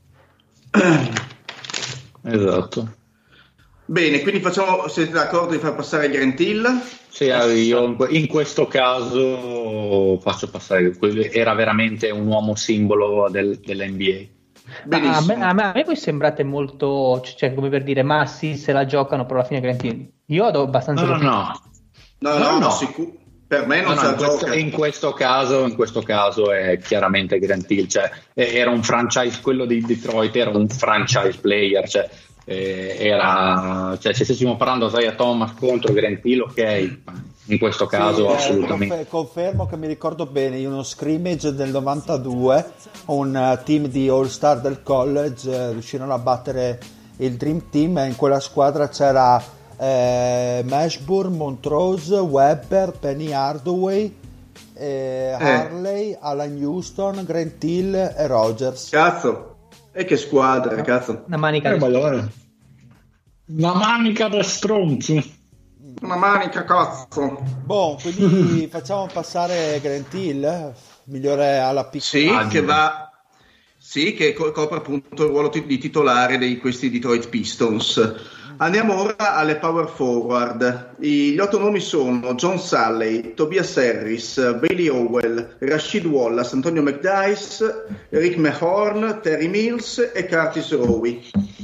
Esatto. Bene, quindi facciamo, siete d'accordo di far passare Grant Hill? Sì, io in questo caso faccio passare, era veramente un uomo simbolo del, dell'N B A. A me, a, me, a me voi sembrate molto, cioè come per dire, ma sì, se la giocano, però alla fine Grant Hill. Io do abbastanza... No, no, no. No, no, no, no. Sicur- per me non no, si no, in, questo, in questo caso in questo caso è chiaramente Grant Hill, cioè era un franchise, quello di Detroit era un franchise player, cioè eh, era, cioè se stessimo parlando Isaiah Thomas contro Grant Hill, ok, in questo caso sì, assolutamente eh, confermo che mi ricordo bene in uno scrimmage del novantadue un uh, team di All Star del college uh, riuscirono a battere il Dream Team e in quella squadra c'era eh, Mashburn, Montrose, Webber, Penny Hardaway, eh, eh. Harley, Alan Houston, Grant Hill e Rogers. Cazzo, e che squadra, cazzo. Una manica eh, di allora. Una manica da stronzi. Una manica, cazzo. Boh, quindi facciamo passare Grant Hill, migliore alla piccola. Sì, ah, che va... Sì, che copre appunto il ruolo di titolare di questi Detroit Pistons. Andiamo ora alle power forward. Gli otto nomi sono John Salley, Tobias Harris, Bailey Howell, Rashid Wallace, Antonio McDyess, Rick Mahorn, Terry Mills e Curtis Rowe.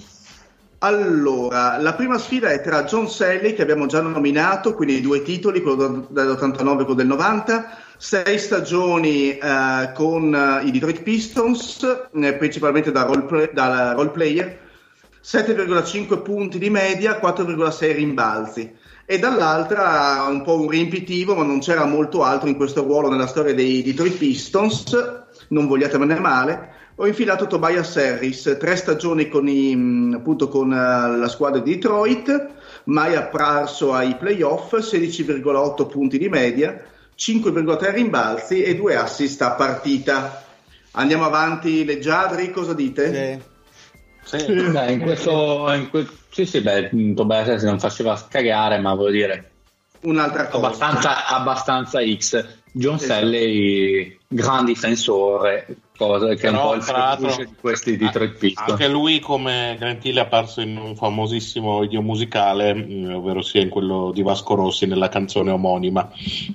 Allora, la prima sfida è tra John Salley, che abbiamo già nominato, quindi due titoli, quello dell'ottantanove e quello del novanta, sei stagioni eh, con uh, i Detroit Pistons, eh, principalmente da role, play, da role player, sette virgola cinque punti di media, quattro virgola sei rimbalzi. E dall'altra un po' un riempitivo, ma non c'era molto altro in questo ruolo nella storia dei Detroit Pistons, non vogliatemene male. Ho infilato Tobias Harris, tre stagioni con, i, appunto, con uh, la squadra di Detroit, mai apparso ai playoff, sedici virgola otto punti di media, cinque virgola tre rimbalzi e due assist a partita. Andiamo avanti, leggiadri, cosa dite? Sì, sì. Beh, in questo, in que- sì, sì, beh, Tobias Harris non faceva cagare, ma voglio dire un'altra cosa. Abbastanza, abbastanza X. John esatto. Salley, gran difensore, cosa che però, è un po' il frecciuccio di questi Detroit Pistons. Anche lui, come Grant Hill, è apparso in un famosissimo video musicale, mh, ovvero sia in quello di Vasco Rossi nella canzone omonima.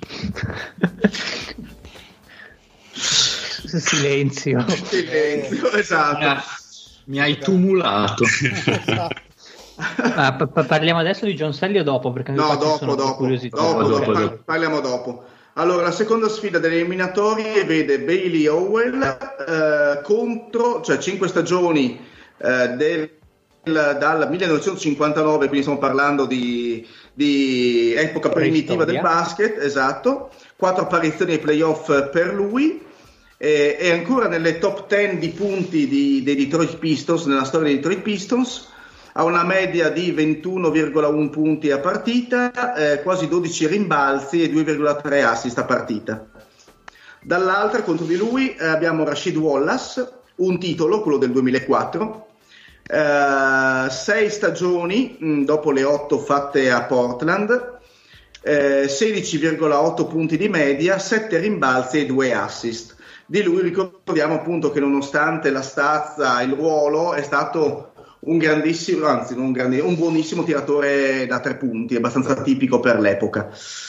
Silenzio. Silenzio, esatto. Mi, ha, mi hai tumulato. Ah, p- parliamo adesso di John Salley o dopo? Perché no, dopo, dopo, dopo, dopo, dopo. Parliamo dopo. Allora, la seconda sfida delle eliminatorie vede Bailey Howell eh, contro, cioè cinque stagioni eh, del, dal millenovecentocinquantanove, quindi stiamo parlando di, di epoca primitiva del basket, esatto, quattro apparizioni ai playoff per lui. E, e ancora nelle top dieci di punti di, dei Detroit Pistons, nella storia dei Detroit Pistons, ha una media di ventuno virgola uno punti a partita, eh, quasi dodici rimbalzi e due virgola tre assist a partita. Dall'altra, contro di lui, eh, abbiamo Rashid Wallace, un titolo, quello del duemilaquattro, eh, sei stagioni mh, dopo le otto fatte a Portland, eh, sedici virgola otto punti di media, sette rimbalzi e due assist. Di lui ricordiamo appunto che nonostante la stazza, il ruolo, è stato un grandissimo, anzi non un grandissimo, un buonissimo tiratore da tre punti, abbastanza tipico per l'epoca.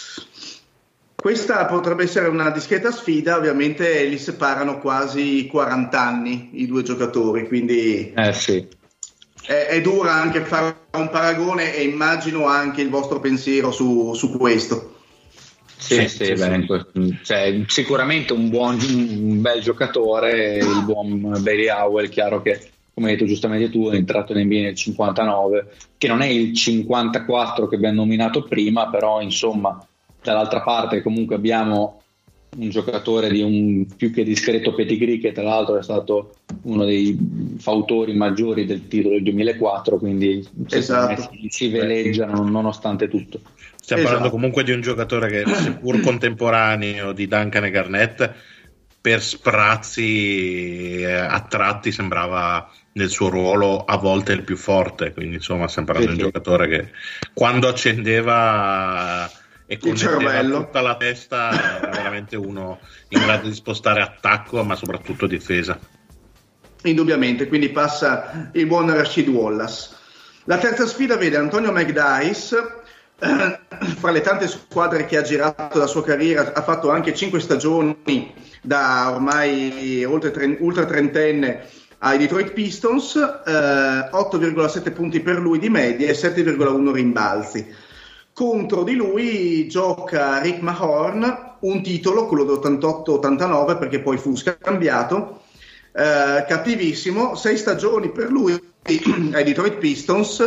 Questa potrebbe essere una discreta sfida, ovviamente li separano quasi quaranta anni i due giocatori, quindi eh sì. è, è dura anche fare un paragone e immagino anche il vostro pensiero su, su questo. Sì, sì, sì, beh, cioè, sicuramente un buon, un bel giocatore, il buon Bailey Howell, chiaro che, come hai detto giustamente tu, è entrato in N B A nel cinquantanove, che non è il cinquantaquattro che abbiamo nominato prima, però insomma dall'altra parte comunque abbiamo un giocatore di un più che discreto pedigree, che tra l'altro è stato uno dei fautori maggiori del titolo del duemilaquattro, quindi esatto. si, si veleggiano nonostante tutto. Stiamo Esatto. parlando comunque di un giocatore che, seppur contemporaneo di Duncan e Garnett, per sprazzi eh, a tratti sembrava nel suo ruolo a volte il più forte, quindi insomma stiamo parlando di un giocatore che quando accendeva e connetteva tutta la testa era veramente uno in grado di spostare attacco ma soprattutto difesa. Indubbiamente, quindi passa il buon Rasheed Wallace. La terza sfida vede Antonio McDyess, eh, fra le tante squadre che ha girato la sua carriera, ha fatto anche cinque stagioni da ormai oltre tre, ultra trentenne ai Detroit Pistons, eh, otto virgola sette punti per lui di media e sette virgola uno rimbalzi. Contro di lui gioca Rick Mahorn, un titolo, quello dell'ottantotto ottantanove, perché poi fu scambiato, eh, cattivissimo, sei stagioni per lui ai Detroit Pistons,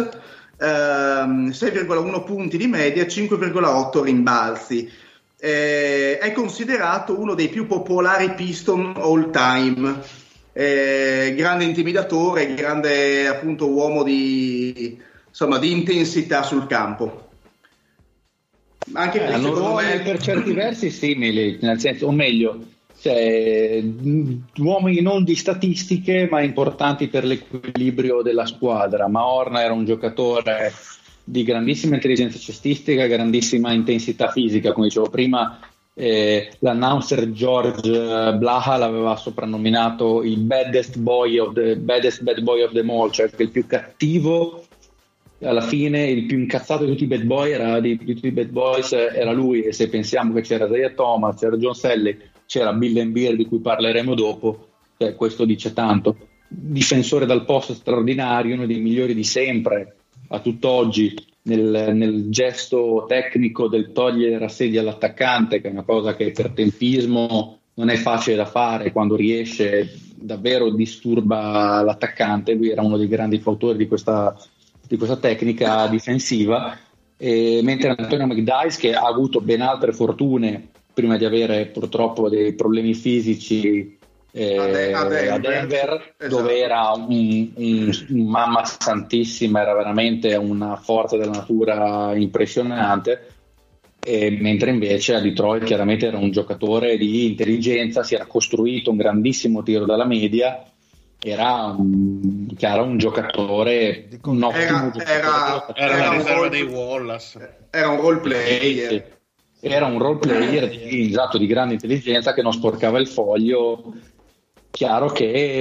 eh, sei virgola uno punti di media, cinque virgola otto rimbalzi. Eh, è considerato uno dei più popolari Piston all time, eh, grande intimidatore, grande appunto uomo di, insomma, di intensità sul campo. Anche eh, hanno ruoli me... per certi versi simili, nel senso, o meglio, cioè, uomini non di statistiche ma importanti per l'equilibrio della squadra. Mahorn era un giocatore di grandissima intelligenza cestistica, grandissima intensità fisica, come dicevo prima. Eh, l'announcer George Blaha l'aveva soprannominato il baddest boy of the baddest bad boy of them all, cioè il più cattivo. Alla fine il più incazzato di tutti i bad boy era, di, di tutti i bad boys era lui, e se pensiamo che c'era Isaiah Thomas, c'era John Sally, c'era Bill Laimbeer di cui parleremo dopo, cioè, questo dice tanto. Difensore dal posto straordinario, uno dei migliori di sempre a tutt'oggi nel, nel gesto tecnico del togliere assedi all'attaccante, che è una cosa che per tempismo non è facile da fare, quando riesce davvero disturba l'attaccante. Lui era uno dei grandi fautori di questa di questa tecnica difensiva, e mentre Antonio McDyess, che ha avuto ben altre fortune prima di avere purtroppo dei problemi fisici eh, a, De- a Denver, a Denver esatto. dove era un, un, un mamma santissima, era veramente una forza della natura impressionante, e mentre invece a Detroit chiaramente era un giocatore di intelligenza, si era costruito un grandissimo tiro dalla media, era un, chiaro un giocatore, un ottimo era, giocatore. Era, era, era la un riserva role, dei Wallace. Era un role player. Sì, sì. Era un role player di, esatto, di grande intelligenza, che non sporcava il foglio. Chiaro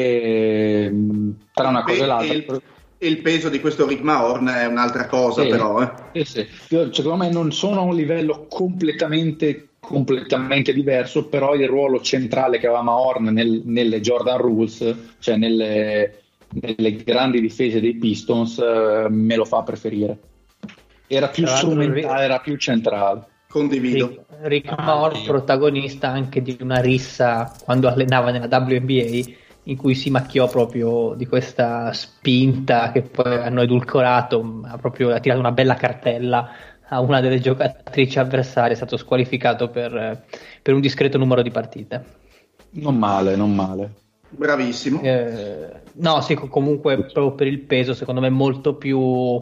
che tra una cosa e l'altra. Il, il peso di questo Rick Mahorn è un'altra cosa, sì, però. Eh. Sì, sì. Io, secondo me non sono a un livello completamente completamente diverso, però il ruolo centrale che aveva Mahorn nel, nelle Jordan Rules, cioè nelle, nelle grandi difese dei Pistons, eh, me lo fa preferire. Era più strumentale, era più centrale. Condivido. Rick, Rick Mahorn, protagonista anche di una rissa quando allenava nella W N B A, in cui si macchiò proprio di questa spinta che poi hanno edulcorato, ha proprio ha tirato una bella cartella a una delle giocatrici avversarie, è stato squalificato per, per un discreto numero di partite. Non male, non male. Bravissimo. Eh, no, sì, comunque proprio per il peso, secondo me molto più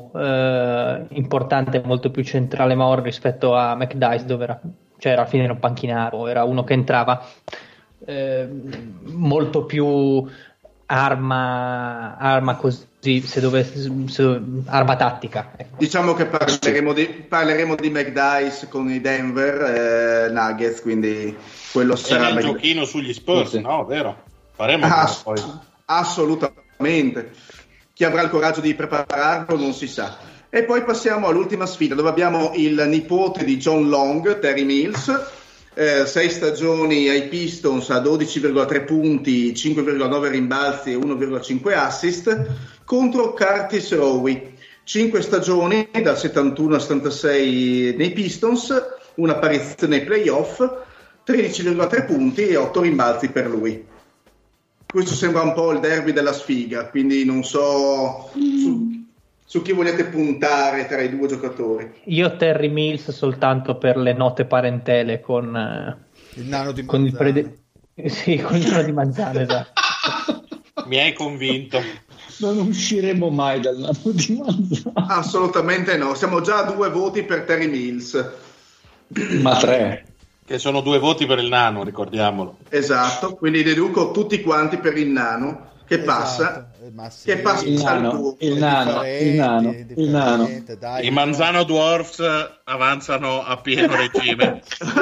eh, importante, molto più centrale Mahorn rispetto a McDyess, dove era, cioè alla fine era un panchinaro, era uno che entrava eh, molto più arma, arma così se dovesse se, arma tattica, ecco. Diciamo che parleremo di, parleremo di McDice con i Denver eh, Nuggets, quindi quello sarà il Mc... giochino sugli Spurs, sì. No, vero? Faremo Ass- poi. Assolutamente. Chi avrà il coraggio di prepararlo non si sa. E poi passiamo all'ultima sfida, dove abbiamo il nipote di John Long, Terry Mills, eh, sei stagioni ai Pistons a dodici virgola tre punti, cinque virgola nove rimbalzi e uno virgola cinque assist, contro Curtis Rowe, cinque stagioni dal settantuno al settantasei nei Pistons, una apparizione ai playoff, tredici virgola tre punti e otto rimbalzi per lui. Questo sembra un po' il derby della sfiga, quindi non so su, su chi volete puntare tra i due giocatori. Io Terry Mills soltanto per le note parentele con eh, il nano di con il, Manzano. prede- sì, con il nano di Manzano, esatto. Mi hai convinto. Non usciremo mai dal nano di Manzano. Assolutamente no, siamo già a due voti per Terry Mills. Ma tre. Che sono due voti per il nano, ricordiamolo. Esatto, quindi deduco tutti quanti per il nano che passa, Esatto. Ma sì, che passa Il al nano, tuo. il nano, il nano, il nano. Dai, I Manzano Dwarfs avanzano a pieno regime.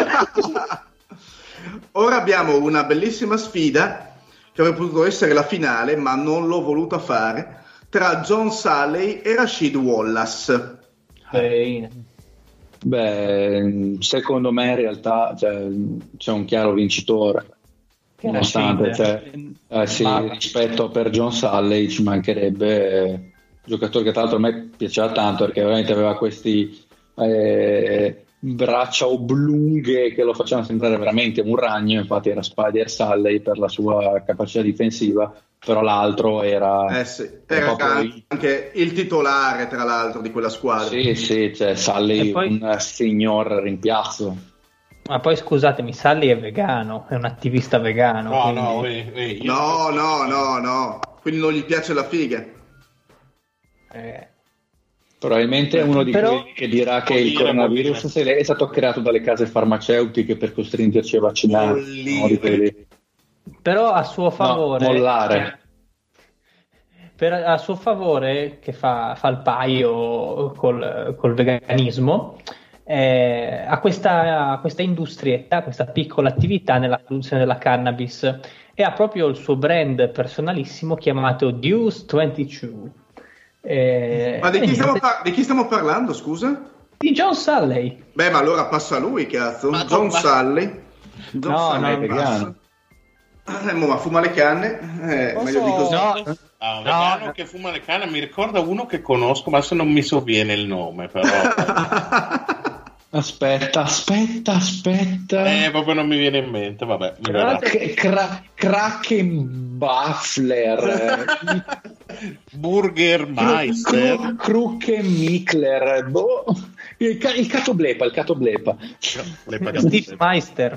Ora abbiamo una bellissima sfida che avrebbe potuto essere la finale, ma non l'ho voluta fare, tra John Salley e Rashid Wallace. Eh, Beh, secondo me in realtà cioè, c'è un chiaro vincitore, Che nonostante Rashid. cioè, eh, sì, Ma- rispetto per John Salley ci mancherebbe, eh, giocatore che tra l'altro a me piaceva tanto perché veramente aveva questi eh, braccia oblunghe che lo facevano sembrare veramente un ragno. Infatti era Spider Salley per la sua capacità difensiva, però l'altro era Eh sì, era proprio anche il titolare tra l'altro di quella squadra. sì, sì, cioè Salley E poi- un signor rimpiazzo. Ma poi scusatemi, Sally è vegano, è un attivista vegano. No, quindi- no, eh, eh, io- No, no, no, no, quindi non gli piace la figa. eh, Probabilmente è uno di Però- quelli che dirà che Vuol il dire, coronavirus vuol se- è stato creato dalle case farmaceutiche per costringerci a vaccinare. Vuol dire. Uno di quelli- Però a suo favore, No, mollare. per, a suo favore, che fa, fa il paio col, col veganismo, eh, ha questa, ha questa industrietta, questa piccola attività nella produzione della cannabis e ha proprio il suo brand personalissimo chiamato Deuce ventidue. Eh, Ma di chi, e stiamo niente, par- di chi stiamo parlando, scusa? di John Salley. Beh, ma allora passa lui, cazzo. Ma- John ma- Salley. John No, Salley no, è passa. vegano. Eh, mo, ma fuma le canne? Eh, Posso- meglio di così. No, Ah, un No, vegano no. che fuma le canne mi ricorda uno che conosco, ma se non mi sovviene il nome, però. Aspetta, aspetta, aspetta. eh, proprio non mi viene in mente, vabbè. Mi verrà. K- Kra- Kraken Buffler, Burger Meister. Kruken Mikler, boh. il, ca- il Cato Blepa, il Cato Blepa. Le pagate Steve Meister.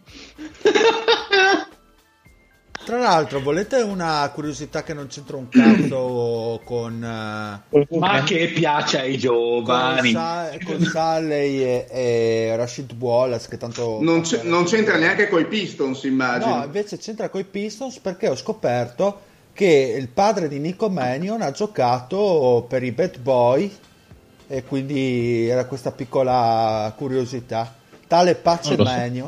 Tra l'altro, volete una curiosità che non c'entra un cazzo con, eh, Ma che piace ai con, giovani. Sa- con Salley e, e Rashid Wallace, che tanto Non, c'è- non c'entra neanche coi Pistons, immagino. No, invece c'entra coi Pistons perché ho scoperto che il padre di Nico Mannion ha giocato per i Bad Boy e quindi era questa piccola curiosità. Tale Pace Non lo so. Mannion.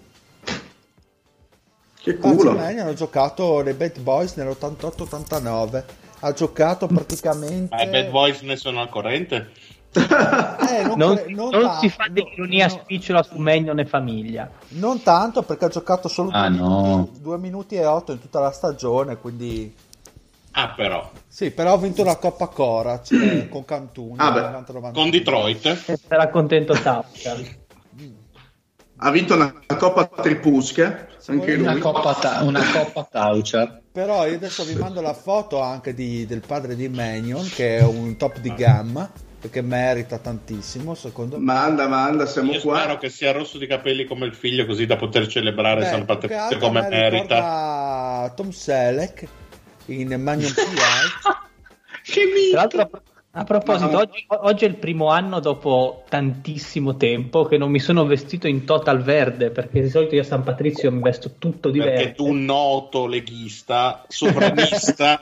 Che Pace culo. Mannion ha giocato nei Bad Boys nell'ottantotto ottantanove. Ha giocato praticamente... Ma i Bad Boys ne sono al corrente? Eh, non, Non, cre- non non ta- si fa no, dell'ironia no, spicciola su Mannion e famiglia. non tanto perché ha giocato solo Ah, due, no. minuti, due minuti e otto in tutta la stagione, quindi... Ah, però. Sì, però ha vinto la Coppa Cora cioè, con Cantù Ah, beh. novanta novanta. Con Detroit. E sarà contento Taucher. Ha vinto una Coppa Tripusca, anche Una lui. coppa, ta- una coppa Taucher. Però io adesso vi mando la foto anche di- del padre di Mannion, che è un top di gamma, perché merita tantissimo, secondo me. Manda, manda, siamo Io qua. spero che sia rosso di capelli come il figlio, così da poter celebrare Beh, San più che Patrizio altro come a me merita. ricorda Tom Selleck in Magnum P I. Che Tra l'altro, A proposito, Ma... oggi, oggi è il primo anno dopo tantissimo tempo che non mi sono vestito in total verde, perché di solito io a San Patrizio mi vesto tutto di perché verde. tu noto leghista, sovranista,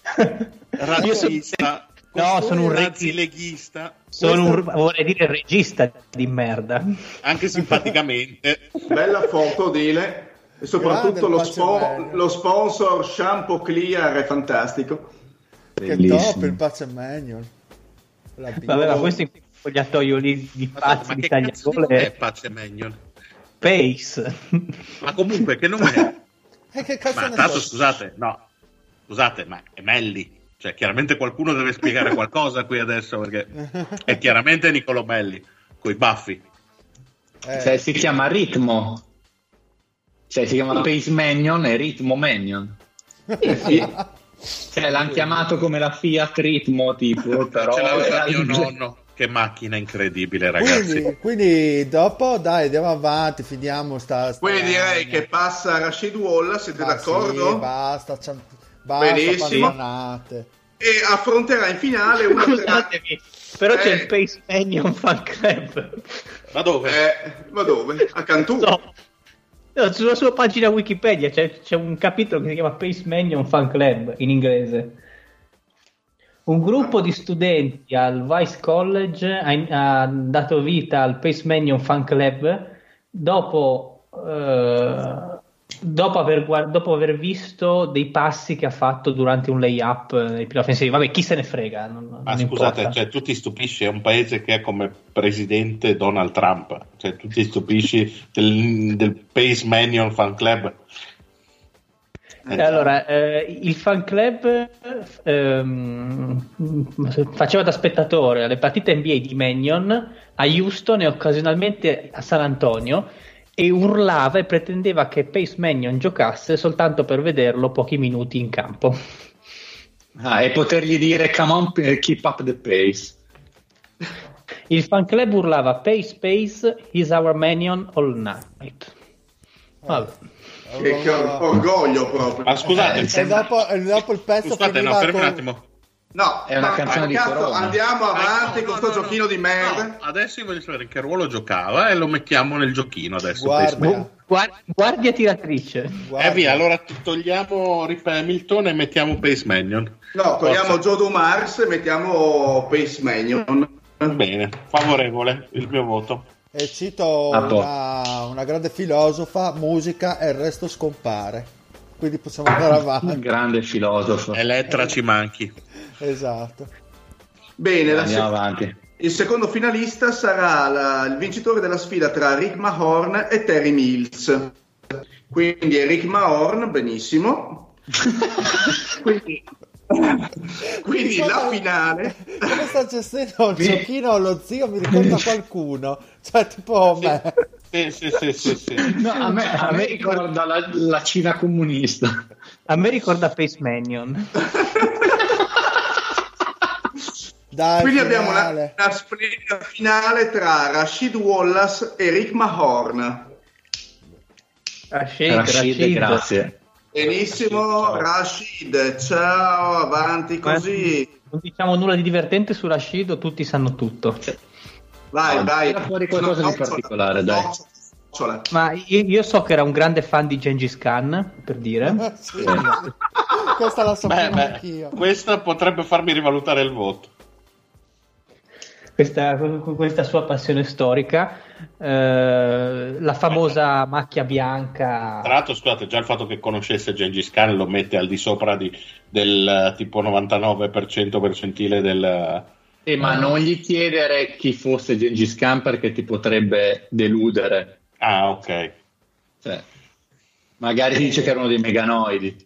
razzista, No, sono un nazi reg- leghista, sono un, vorrei dire regista di merda. anche simpaticamente. Bella foto, Dile. E soprattutto lo, spo- Pacemegno. lo sponsor Shampoo Clear è fantastico. Che Bellissimo. top il Pacemegno. La Vabbè, ma questo è un spogliatoio lì di Ma, pazzi, ma di che cazzo di nome è tagliagole. Pace Magnon? Pace. Ma comunque che nome è? E che cazzo Ma ne tanto so? scusate, no, scusate, ma è Melli. Cioè, chiaramente qualcuno deve spiegare qualcosa qui adesso, perché è chiaramente Niccolò Melli, coi baffi. Eh, Cioè, si chiama Ritmo. Cioè, si chiama Pace Magnon e Ritmo Magnon. Cioè, l'hanno chiamato come la Fiat Ritmo, tipo, però... Ce l'aveva era- mio nonno. Che macchina incredibile, ragazzi. quindi, quindi dopo, dai, andiamo avanti, finiamo sta... sta Quindi direi lagna. che passa Rashid Wallace, siete Ma d'accordo? Sì, basta, c'ha- basta Benissimo. pallonate. E affronterà in finale una Scusatemi, però c'è Eh. il Pace Manion Fan Club. Ma dove? Eh, ma dove? A Cantù? No. No, sulla sua pagina Wikipedia c'è, c'è un capitolo che si chiama Pace Manion Fan Club in inglese. Un gruppo di studenti al Vice College ha, ha dato vita al Pace Manion Fan Club dopo, eh, dopo, aver, guard- dopo aver visto dei passi che ha fatto durante un layup nei playoff offensivi. Vabbè, chi se ne frega? Non, non Ma scusate, importa. cioè, tu ti stupisci, è un paese che è come presidente Donald Trump, cioè tu ti stupisci del, del Pace Manion Fan Club. Eh, Allora, eh, il fan club ehm, faceva da spettatore alle partite N B A di Mannion a Houston e occasionalmente a San Antonio e urlava e pretendeva che Pace Mannion giocasse soltanto per vederlo pochi minuti in campo. Ah, e potergli dire come on, keep up the pace. Il fan club urlava Pace, Pace, he's our Mannion all night. Vabbè. Che, che or- orgoglio proprio. Ma scusate, Eh, E dopo, e dopo il pezzo scusate, finiva no, fermi un con- attimo. No, È una ma- canzone ma di cazzo, Corona. andiamo avanti Eh, no, con no, sto no, giochino no. di merda. No, adesso io voglio sapere in che ruolo giocava e lo mettiamo nel giochino adesso. Guarda. Pace Manion. Guardia, guardia tiratrice. Guarda. Eh via, allora t- togliamo Rip Hamilton e mettiamo Pace Manion. No, togliamo Forza. Joe Dumars e mettiamo Pace Manion. Bene, favorevole il mio voto. E cito Ah, boh. una, una grande filosofa, musica e il resto scompare. Quindi possiamo andare Un avanti. grande filosofo. Elettra ci manchi. Esatto. Bene, la Andiamo se- avanti. il secondo finalista sarà la- il vincitore della sfida tra Rick Mahorn e Terry Mills. Quindi è Rick Mahorn, benissimo. quindi, quindi la finale. Come sta gestendo il giochino allo zio? Mi ricorda qualcuno. Cioè, tipo me. Sì, sì, sì, sì, sì. No, a me, a me ricorda la, la Cina comunista. A me ricorda Pace Manion. Dai, Quindi abbiamo una, finale. una splendida finale tra Rashid Wallace e Rick Mahorn. Rashid, Rashid, Rashid. grazie. Benissimo, Rashid, ciao, avanti così. Non diciamo nulla di divertente su Rashid o tutti sanno tutto. Vai, No, vai. tira fuori qualcosa di Nocciola, particolare, dai. nocciola. Ma io, io so che era un grande fan di Gengis Khan, per dire. Sì. Questa la Beh, sapevo beh, anch'io. questa potrebbe farmi rivalutare il voto. Questa, questa sua passione storica, eh, la famosa macchia bianca. Tra l'altro, scusate, già il fatto che conoscesse Gengis Khan lo mette al di sopra di, del eh, tipo novantanove per cento percentile del... Eh, ma non gli chiedere chi fosse Gengis Khan perché ti potrebbe deludere. Ah, ok. Cioè, magari dice che erano dei meganoidi.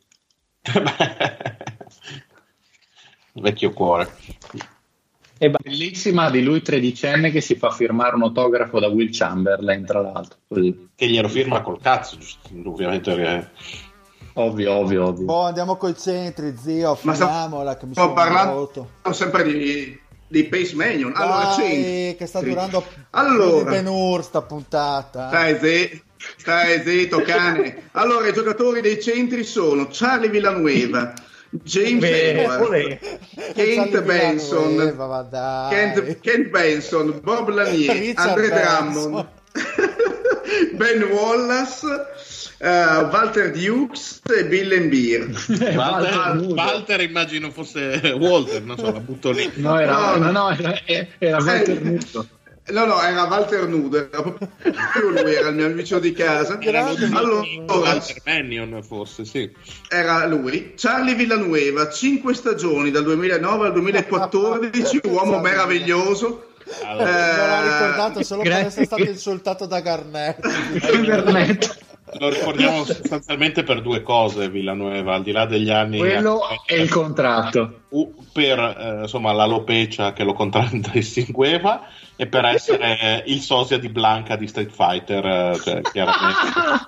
Vecchio cuore. E ba- Bellissima di lui tredicenne che si fa firmare un autografo da Will Chamberlain, tra l'altro. Così. Che glielo firma col cazzo, giusto? Ovviamente. eh. Ovvio, ovvio, ovvio. Boh, andiamo coi centri, zio. Ma sta- Finiamola che mi Stiamo sono parlando rotto. sempre di, di Pace Manion. Allora, Dai, centri. che sta durando Allora. più di Ben-Hur sta puntata. Stai zitto, stai zitto, cane. Allora, i giocatori dei centri sono Charlie Villanueva, James Edwards, Kent Benson, Kent, Kent Benson, Bob Lanier, Andre Drummond, Ben Wallace, uh, Walter Dukes e Bill Embiid. Walter, Walter immagino fosse Walter, non so, la butto lì. No, era, no, no, no, era, era Walter Nudo. No, no, era Walter Nudo, era proprio lui, era il mio vicino di casa. Era allora, Walter Mannion, forse, sì. Era lui. Charlie Villanueva, cinque stagioni, dal duemilanove al duemilaquattordici, uomo meraviglioso. Allora, eh, me l'ho ricordato solo per essere stato insultato da Garnett. Garnett. Lo ricordiamo sostanzialmente per due cose, Villanueva, al di là degli anni. Quello è il contratto. Per eh, insomma l'alopecia che lo contraddistingueva e per essere il sosia di Blanca di Street Fighter, eh, cioè, chiaramente.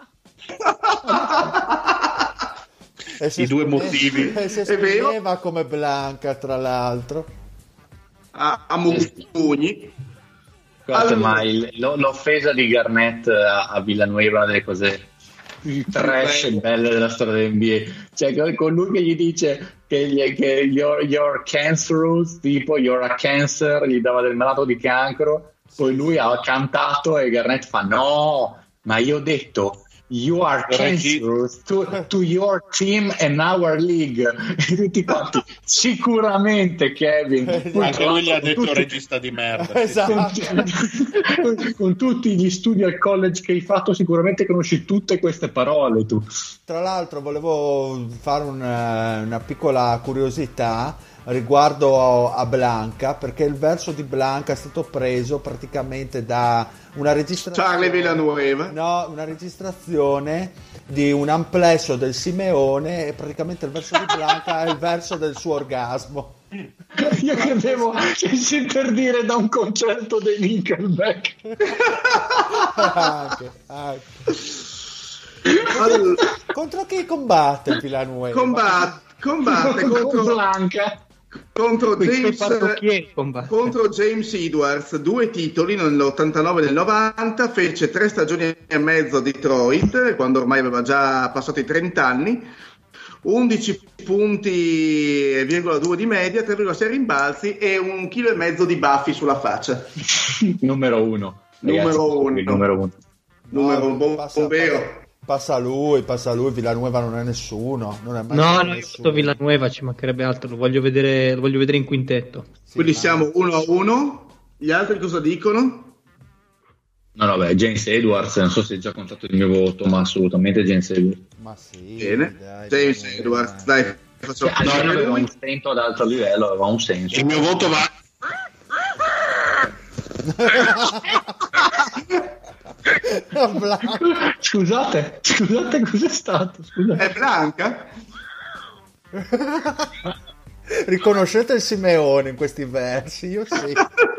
I due motivi. E si esprimeva come Blanca, tra l'altro. A, a Mugugni. Allora. Ma il, l'offesa di Garnett a, a Villanueva è una delle cose più trash e belle della storia dell'N B A. Cioè, con lui che gli dice che, gli, che you're, you're cancerous, tipo you're a cancer, gli dava del malato di cancro, poi lui ha cantato e Garnett fa no, ma io ho detto you are cancerous to, to your team and our league. E tutti quanti sicuramente Kevin, anche lui gli ha detto tutti, regista di merda, esatto. con, con tutti gli studi al college che hai fatto sicuramente conosci tutte queste parole tu. Tra l'altro volevo fare una, una piccola curiosità riguardo a Blanca, perché il verso di Blanca è stato preso praticamente da una registrazione Charlie Villanueva no, una registrazione di un amplesso del Simeone e praticamente il verso di Blanca è il verso del suo orgasmo. Io credevo che per dire da un concerto dei Nickelback. anche, anche. Allora, contro chi combatte Villanueva? Combatte, combatte contro Blanca. Contro James, contro James Edwards, due titoli nell'ottantanove e nel novanta, fece tre stagioni e mezzo a Detroit quando ormai aveva già passato i trenta anni, undici punti e virgola due di media, tre virgola sei rimbalzi e un chilo e mezzo di baffi sulla faccia. Numero uno. Numero Ragazzi, uno. Numero uno. Numero no, buon, passa, vero. Passa lui, passa lui, Villanueva non è nessuno. Non è mai no, no, nessuno. io Villanueva ci mancherebbe altro, lo voglio vedere, lo voglio vedere in quintetto. Sì, quindi siamo uno a uno. Gli altri cosa dicono? No, no, beh, James Edwards, non so se hai già contato il mio voto, ma assolutamente James Edwards. Ma sì. Bene, dai, James dai, Edwards, dai. Facciamo cioè, allora aveva un stento ad alto livello, aveva un senso. Il mio voto va. Scusate, scusate, cos'è stato? Scusate. È Blanca? Riconoscete il Simeone in questi versi? Io sì.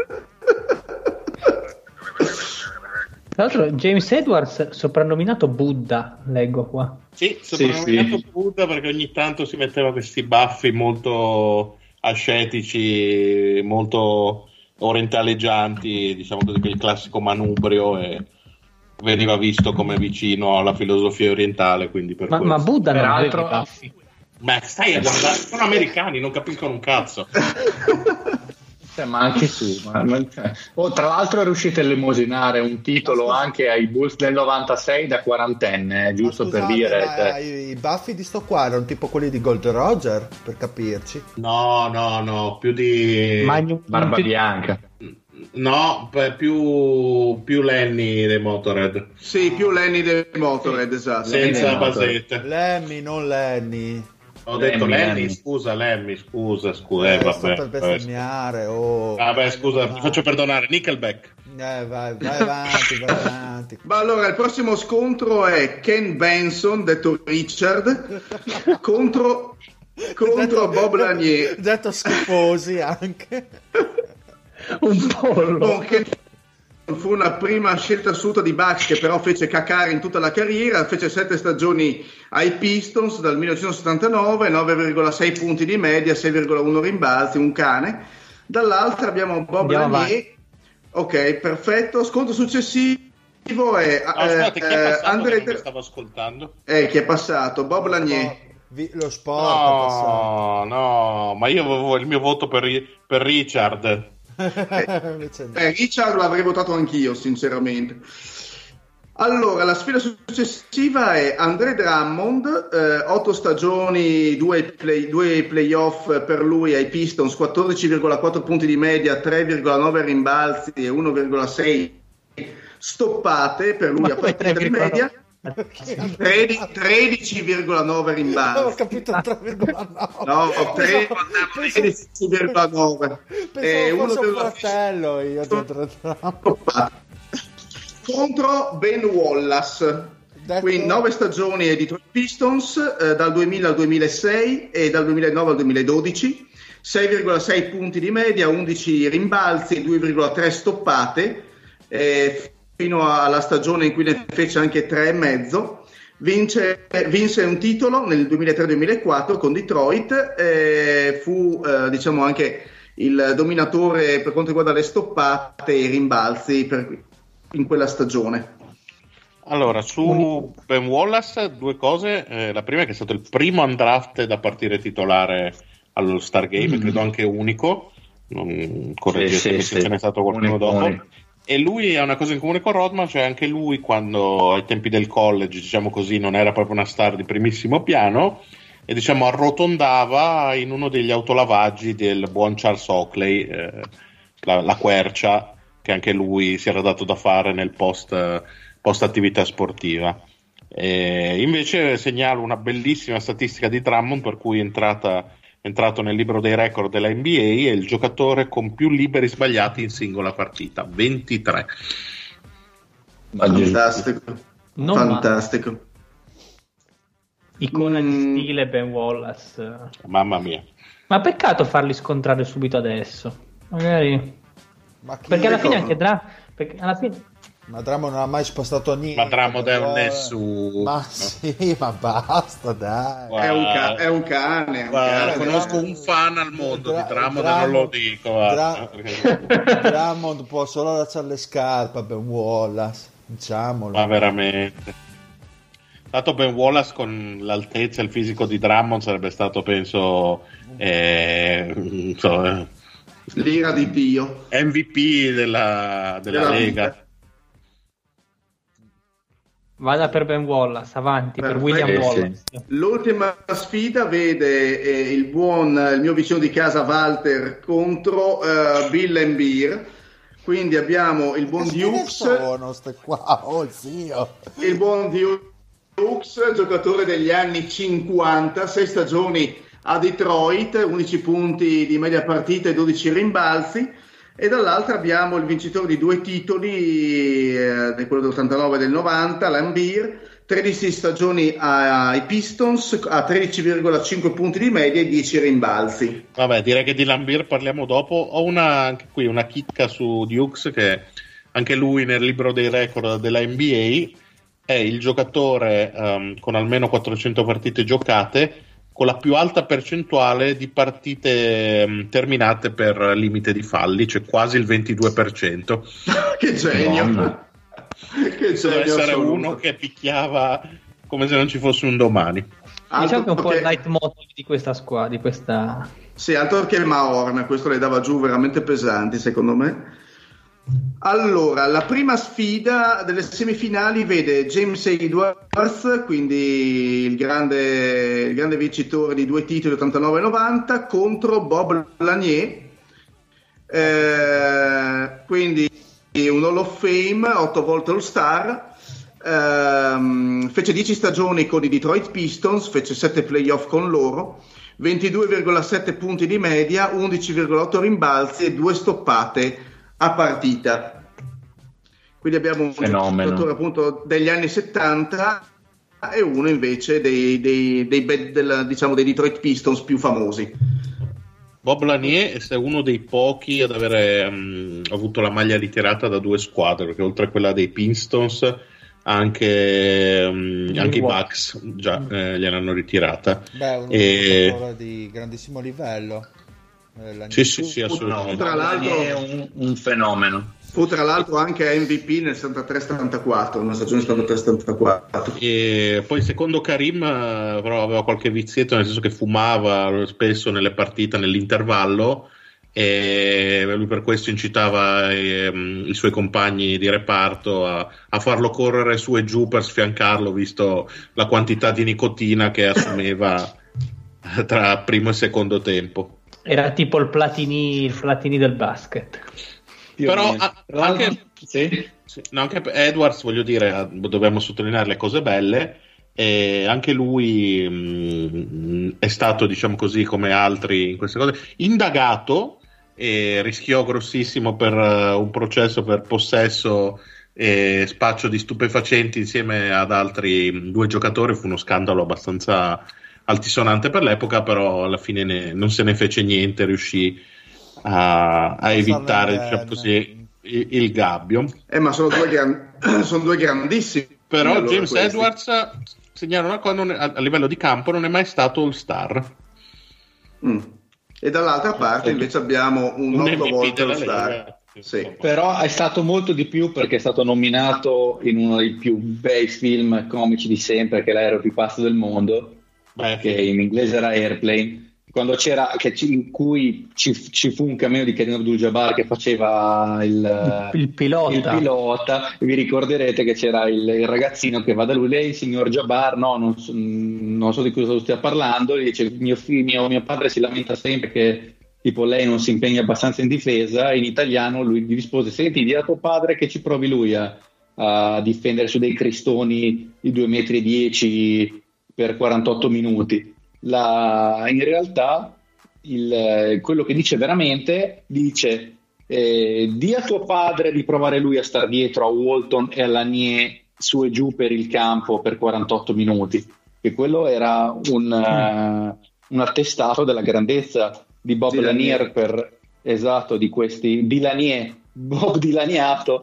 Tra l'altro James Edwards soprannominato Buddha, leggo qua. Sì, soprannominato sì, sì. Buddha perché ogni tanto si metteva questi baffi molto ascetici, molto orientaleggianti, diciamo così, il classico manubrio, e veniva visto come vicino alla filosofia orientale, quindi per ma, ma Buddha non Peraltro... aveva baffi. Ma stai a guardare, sono americani, non capiscono un cazzo. Eh, ma anche tu, ma, ma, oh, tra l'altro è riuscito a elemosinare un titolo anche ai Bulls del novantasei da quarantenne, eh, giusto scusate, per dire. Ma, i baffi di sto qua erano tipo quelli di Gold Roger, per capirci. No, no, no, più di Magnum, Barba più... bianca. No, più, più Lenny dei Motorhead. Sì, più Lenny dei Motorhead, esatto. Senza basette. Lemmy, non Lenny. Ho detto Lemmy, Lenny, Lemmy. scusa Lemmy, scusa, scusa, eh, Eh, sto vabbè. per vabbè. bestemmiare. Oh. Vabbè, scusa, ti faccio perdonare, Nickelback. Eh, vai, vai avanti, vai avanti. Ma allora il prossimo scontro è Ken Benson, detto Richard, contro, contro Detto- Bob Lanier. Detto schifosi anche. un pollo. Con Ken fu una prima scelta assoluta di Bucks che però fece cacare in tutta la carriera, fece sette stagioni ai Pistons dal millenovecentosettantanove, nove virgola sei punti di media, sei virgola uno rimbalzi, un cane. Dall'altra abbiamo Bob Andiamo Lanier. avanti. Ok, perfetto. Scontro successivo è No, aspetta, chi è eh, passato Andre che non mi stavo ascoltando? eh, chi è passato? Bob Lanier. Vi- lo sport. No, no, ma io avevo il mio voto per, per Richard. Eh, Richard l'avrei votato anch'io, sinceramente. Allora, la sfida successiva è Andre Drummond, eh, otto stagioni, due, play, due playoff per lui ai Pistons, quattordici virgola quattro punti di media, tre virgola nove rimbalzi e uno virgola sei stoppate per lui Ma a partita di media. tredici virgola nove rimbalzi. Ho capito tre virgola nove. No, tredici virgola nove. Pensavo fosse un fratello io contro Ben Wallace. Detto... Quindi nove stagioni ai Detroit Pistons, eh, dal duemila al duemilasei e dal duemilanove al duemiladodici, sei virgola sei punti di media, undici rimbalzi, due virgola tre stoppate, eh, fino alla stagione in cui ne fece anche tre e mezzo. Vince, vinse un titolo nel duemilatré duemilaquattro con Detroit, eh, fu eh, diciamo anche il dominatore per quanto riguarda le stoppate e i rimbalzi per, in quella stagione. Allora, su Ben Wallace due cose, eh, la prima è che è stato il primo undrafted da partire titolare allo Star Game, mm. credo anche unico, non correggetemi sì, se sì, ce n'è stato qualcuno dopo. Unico. E lui ha una cosa in comune con Rodman, cioè anche lui quando ai tempi del college, diciamo così, non era proprio una star di primissimo piano e diciamo arrotondava in uno degli autolavaggi del buon Charles Oakley, eh, la, la quercia che anche lui si era dato da fare nel post, post attività sportiva. E invece segnalo una bellissima statistica di Drummond per cui è entrata entrato nel libro dei record della N B A, è il giocatore con più liberi sbagliati in singola partita, ventitré. Fantastico, non fantastico. Male. Icona mm. di stile Ben Wallace. Mamma mia. Ma peccato farli scontrare subito adesso. Magari. Ma perché alla fine anche Dra... perché alla fine Ma Drummond non ha mai spostato niente. Ma Drummond è un nessuno. Ma sì, ma basta, dai. Wow. È, un ca- è un cane. È un wow. cane. Conosco un fan al mondo Dra- di Drummond, Drummond, non lo dico. Dra- Drummond può solo lasciare le scarpe a Ben Wallace, diciamolo. Ma veramente. Tanto Ben Wallace con l'altezza e il fisico di Drummond sarebbe stato, penso, eh, so, eh, l'ira di Dio. M V P della, della, della Lega. Vita. Vada per Ben Wallace, avanti. Perfetto. Per William eh, Wallace. Sì. L'ultima sfida vede eh, il buon, il mio vicino di casa Walter contro uh, Bill Laimbeer. Quindi abbiamo il buon Dukes. Qua? Oh, zio. Il buon Dukes, giocatore degli anni cinquanta, sei stagioni a Detroit, undici punti di media partita e dodici rimbalzi. E dall'altra abbiamo il vincitore di due titoli, eh, quello dell'ottantanove e del novanta, Laimbeer, tredici stagioni ai Pistons, a tredici virgola cinque punti di media e dieci rimbalzi. Vabbè, direi che di Laimbeer parliamo dopo. Ho una, anche qui una chicca su Dukes, che anche lui nel libro dei record della N B A è il giocatore um, con almeno quattrocento partite giocate con la più alta percentuale di partite um, terminate per limite di falli, cioè quasi il ventidue per cento. Che genio! No. Che genio! Deve essere assoluto. Uno che picchiava come se non ci fosse un domani. Diciamo che è un po' il leitmotiv di questa squadra, di questa... Sì, altro che il Mahorn, questo le dava giù veramente pesanti, secondo me. Allora, la prima sfida delle semifinali vede James Edwards, quindi il grande, il grande vincitore di due titoli ottantanove e novanta, contro Bob Lanier, eh, quindi un Hall of Fame, otto volte All-Star, eh, fece dieci stagioni con i Detroit Pistons, fece sette playoff con loro, ventidue virgola sette punti di media, undici virgola otto rimbalzi e due stoppate a partita. Quindi abbiamo un giocatore appunto degli anni settanta e uno invece dei, dei, dei, dei, del, diciamo, dei Detroit Pistons più famosi. Bob Lanier è uno dei pochi ad avere um, avuto la maglia ritirata da due squadre, perché oltre a quella dei Pistons anche, um, anche i Bucks già eh, gliel'hanno ritirata. Beh, un e... giocatore di grandissimo livello. Sì, sì, sì, assolutamente. Tra l'altro è un, un fenomeno. Fu tra l'altro anche M V P nel settantatré settantaquattro, una stagione settantatré settantaquattro. E poi secondo Karim però aveva qualche vizietto, nel senso che fumava spesso nelle partite nell'intervallo, e lui per questo incitava eh, i suoi compagni di reparto a, a farlo correre su e giù per sfiancarlo, visto la quantità di nicotina che assumeva tra primo e secondo tempo. Era tipo il Platini, il Platini del basket. Però a, anche, sì. sì, no, anche Edwards, voglio dire, dobbiamo sottolineare le cose belle, e anche lui mh, è stato, diciamo così, come altri in queste cose, indagato e rischiò grossissimo per uh, un processo per possesso e spaccio di stupefacenti insieme ad altri due giocatori. Fu uno scandalo abbastanza altisonante per l'epoca, però alla fine ne, non se ne fece niente, riuscì a, a evitare, diciamo così, il, il gabbio. Eh, ma sono due, gran... sono due grandissimi. Però allora, James questi. Edwards, segnala una cosa, non è, a, a livello di campo non è mai stato all-star. Mm. E dall'altra parte invece abbiamo un, un otto M V P volte della all-star. Lega. Sì. Però è stato molto di più, perché è stato nominato in uno dei più bei film comici di sempre, che è L'aereo più pazzo del mondo. Beh, che in inglese era Airplane, quando c'era, che ci, in cui ci, ci fu un cameo di Kareem Abdul-Jabbar che faceva il, il pilota. il pilota, e vi ricorderete che c'era il, il ragazzino che va da lui, lei signor Jabbar, no, non so, non so di cosa stia parlando, gli dice mio, figlio, mio padre si lamenta sempre che tipo lei non si impegna abbastanza in difesa. In italiano lui gli rispose: senti, di a tuo padre che ci provi lui a, a difendere su dei cristoni di due metri e dieci per quarantotto minuti. La, in realtà il, quello che dice veramente dice eh, di a tuo padre di provare lui a star dietro a Walton e a Lanier su e giù per il campo per quarantotto minuti, che quello era un, mm. uh, un attestato della grandezza di Bob di Lanier, Lanier per esatto, di questi di Lanier, Bob dilaniato.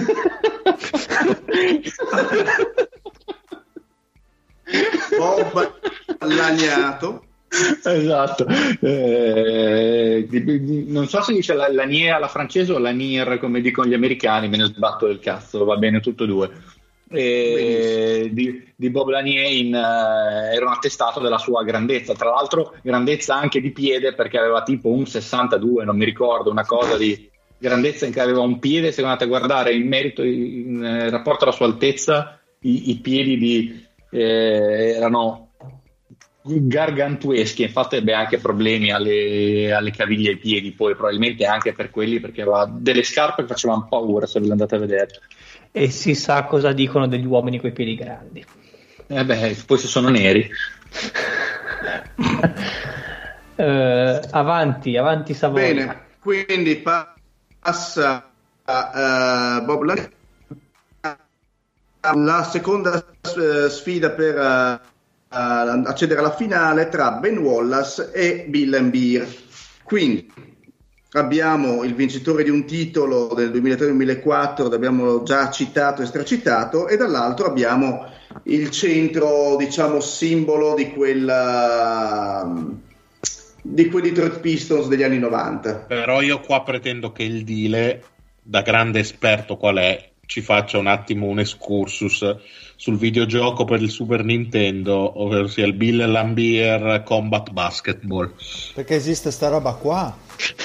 Bob lagnato, esatto. Eh, di, di, non so se dice la, Lanier alla francese o Lanier come dicono gli americani, me ne sbatto del cazzo, va bene tutto e due. Eh, di, di Bob Lanier in, uh, era un attestato della sua grandezza, tra l'altro grandezza anche di piede, perché aveva tipo un sessantadue, non mi ricordo, una cosa di grandezza in cui aveva un piede. Se andate a guardare in merito in, in rapporto alla sua altezza, i, i piedi di Eh, erano gargantueschi, infatti ebbe anche problemi alle, alle caviglie ai piedi, poi probabilmente anche per quelli, perché aveva delle scarpe che facevano paura se ve le andate a vedere. E si sa cosa dicono degli uomini coi piedi grandi. Eh beh, poi se sono neri. eh, avanti, avanti Savoia. Bene, quindi passa a uh, Bob Lanier. La seconda uh, sfida per uh, uh, accedere alla finale tra Ben Wallace e Bill Laimbeer. Quindi abbiamo il vincitore di un titolo del duemilatré duemilaquattro, l'abbiamo già citato e stracitato, e dall'altro abbiamo il centro, diciamo, simbolo di quella di quei Detroit Pistons degli anni novanta. Però io qua pretendo che il Dile, da grande esperto qual è, ci faccia un attimo un excursus sul videogioco per il Super Nintendo, ovvero sia il Bill Laimbeer Combat Basketball. Perché esiste sta roba qua?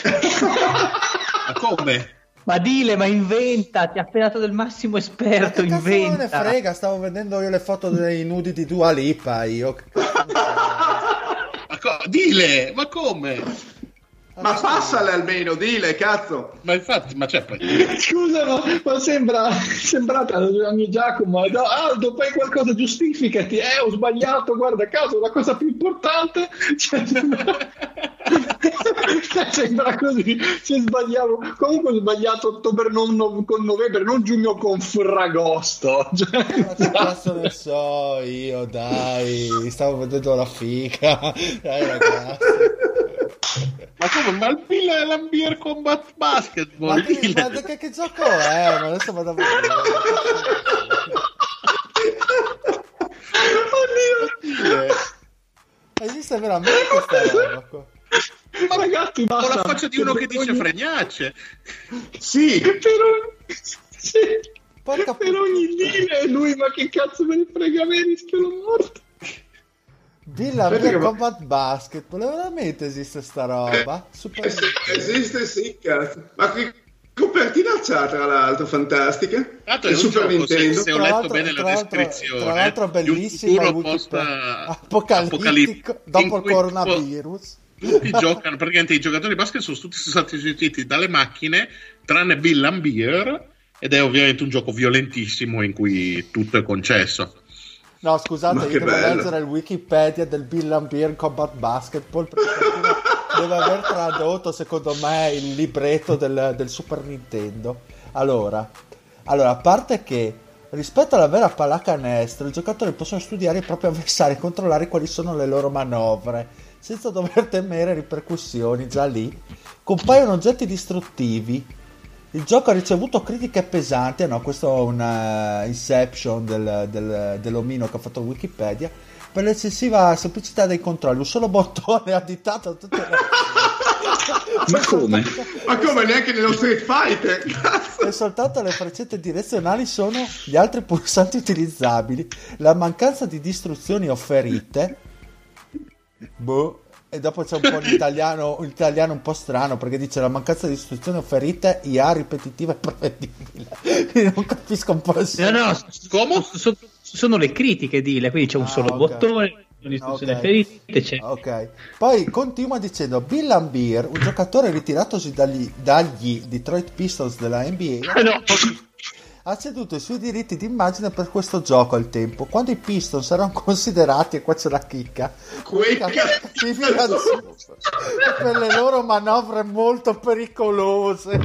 Ma come? Ma dile, ma inventa, ti ha appena dato del massimo esperto, ma che inventa. cazzo me ne frega, stavo vedendo io le foto dei nudi di Dua Lipa, io. Ma co- dile, ma come? Ma passale almeno, dile, cazzo. Ma infatti, ma c'è poi... Scusa, ma, ma sembra sembrata ogni Giacomo. No, Aldo, fai qualcosa, giustificati. Eh, ho sbagliato, guarda caso, la cosa più importante. Cioè, sembra... sembra così. Se sbagliamo, comunque ho sbagliato ottobre non, non, con novembre, non giugno con Ferragosto. Cioè, ma che cazzo ne so io, dai, stavo vedendo la figa. Dai ragazzi. Ma come? Ma il Bill Laimbeer Combat Basketball? Ma, che, ma che, che gioco è? Ma adesso vado a vedere. Oddio! Esiste veramente questa roba qua? Ma ragazzi, con basta. la faccia di uno che dice ogni... fregnacce. Sì, per, ogni... sì. Porca per ogni lire lui, ma che cazzo me ne frega, me rischiano morto. Villa Mia Combat Basketball, veramente esiste sta roba? Super... Es- esiste sì, cazzo. Ma che copertina c'ha, tra l'altro, fantastica. Tanto il è un Super gioco, se, Nintendo. se ho Tra letto l'altro- bene la tra l'altro- descrizione, tra l'altro di un bellissima futuro Wikipedia. post apocalittico dopo il coronavirus. Tutti giocano, praticamente i giocatori di basket sono tutti stati sostituiti dalle macchine, tranne Bill and Beer, ed è ovviamente un gioco violentissimo in cui tutto è concesso. No, scusate, Ma io che devo bello. leggere il Wikipedia del Bill and Beer Combat Basketball perché qualcuno deve aver tradotto, secondo me, il libretto del, del Super Nintendo. Allora, allora, a parte che rispetto alla vera pallacanestro, i giocatori possono studiare i propri avversari e controllare quali sono le loro manovre, senza dover temere ripercussioni. Già lì compaiono oggetti distruttivi. Il gioco ha ricevuto critiche pesanti. No, questo è una Inception del, del, dell'omino che ha fatto Wikipedia, per l'eccessiva semplicità dei controlli. Un solo bottone additato a tutte le... Ma come? Ma come, neanche nello Street Fighter? E soltanto le freccette direzionali sono gli altri pulsanti utilizzabili. La mancanza di distruzioni o ferite, boh. E dopo c'è un po' l'italiano, l'italiano un po' strano, perché dice la mancanza di istruzioni o ferite I A ripetitiva e prevedibile. Non capisco un po' il No, no, Come? so- sono le critiche, dile, quindi c'è un Ah, solo ok. bottone, l'istruzione Ok. ferite, c'è. Ok, poi continua dicendo Bill and Beer, un giocatore ritiratosi dagli, dagli Detroit Pistons della N B A, Ah, no. ha ceduto i suoi diritti d'immagine per questo gioco al tempo, quando i Pistons erano considerati, e qua c'è la chicca, Quei cattivi razzisti per le loro manovre molto pericolose.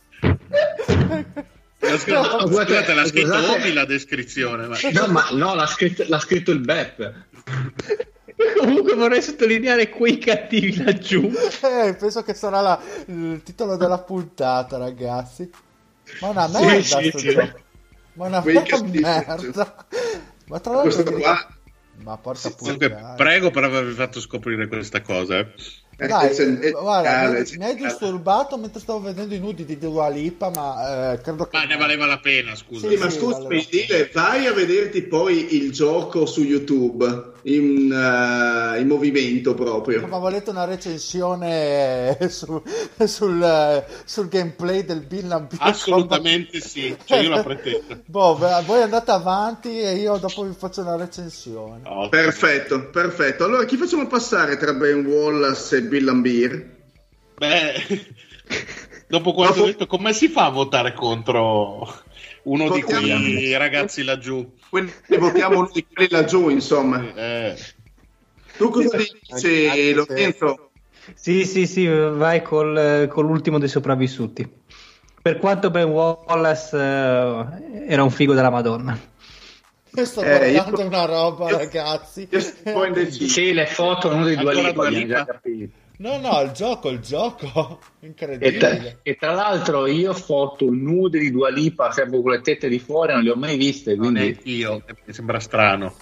L'ha scritto, No, scusate, guardate, l'ha scritto scusate. Omi la descrizione, ma... No, ma no, l'ha scritto, l'ha scritto il Beppe. Comunque vorrei sottolineare quei cattivi laggiù. Eh, penso che sarà la- il titolo della puntata, ragazzi. Ma una Sì, merda sì, sto sì. gioco. Ma una Quei vera cattivi merda. Ma tra l'altro Questo qua, ma porca Comunque, puttana. prego per avervi fatto scoprire questa cosa. eh. Dai, è gen- è guarda, geniale, mi, è mi hai geniale. disturbato mentre stavo vedendo i nudi di Dua Lipa, ma eh, credo che Ma ne valeva la pena, scusa. Sì, ma sì, scusami, valeva. dile, vai a vederti poi il gioco su YouTube in, eh, in movimento proprio. Ma volete una recensione su- sul, eh, sul gameplay del Bill and Beer Assolutamente sì, cioè io la pretendo. Boh, beh, voi andate avanti e io dopo vi faccio una recensione. No, Perfetto, perfetto. Allora, chi facciamo passare tra Ben Wallace e Bill and Beer? Beh, dopo quanto Dopo- ho detto, come si fa a votare contro uno di Votiamo- quei ragazzi laggiù? Quindi votiamo uno di quelli laggiù, insomma. Eh, Tu cosa dici, Anche- Lorenzo? Sì, sì, sì, vai col, con l'ultimo dei sopravvissuti. Per quanto Ben Wallace eh, era un figo della Madonna. Io sto Eh, io- guardando una roba, io- ragazzi. io sto un po' indeciso. Sì, le foto, uno dei due Ancora Lipa, Dua abbiamo Lipa? già capito. No, no, il gioco, il gioco. E, Incredibile. tra, e tra l'altro io foto nude di Dua Lipa, sempre con le tette di fuori, non le ho mai viste, non quindi... è io, mi sembra strano.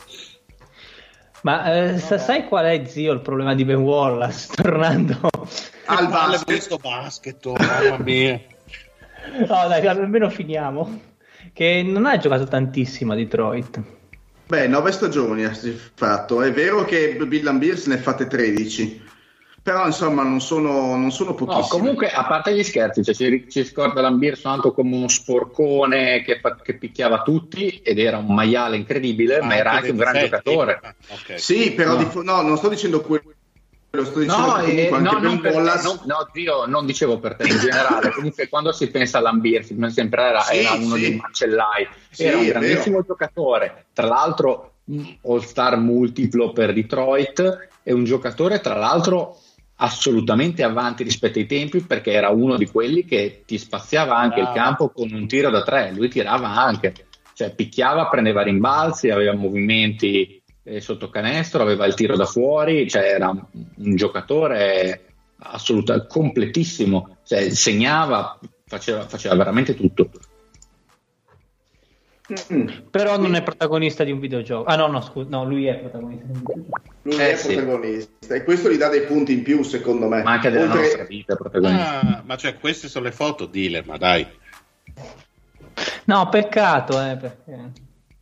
Ma eh, sa- sai qual è, zio, il problema di Ben Wallace? Tornando... Al Palle basket. questo basket, oh, mamma mia. No, dai, almeno finiamo. Che non ha giocato tantissimo a Detroit. Beh, nove stagioni ha fatto. È vero che Bill and Beer se ne ha fatte tredici. Però, insomma, non sono, non sono No, pochissimi. comunque, a parte gli scherzi, cioè, ci, ci scorda Lambir soltanto come uno sporcone che, fa- che picchiava tutti ed era un maiale incredibile, ma era anche un gran dei difetti. giocatore. Ah, ok. Sì, però No. di fo- no, non sto dicendo quello. Sto dicendo No, che comunque eh, anche no, Ben non per te, Wallace- no, no, zio, non dicevo per te in generale. Comunque, quando si pensa a Lambir, si pensa sempre era, Sì, era uno sì. dei macellai, Sì, era un è grandissimo giocatore. Tra l'altro, mh, all-star multiplo per Detroit, e un giocatore, tra l'altro, assolutamente avanti rispetto ai tempi, perché era uno di quelli che ti spaziava anche Ah. il campo con un tiro da tre. Lui tirava anche, cioè picchiava, prendeva rimbalzi, aveva movimenti eh, sotto canestro, aveva il tiro da fuori, cioè era un, un giocatore assolutamente completissimo, cioè segnava, faceva, faceva veramente tutto. Mm. Però non è protagonista di un videogioco. Ah no, no, scusa, no, lui è protagonista di un videogioco. Lui eh, è sì. protagonista e questo gli dà dei punti in più, secondo me. Ma anche della Oltre... nostra vita protagonista. Ah, ma cioè queste sono le foto, Dile, ma dai. No, peccato, eh, perché...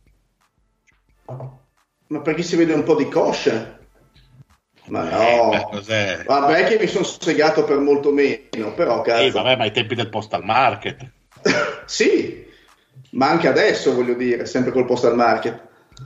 Ma perché si vede un po' di coscia? Ma no, Eh, cos'è? vabbè che mi sono segato per molto meno, però cazzo. Sì, vabbè, ma ai tempi del postal market. Sì, ma anche adesso voglio dire, sempre col postal market.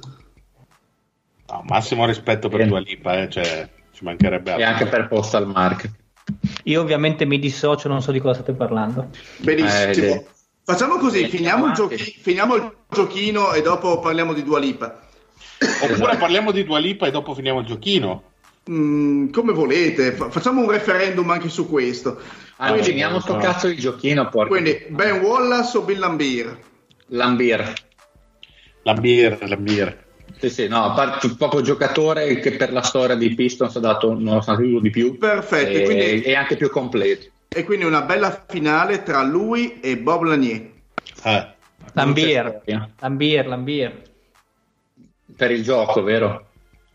No, massimo rispetto per Sì. Dua Lipa, eh, cioè, ci mancherebbe E altro. anche per postal market. Io ovviamente mi dissocio, non so di cosa state parlando. Benissimo. Eh, sì. Facciamo così, Eh, finiamo il, avanti. giochi- finiamo il giochino e dopo parliamo di Dua Lipa. Oppure parliamo di Dua Lipa e dopo finiamo il giochino. Mm, come volete, Fa- facciamo un referendum anche su questo. Ah, Quindi- finiamo sto cazzo di giochino, porca. Quindi Ben Wallace o Bill Laimbeer? Lambier. L'ambir, l'ambir. Sì, sì, no, a parte poco giocatore che per la storia di Pistons ha dato nonostante uno di più. Perfetto, e, quindi- e anche più completo. E quindi una bella finale tra lui e Bob Lanier. Eh. Lambier, storia. Lambier, Lambier. Per il gioco, vero?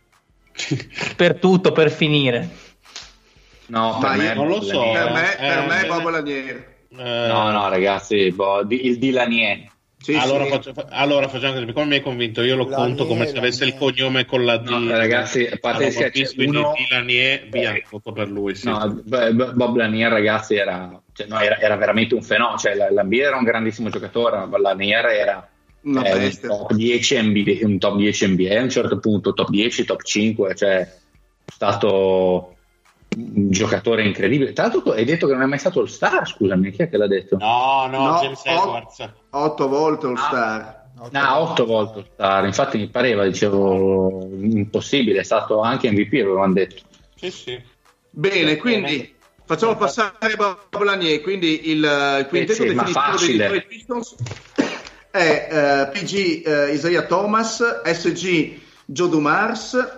Per tutto, per finire. No, Ma per me io non lo so. Per Eh, me, per eh, me eh, Bob Lanier. Eh, No, no, ragazzi, boh, di- il Dilanier. Sì, allora, sì. faccio- fa- allora facciamo così, come mi hai convinto, io lo Lanier, conto come se avesse il Lanier. cognome con la D. No, ragazzi, a parte Allora, gli scherzi, capisco, quindi uno- di Lanier, via, voto per lui, sì. No, beh, beh, Bob Lanier, ragazzi, era, cioè, no, era, era veramente un fenomeno. Cioè, la- Lambier era un grandissimo giocatore, ma Lanier era Una eh, un, bestia. top dieci N B A, un top dieci N B A a un certo punto, top dieci, top cinque, cioè è stato un giocatore incredibile. Tra l'altro hai detto che non è mai stato All-Star, scusami, chi è che l'ha detto? No, no, No, James o- Edwards. Otto volte All Star. No, otto volte All-Star, infatti mi pareva, dicevo, impossibile, è stato anche M V P, avevano detto. Sì, sì. Bene, quindi facciamo passare Bob Lanier. Quindi il, il quintetto Eh sì, ma definitivo dei facile. Detroit Pistons è eh, P G eh, Isaiah Thomas, S G Joe Dumars,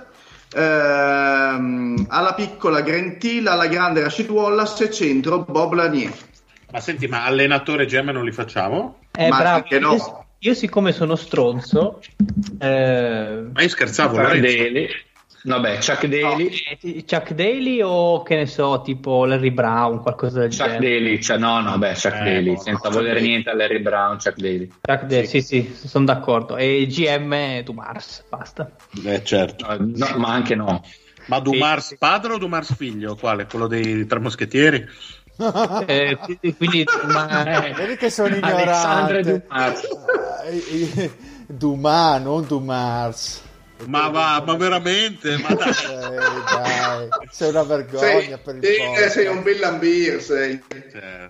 ehm, alla piccola Grant Hill, alla grande Rashid Wallace e centro Bob Lanier. Ma senti, ma allenatore G M non li facciamo? Eh, Ma bravo. perché no? Io, io siccome sono stronzo, eh, Ma io scherzavo, Chuck Lorenzo. Daly, vabbè, Chuck Daly, eh, Chuck Daly o che ne so, tipo Larry Brown, qualcosa del Chuck genere. Daly, cioè, no, no, beh, Chuck Eh, Daly, no, senza no, volere Chuck niente a Larry Brown, Chuck Daly. Chuck Daly, sì, sì, sono d'accordo. E G M Dumars, basta. Eh, certo. No, no, ma anche no. Ma Dumars padre o Dumars figlio? Quale? Quello dei tre moschettieri? Eh, quindi, quindi ma, eh, Vedi che sono Alexandre ignorante. Dumas. Eh, eh, Dumas, non Dumars. Ma va, ma veramente? Ma dai. Eh, dai, sei una vergogna Sei, per il sì, eh, podcast. sei un Bill Laimbeer, sei. Cioè,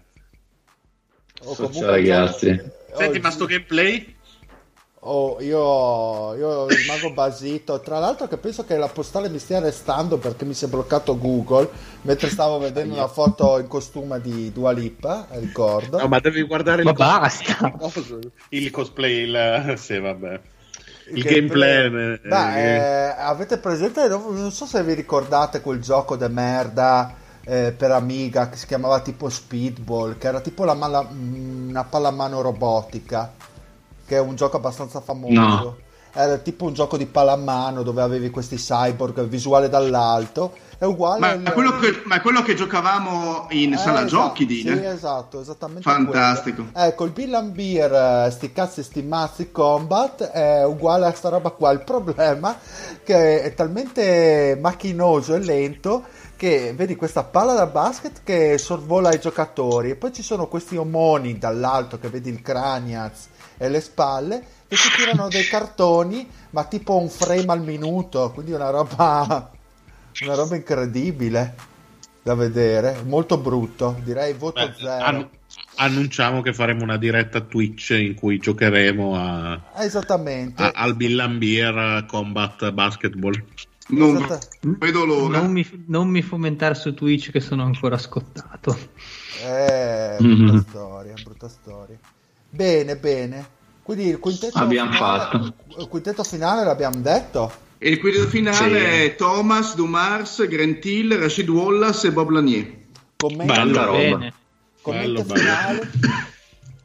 O Ciao, comunque- ragazzi. Senti, Oh, ma sto gameplay? Oh, io, io rimango basito. Tra l'altro, che penso che la postale mi stia restando perché mi si è bloccato Google mentre stavo vedendo una foto in costume di Dua Lipa. Ricordo. No, ma devi guardare ma il, cos- basta. il cosplay, il... sì, vabbè. Il, Il gameplay. gameplay. eh, Beh, eh, eh, avete presente? Non, non so se vi ricordate quel gioco de merda eh, per Amiga che si chiamava tipo Speedball, che era tipo la mala- una pallamano robotica, che è un gioco abbastanza famoso. No. Era tipo un gioco di pallamano dove avevi questi cyborg visuale dall'alto. È uguale. Ma, al- è quello che, ma è quello che giocavamo in Eh, sala esatto, giochi, sì, Dile? esatto, esattamente Fantastico. quello. Ecco, il Bill Laimbeer, eh, sti cazzi, sti mazzi combat è uguale a sta roba qua. Il problema che è talmente macchinoso e lento che vedi questa palla da basket che sorvola i giocatori e poi ci sono questi omoni dall'alto che vedi il craniaz e le spalle che si tirano dei cartoni ma tipo un frame al minuto, quindi una roba una roba incredibile da vedere, molto brutto, direi voto beh, zero. an- annunciamo che faremo una diretta Twitch in cui giocheremo a, Esattamente. a- al Bill Laimbeer Combat Basketball. Non Esatta- vedo l'ora. Non mi, non mi fomentare su Twitch che sono ancora scottato. Eh, Mhm. brutta storia, brutta storia. Bene, bene. Quindi il quintetto Abbiamo finale, fatto. il quintetto finale l'abbiamo detto. E il quintetto finale Sì. è Thomas, Dumars, Grant Hill, Rashid Wallace e Bob Lanier. Commento, Bella roba. Bene. commento Bello, bello. finale.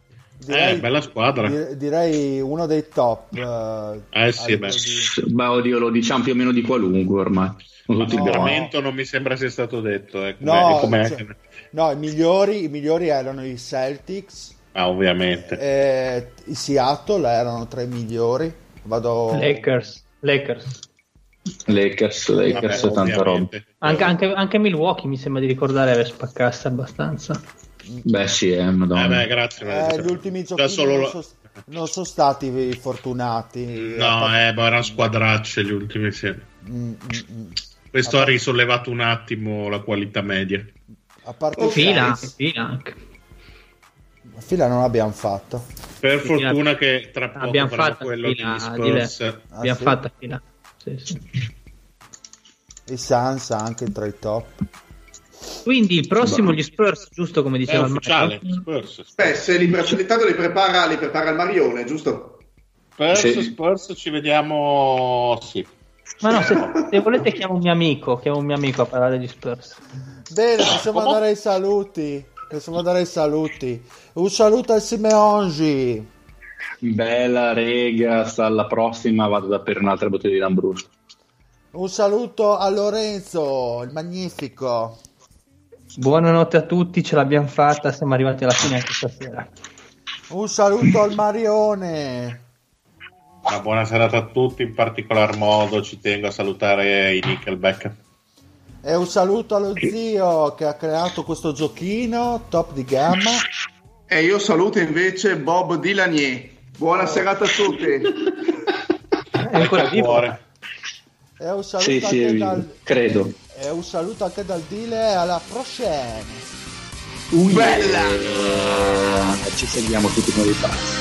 direi, eh, bella squadra. Direi, direi uno dei top. Uh, eh sì, beh. Di... beh, oddio, lo diciamo più o meno di qualunque ormai. No, il Sacramento non mi sembra sia stato detto. Eh, come, no, come... Cioè, no, i migliori, i migliori erano i Celtics. Ah, ovviamente. E i Seattle erano tra i migliori. Vado... Lakers. Lakers. Lakers, Lakers, Vabbè, tanta roba. Anche, anche, anche Milwaukee mi sembra di ricordare aver spaccasse abbastanza. Beh sì, eh, madonna. Eh, beh, grazie. Eh, gli ultimi giochi solo... non, so, non sono stati fortunati. No, eh, ma erano squadracce gli ultimi, sì. Mm, mm, mm. Questo Vabbè. ha risollevato un attimo la qualità media. A parte oh, fila, fila anche. Fila non abbiamo fatto. Per fila, fortuna che tra poco abbiamo fatto quello fila, di Spurs. Ah, abbiamo sì? fatta fila. Sì, sì. I Suns anche tra i top. Quindi il prossimo gli Spurs, giusto come diceva il ufficiale. Spurs. Beh, se li, intanto li prepara, li prepara il Marione, giusto? Spurs, sì. Spurs, ci vediamo. Sì. Ma no, se, se volete chiamo un mio amico, chiamo un mio amico a parlare di Spurs. Bene, possiamo Come? dare i saluti. Possiamo dare i saluti. Un saluto al Simeongi. Bella rega, alla prossima vado da per un'altra bottiglia di Lambrusco. Un saluto a Lorenzo, il magnifico. Buonanotte a tutti, ce l'abbiamo fatta, siamo arrivati alla fine anche stasera. Un saluto al Marione. Una buona serata a tutti, in particolar modo ci tengo a salutare i Nickelback. E un saluto allo zio che ha creato questo giochino top di gamma. E io saluto invece Bob Dilanier. Buona serata a tutti. È ancora vivo. E un saluto sì, anche sì, dal... credo. E un saluto anche dal Dile, alla prossima. Uh, bella! Yeah. Ci seguiamo tutti con i passi.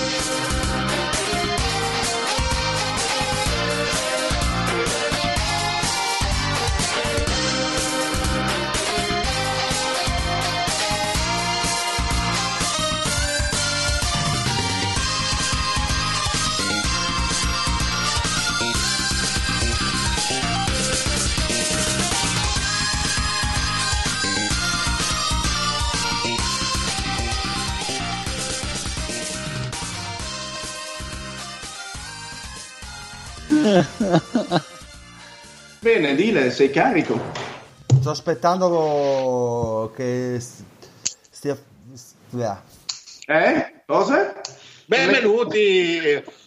Bene, Dile, sei carico? Sto aspettando che stia... Eh? Cosa? Benvenuti!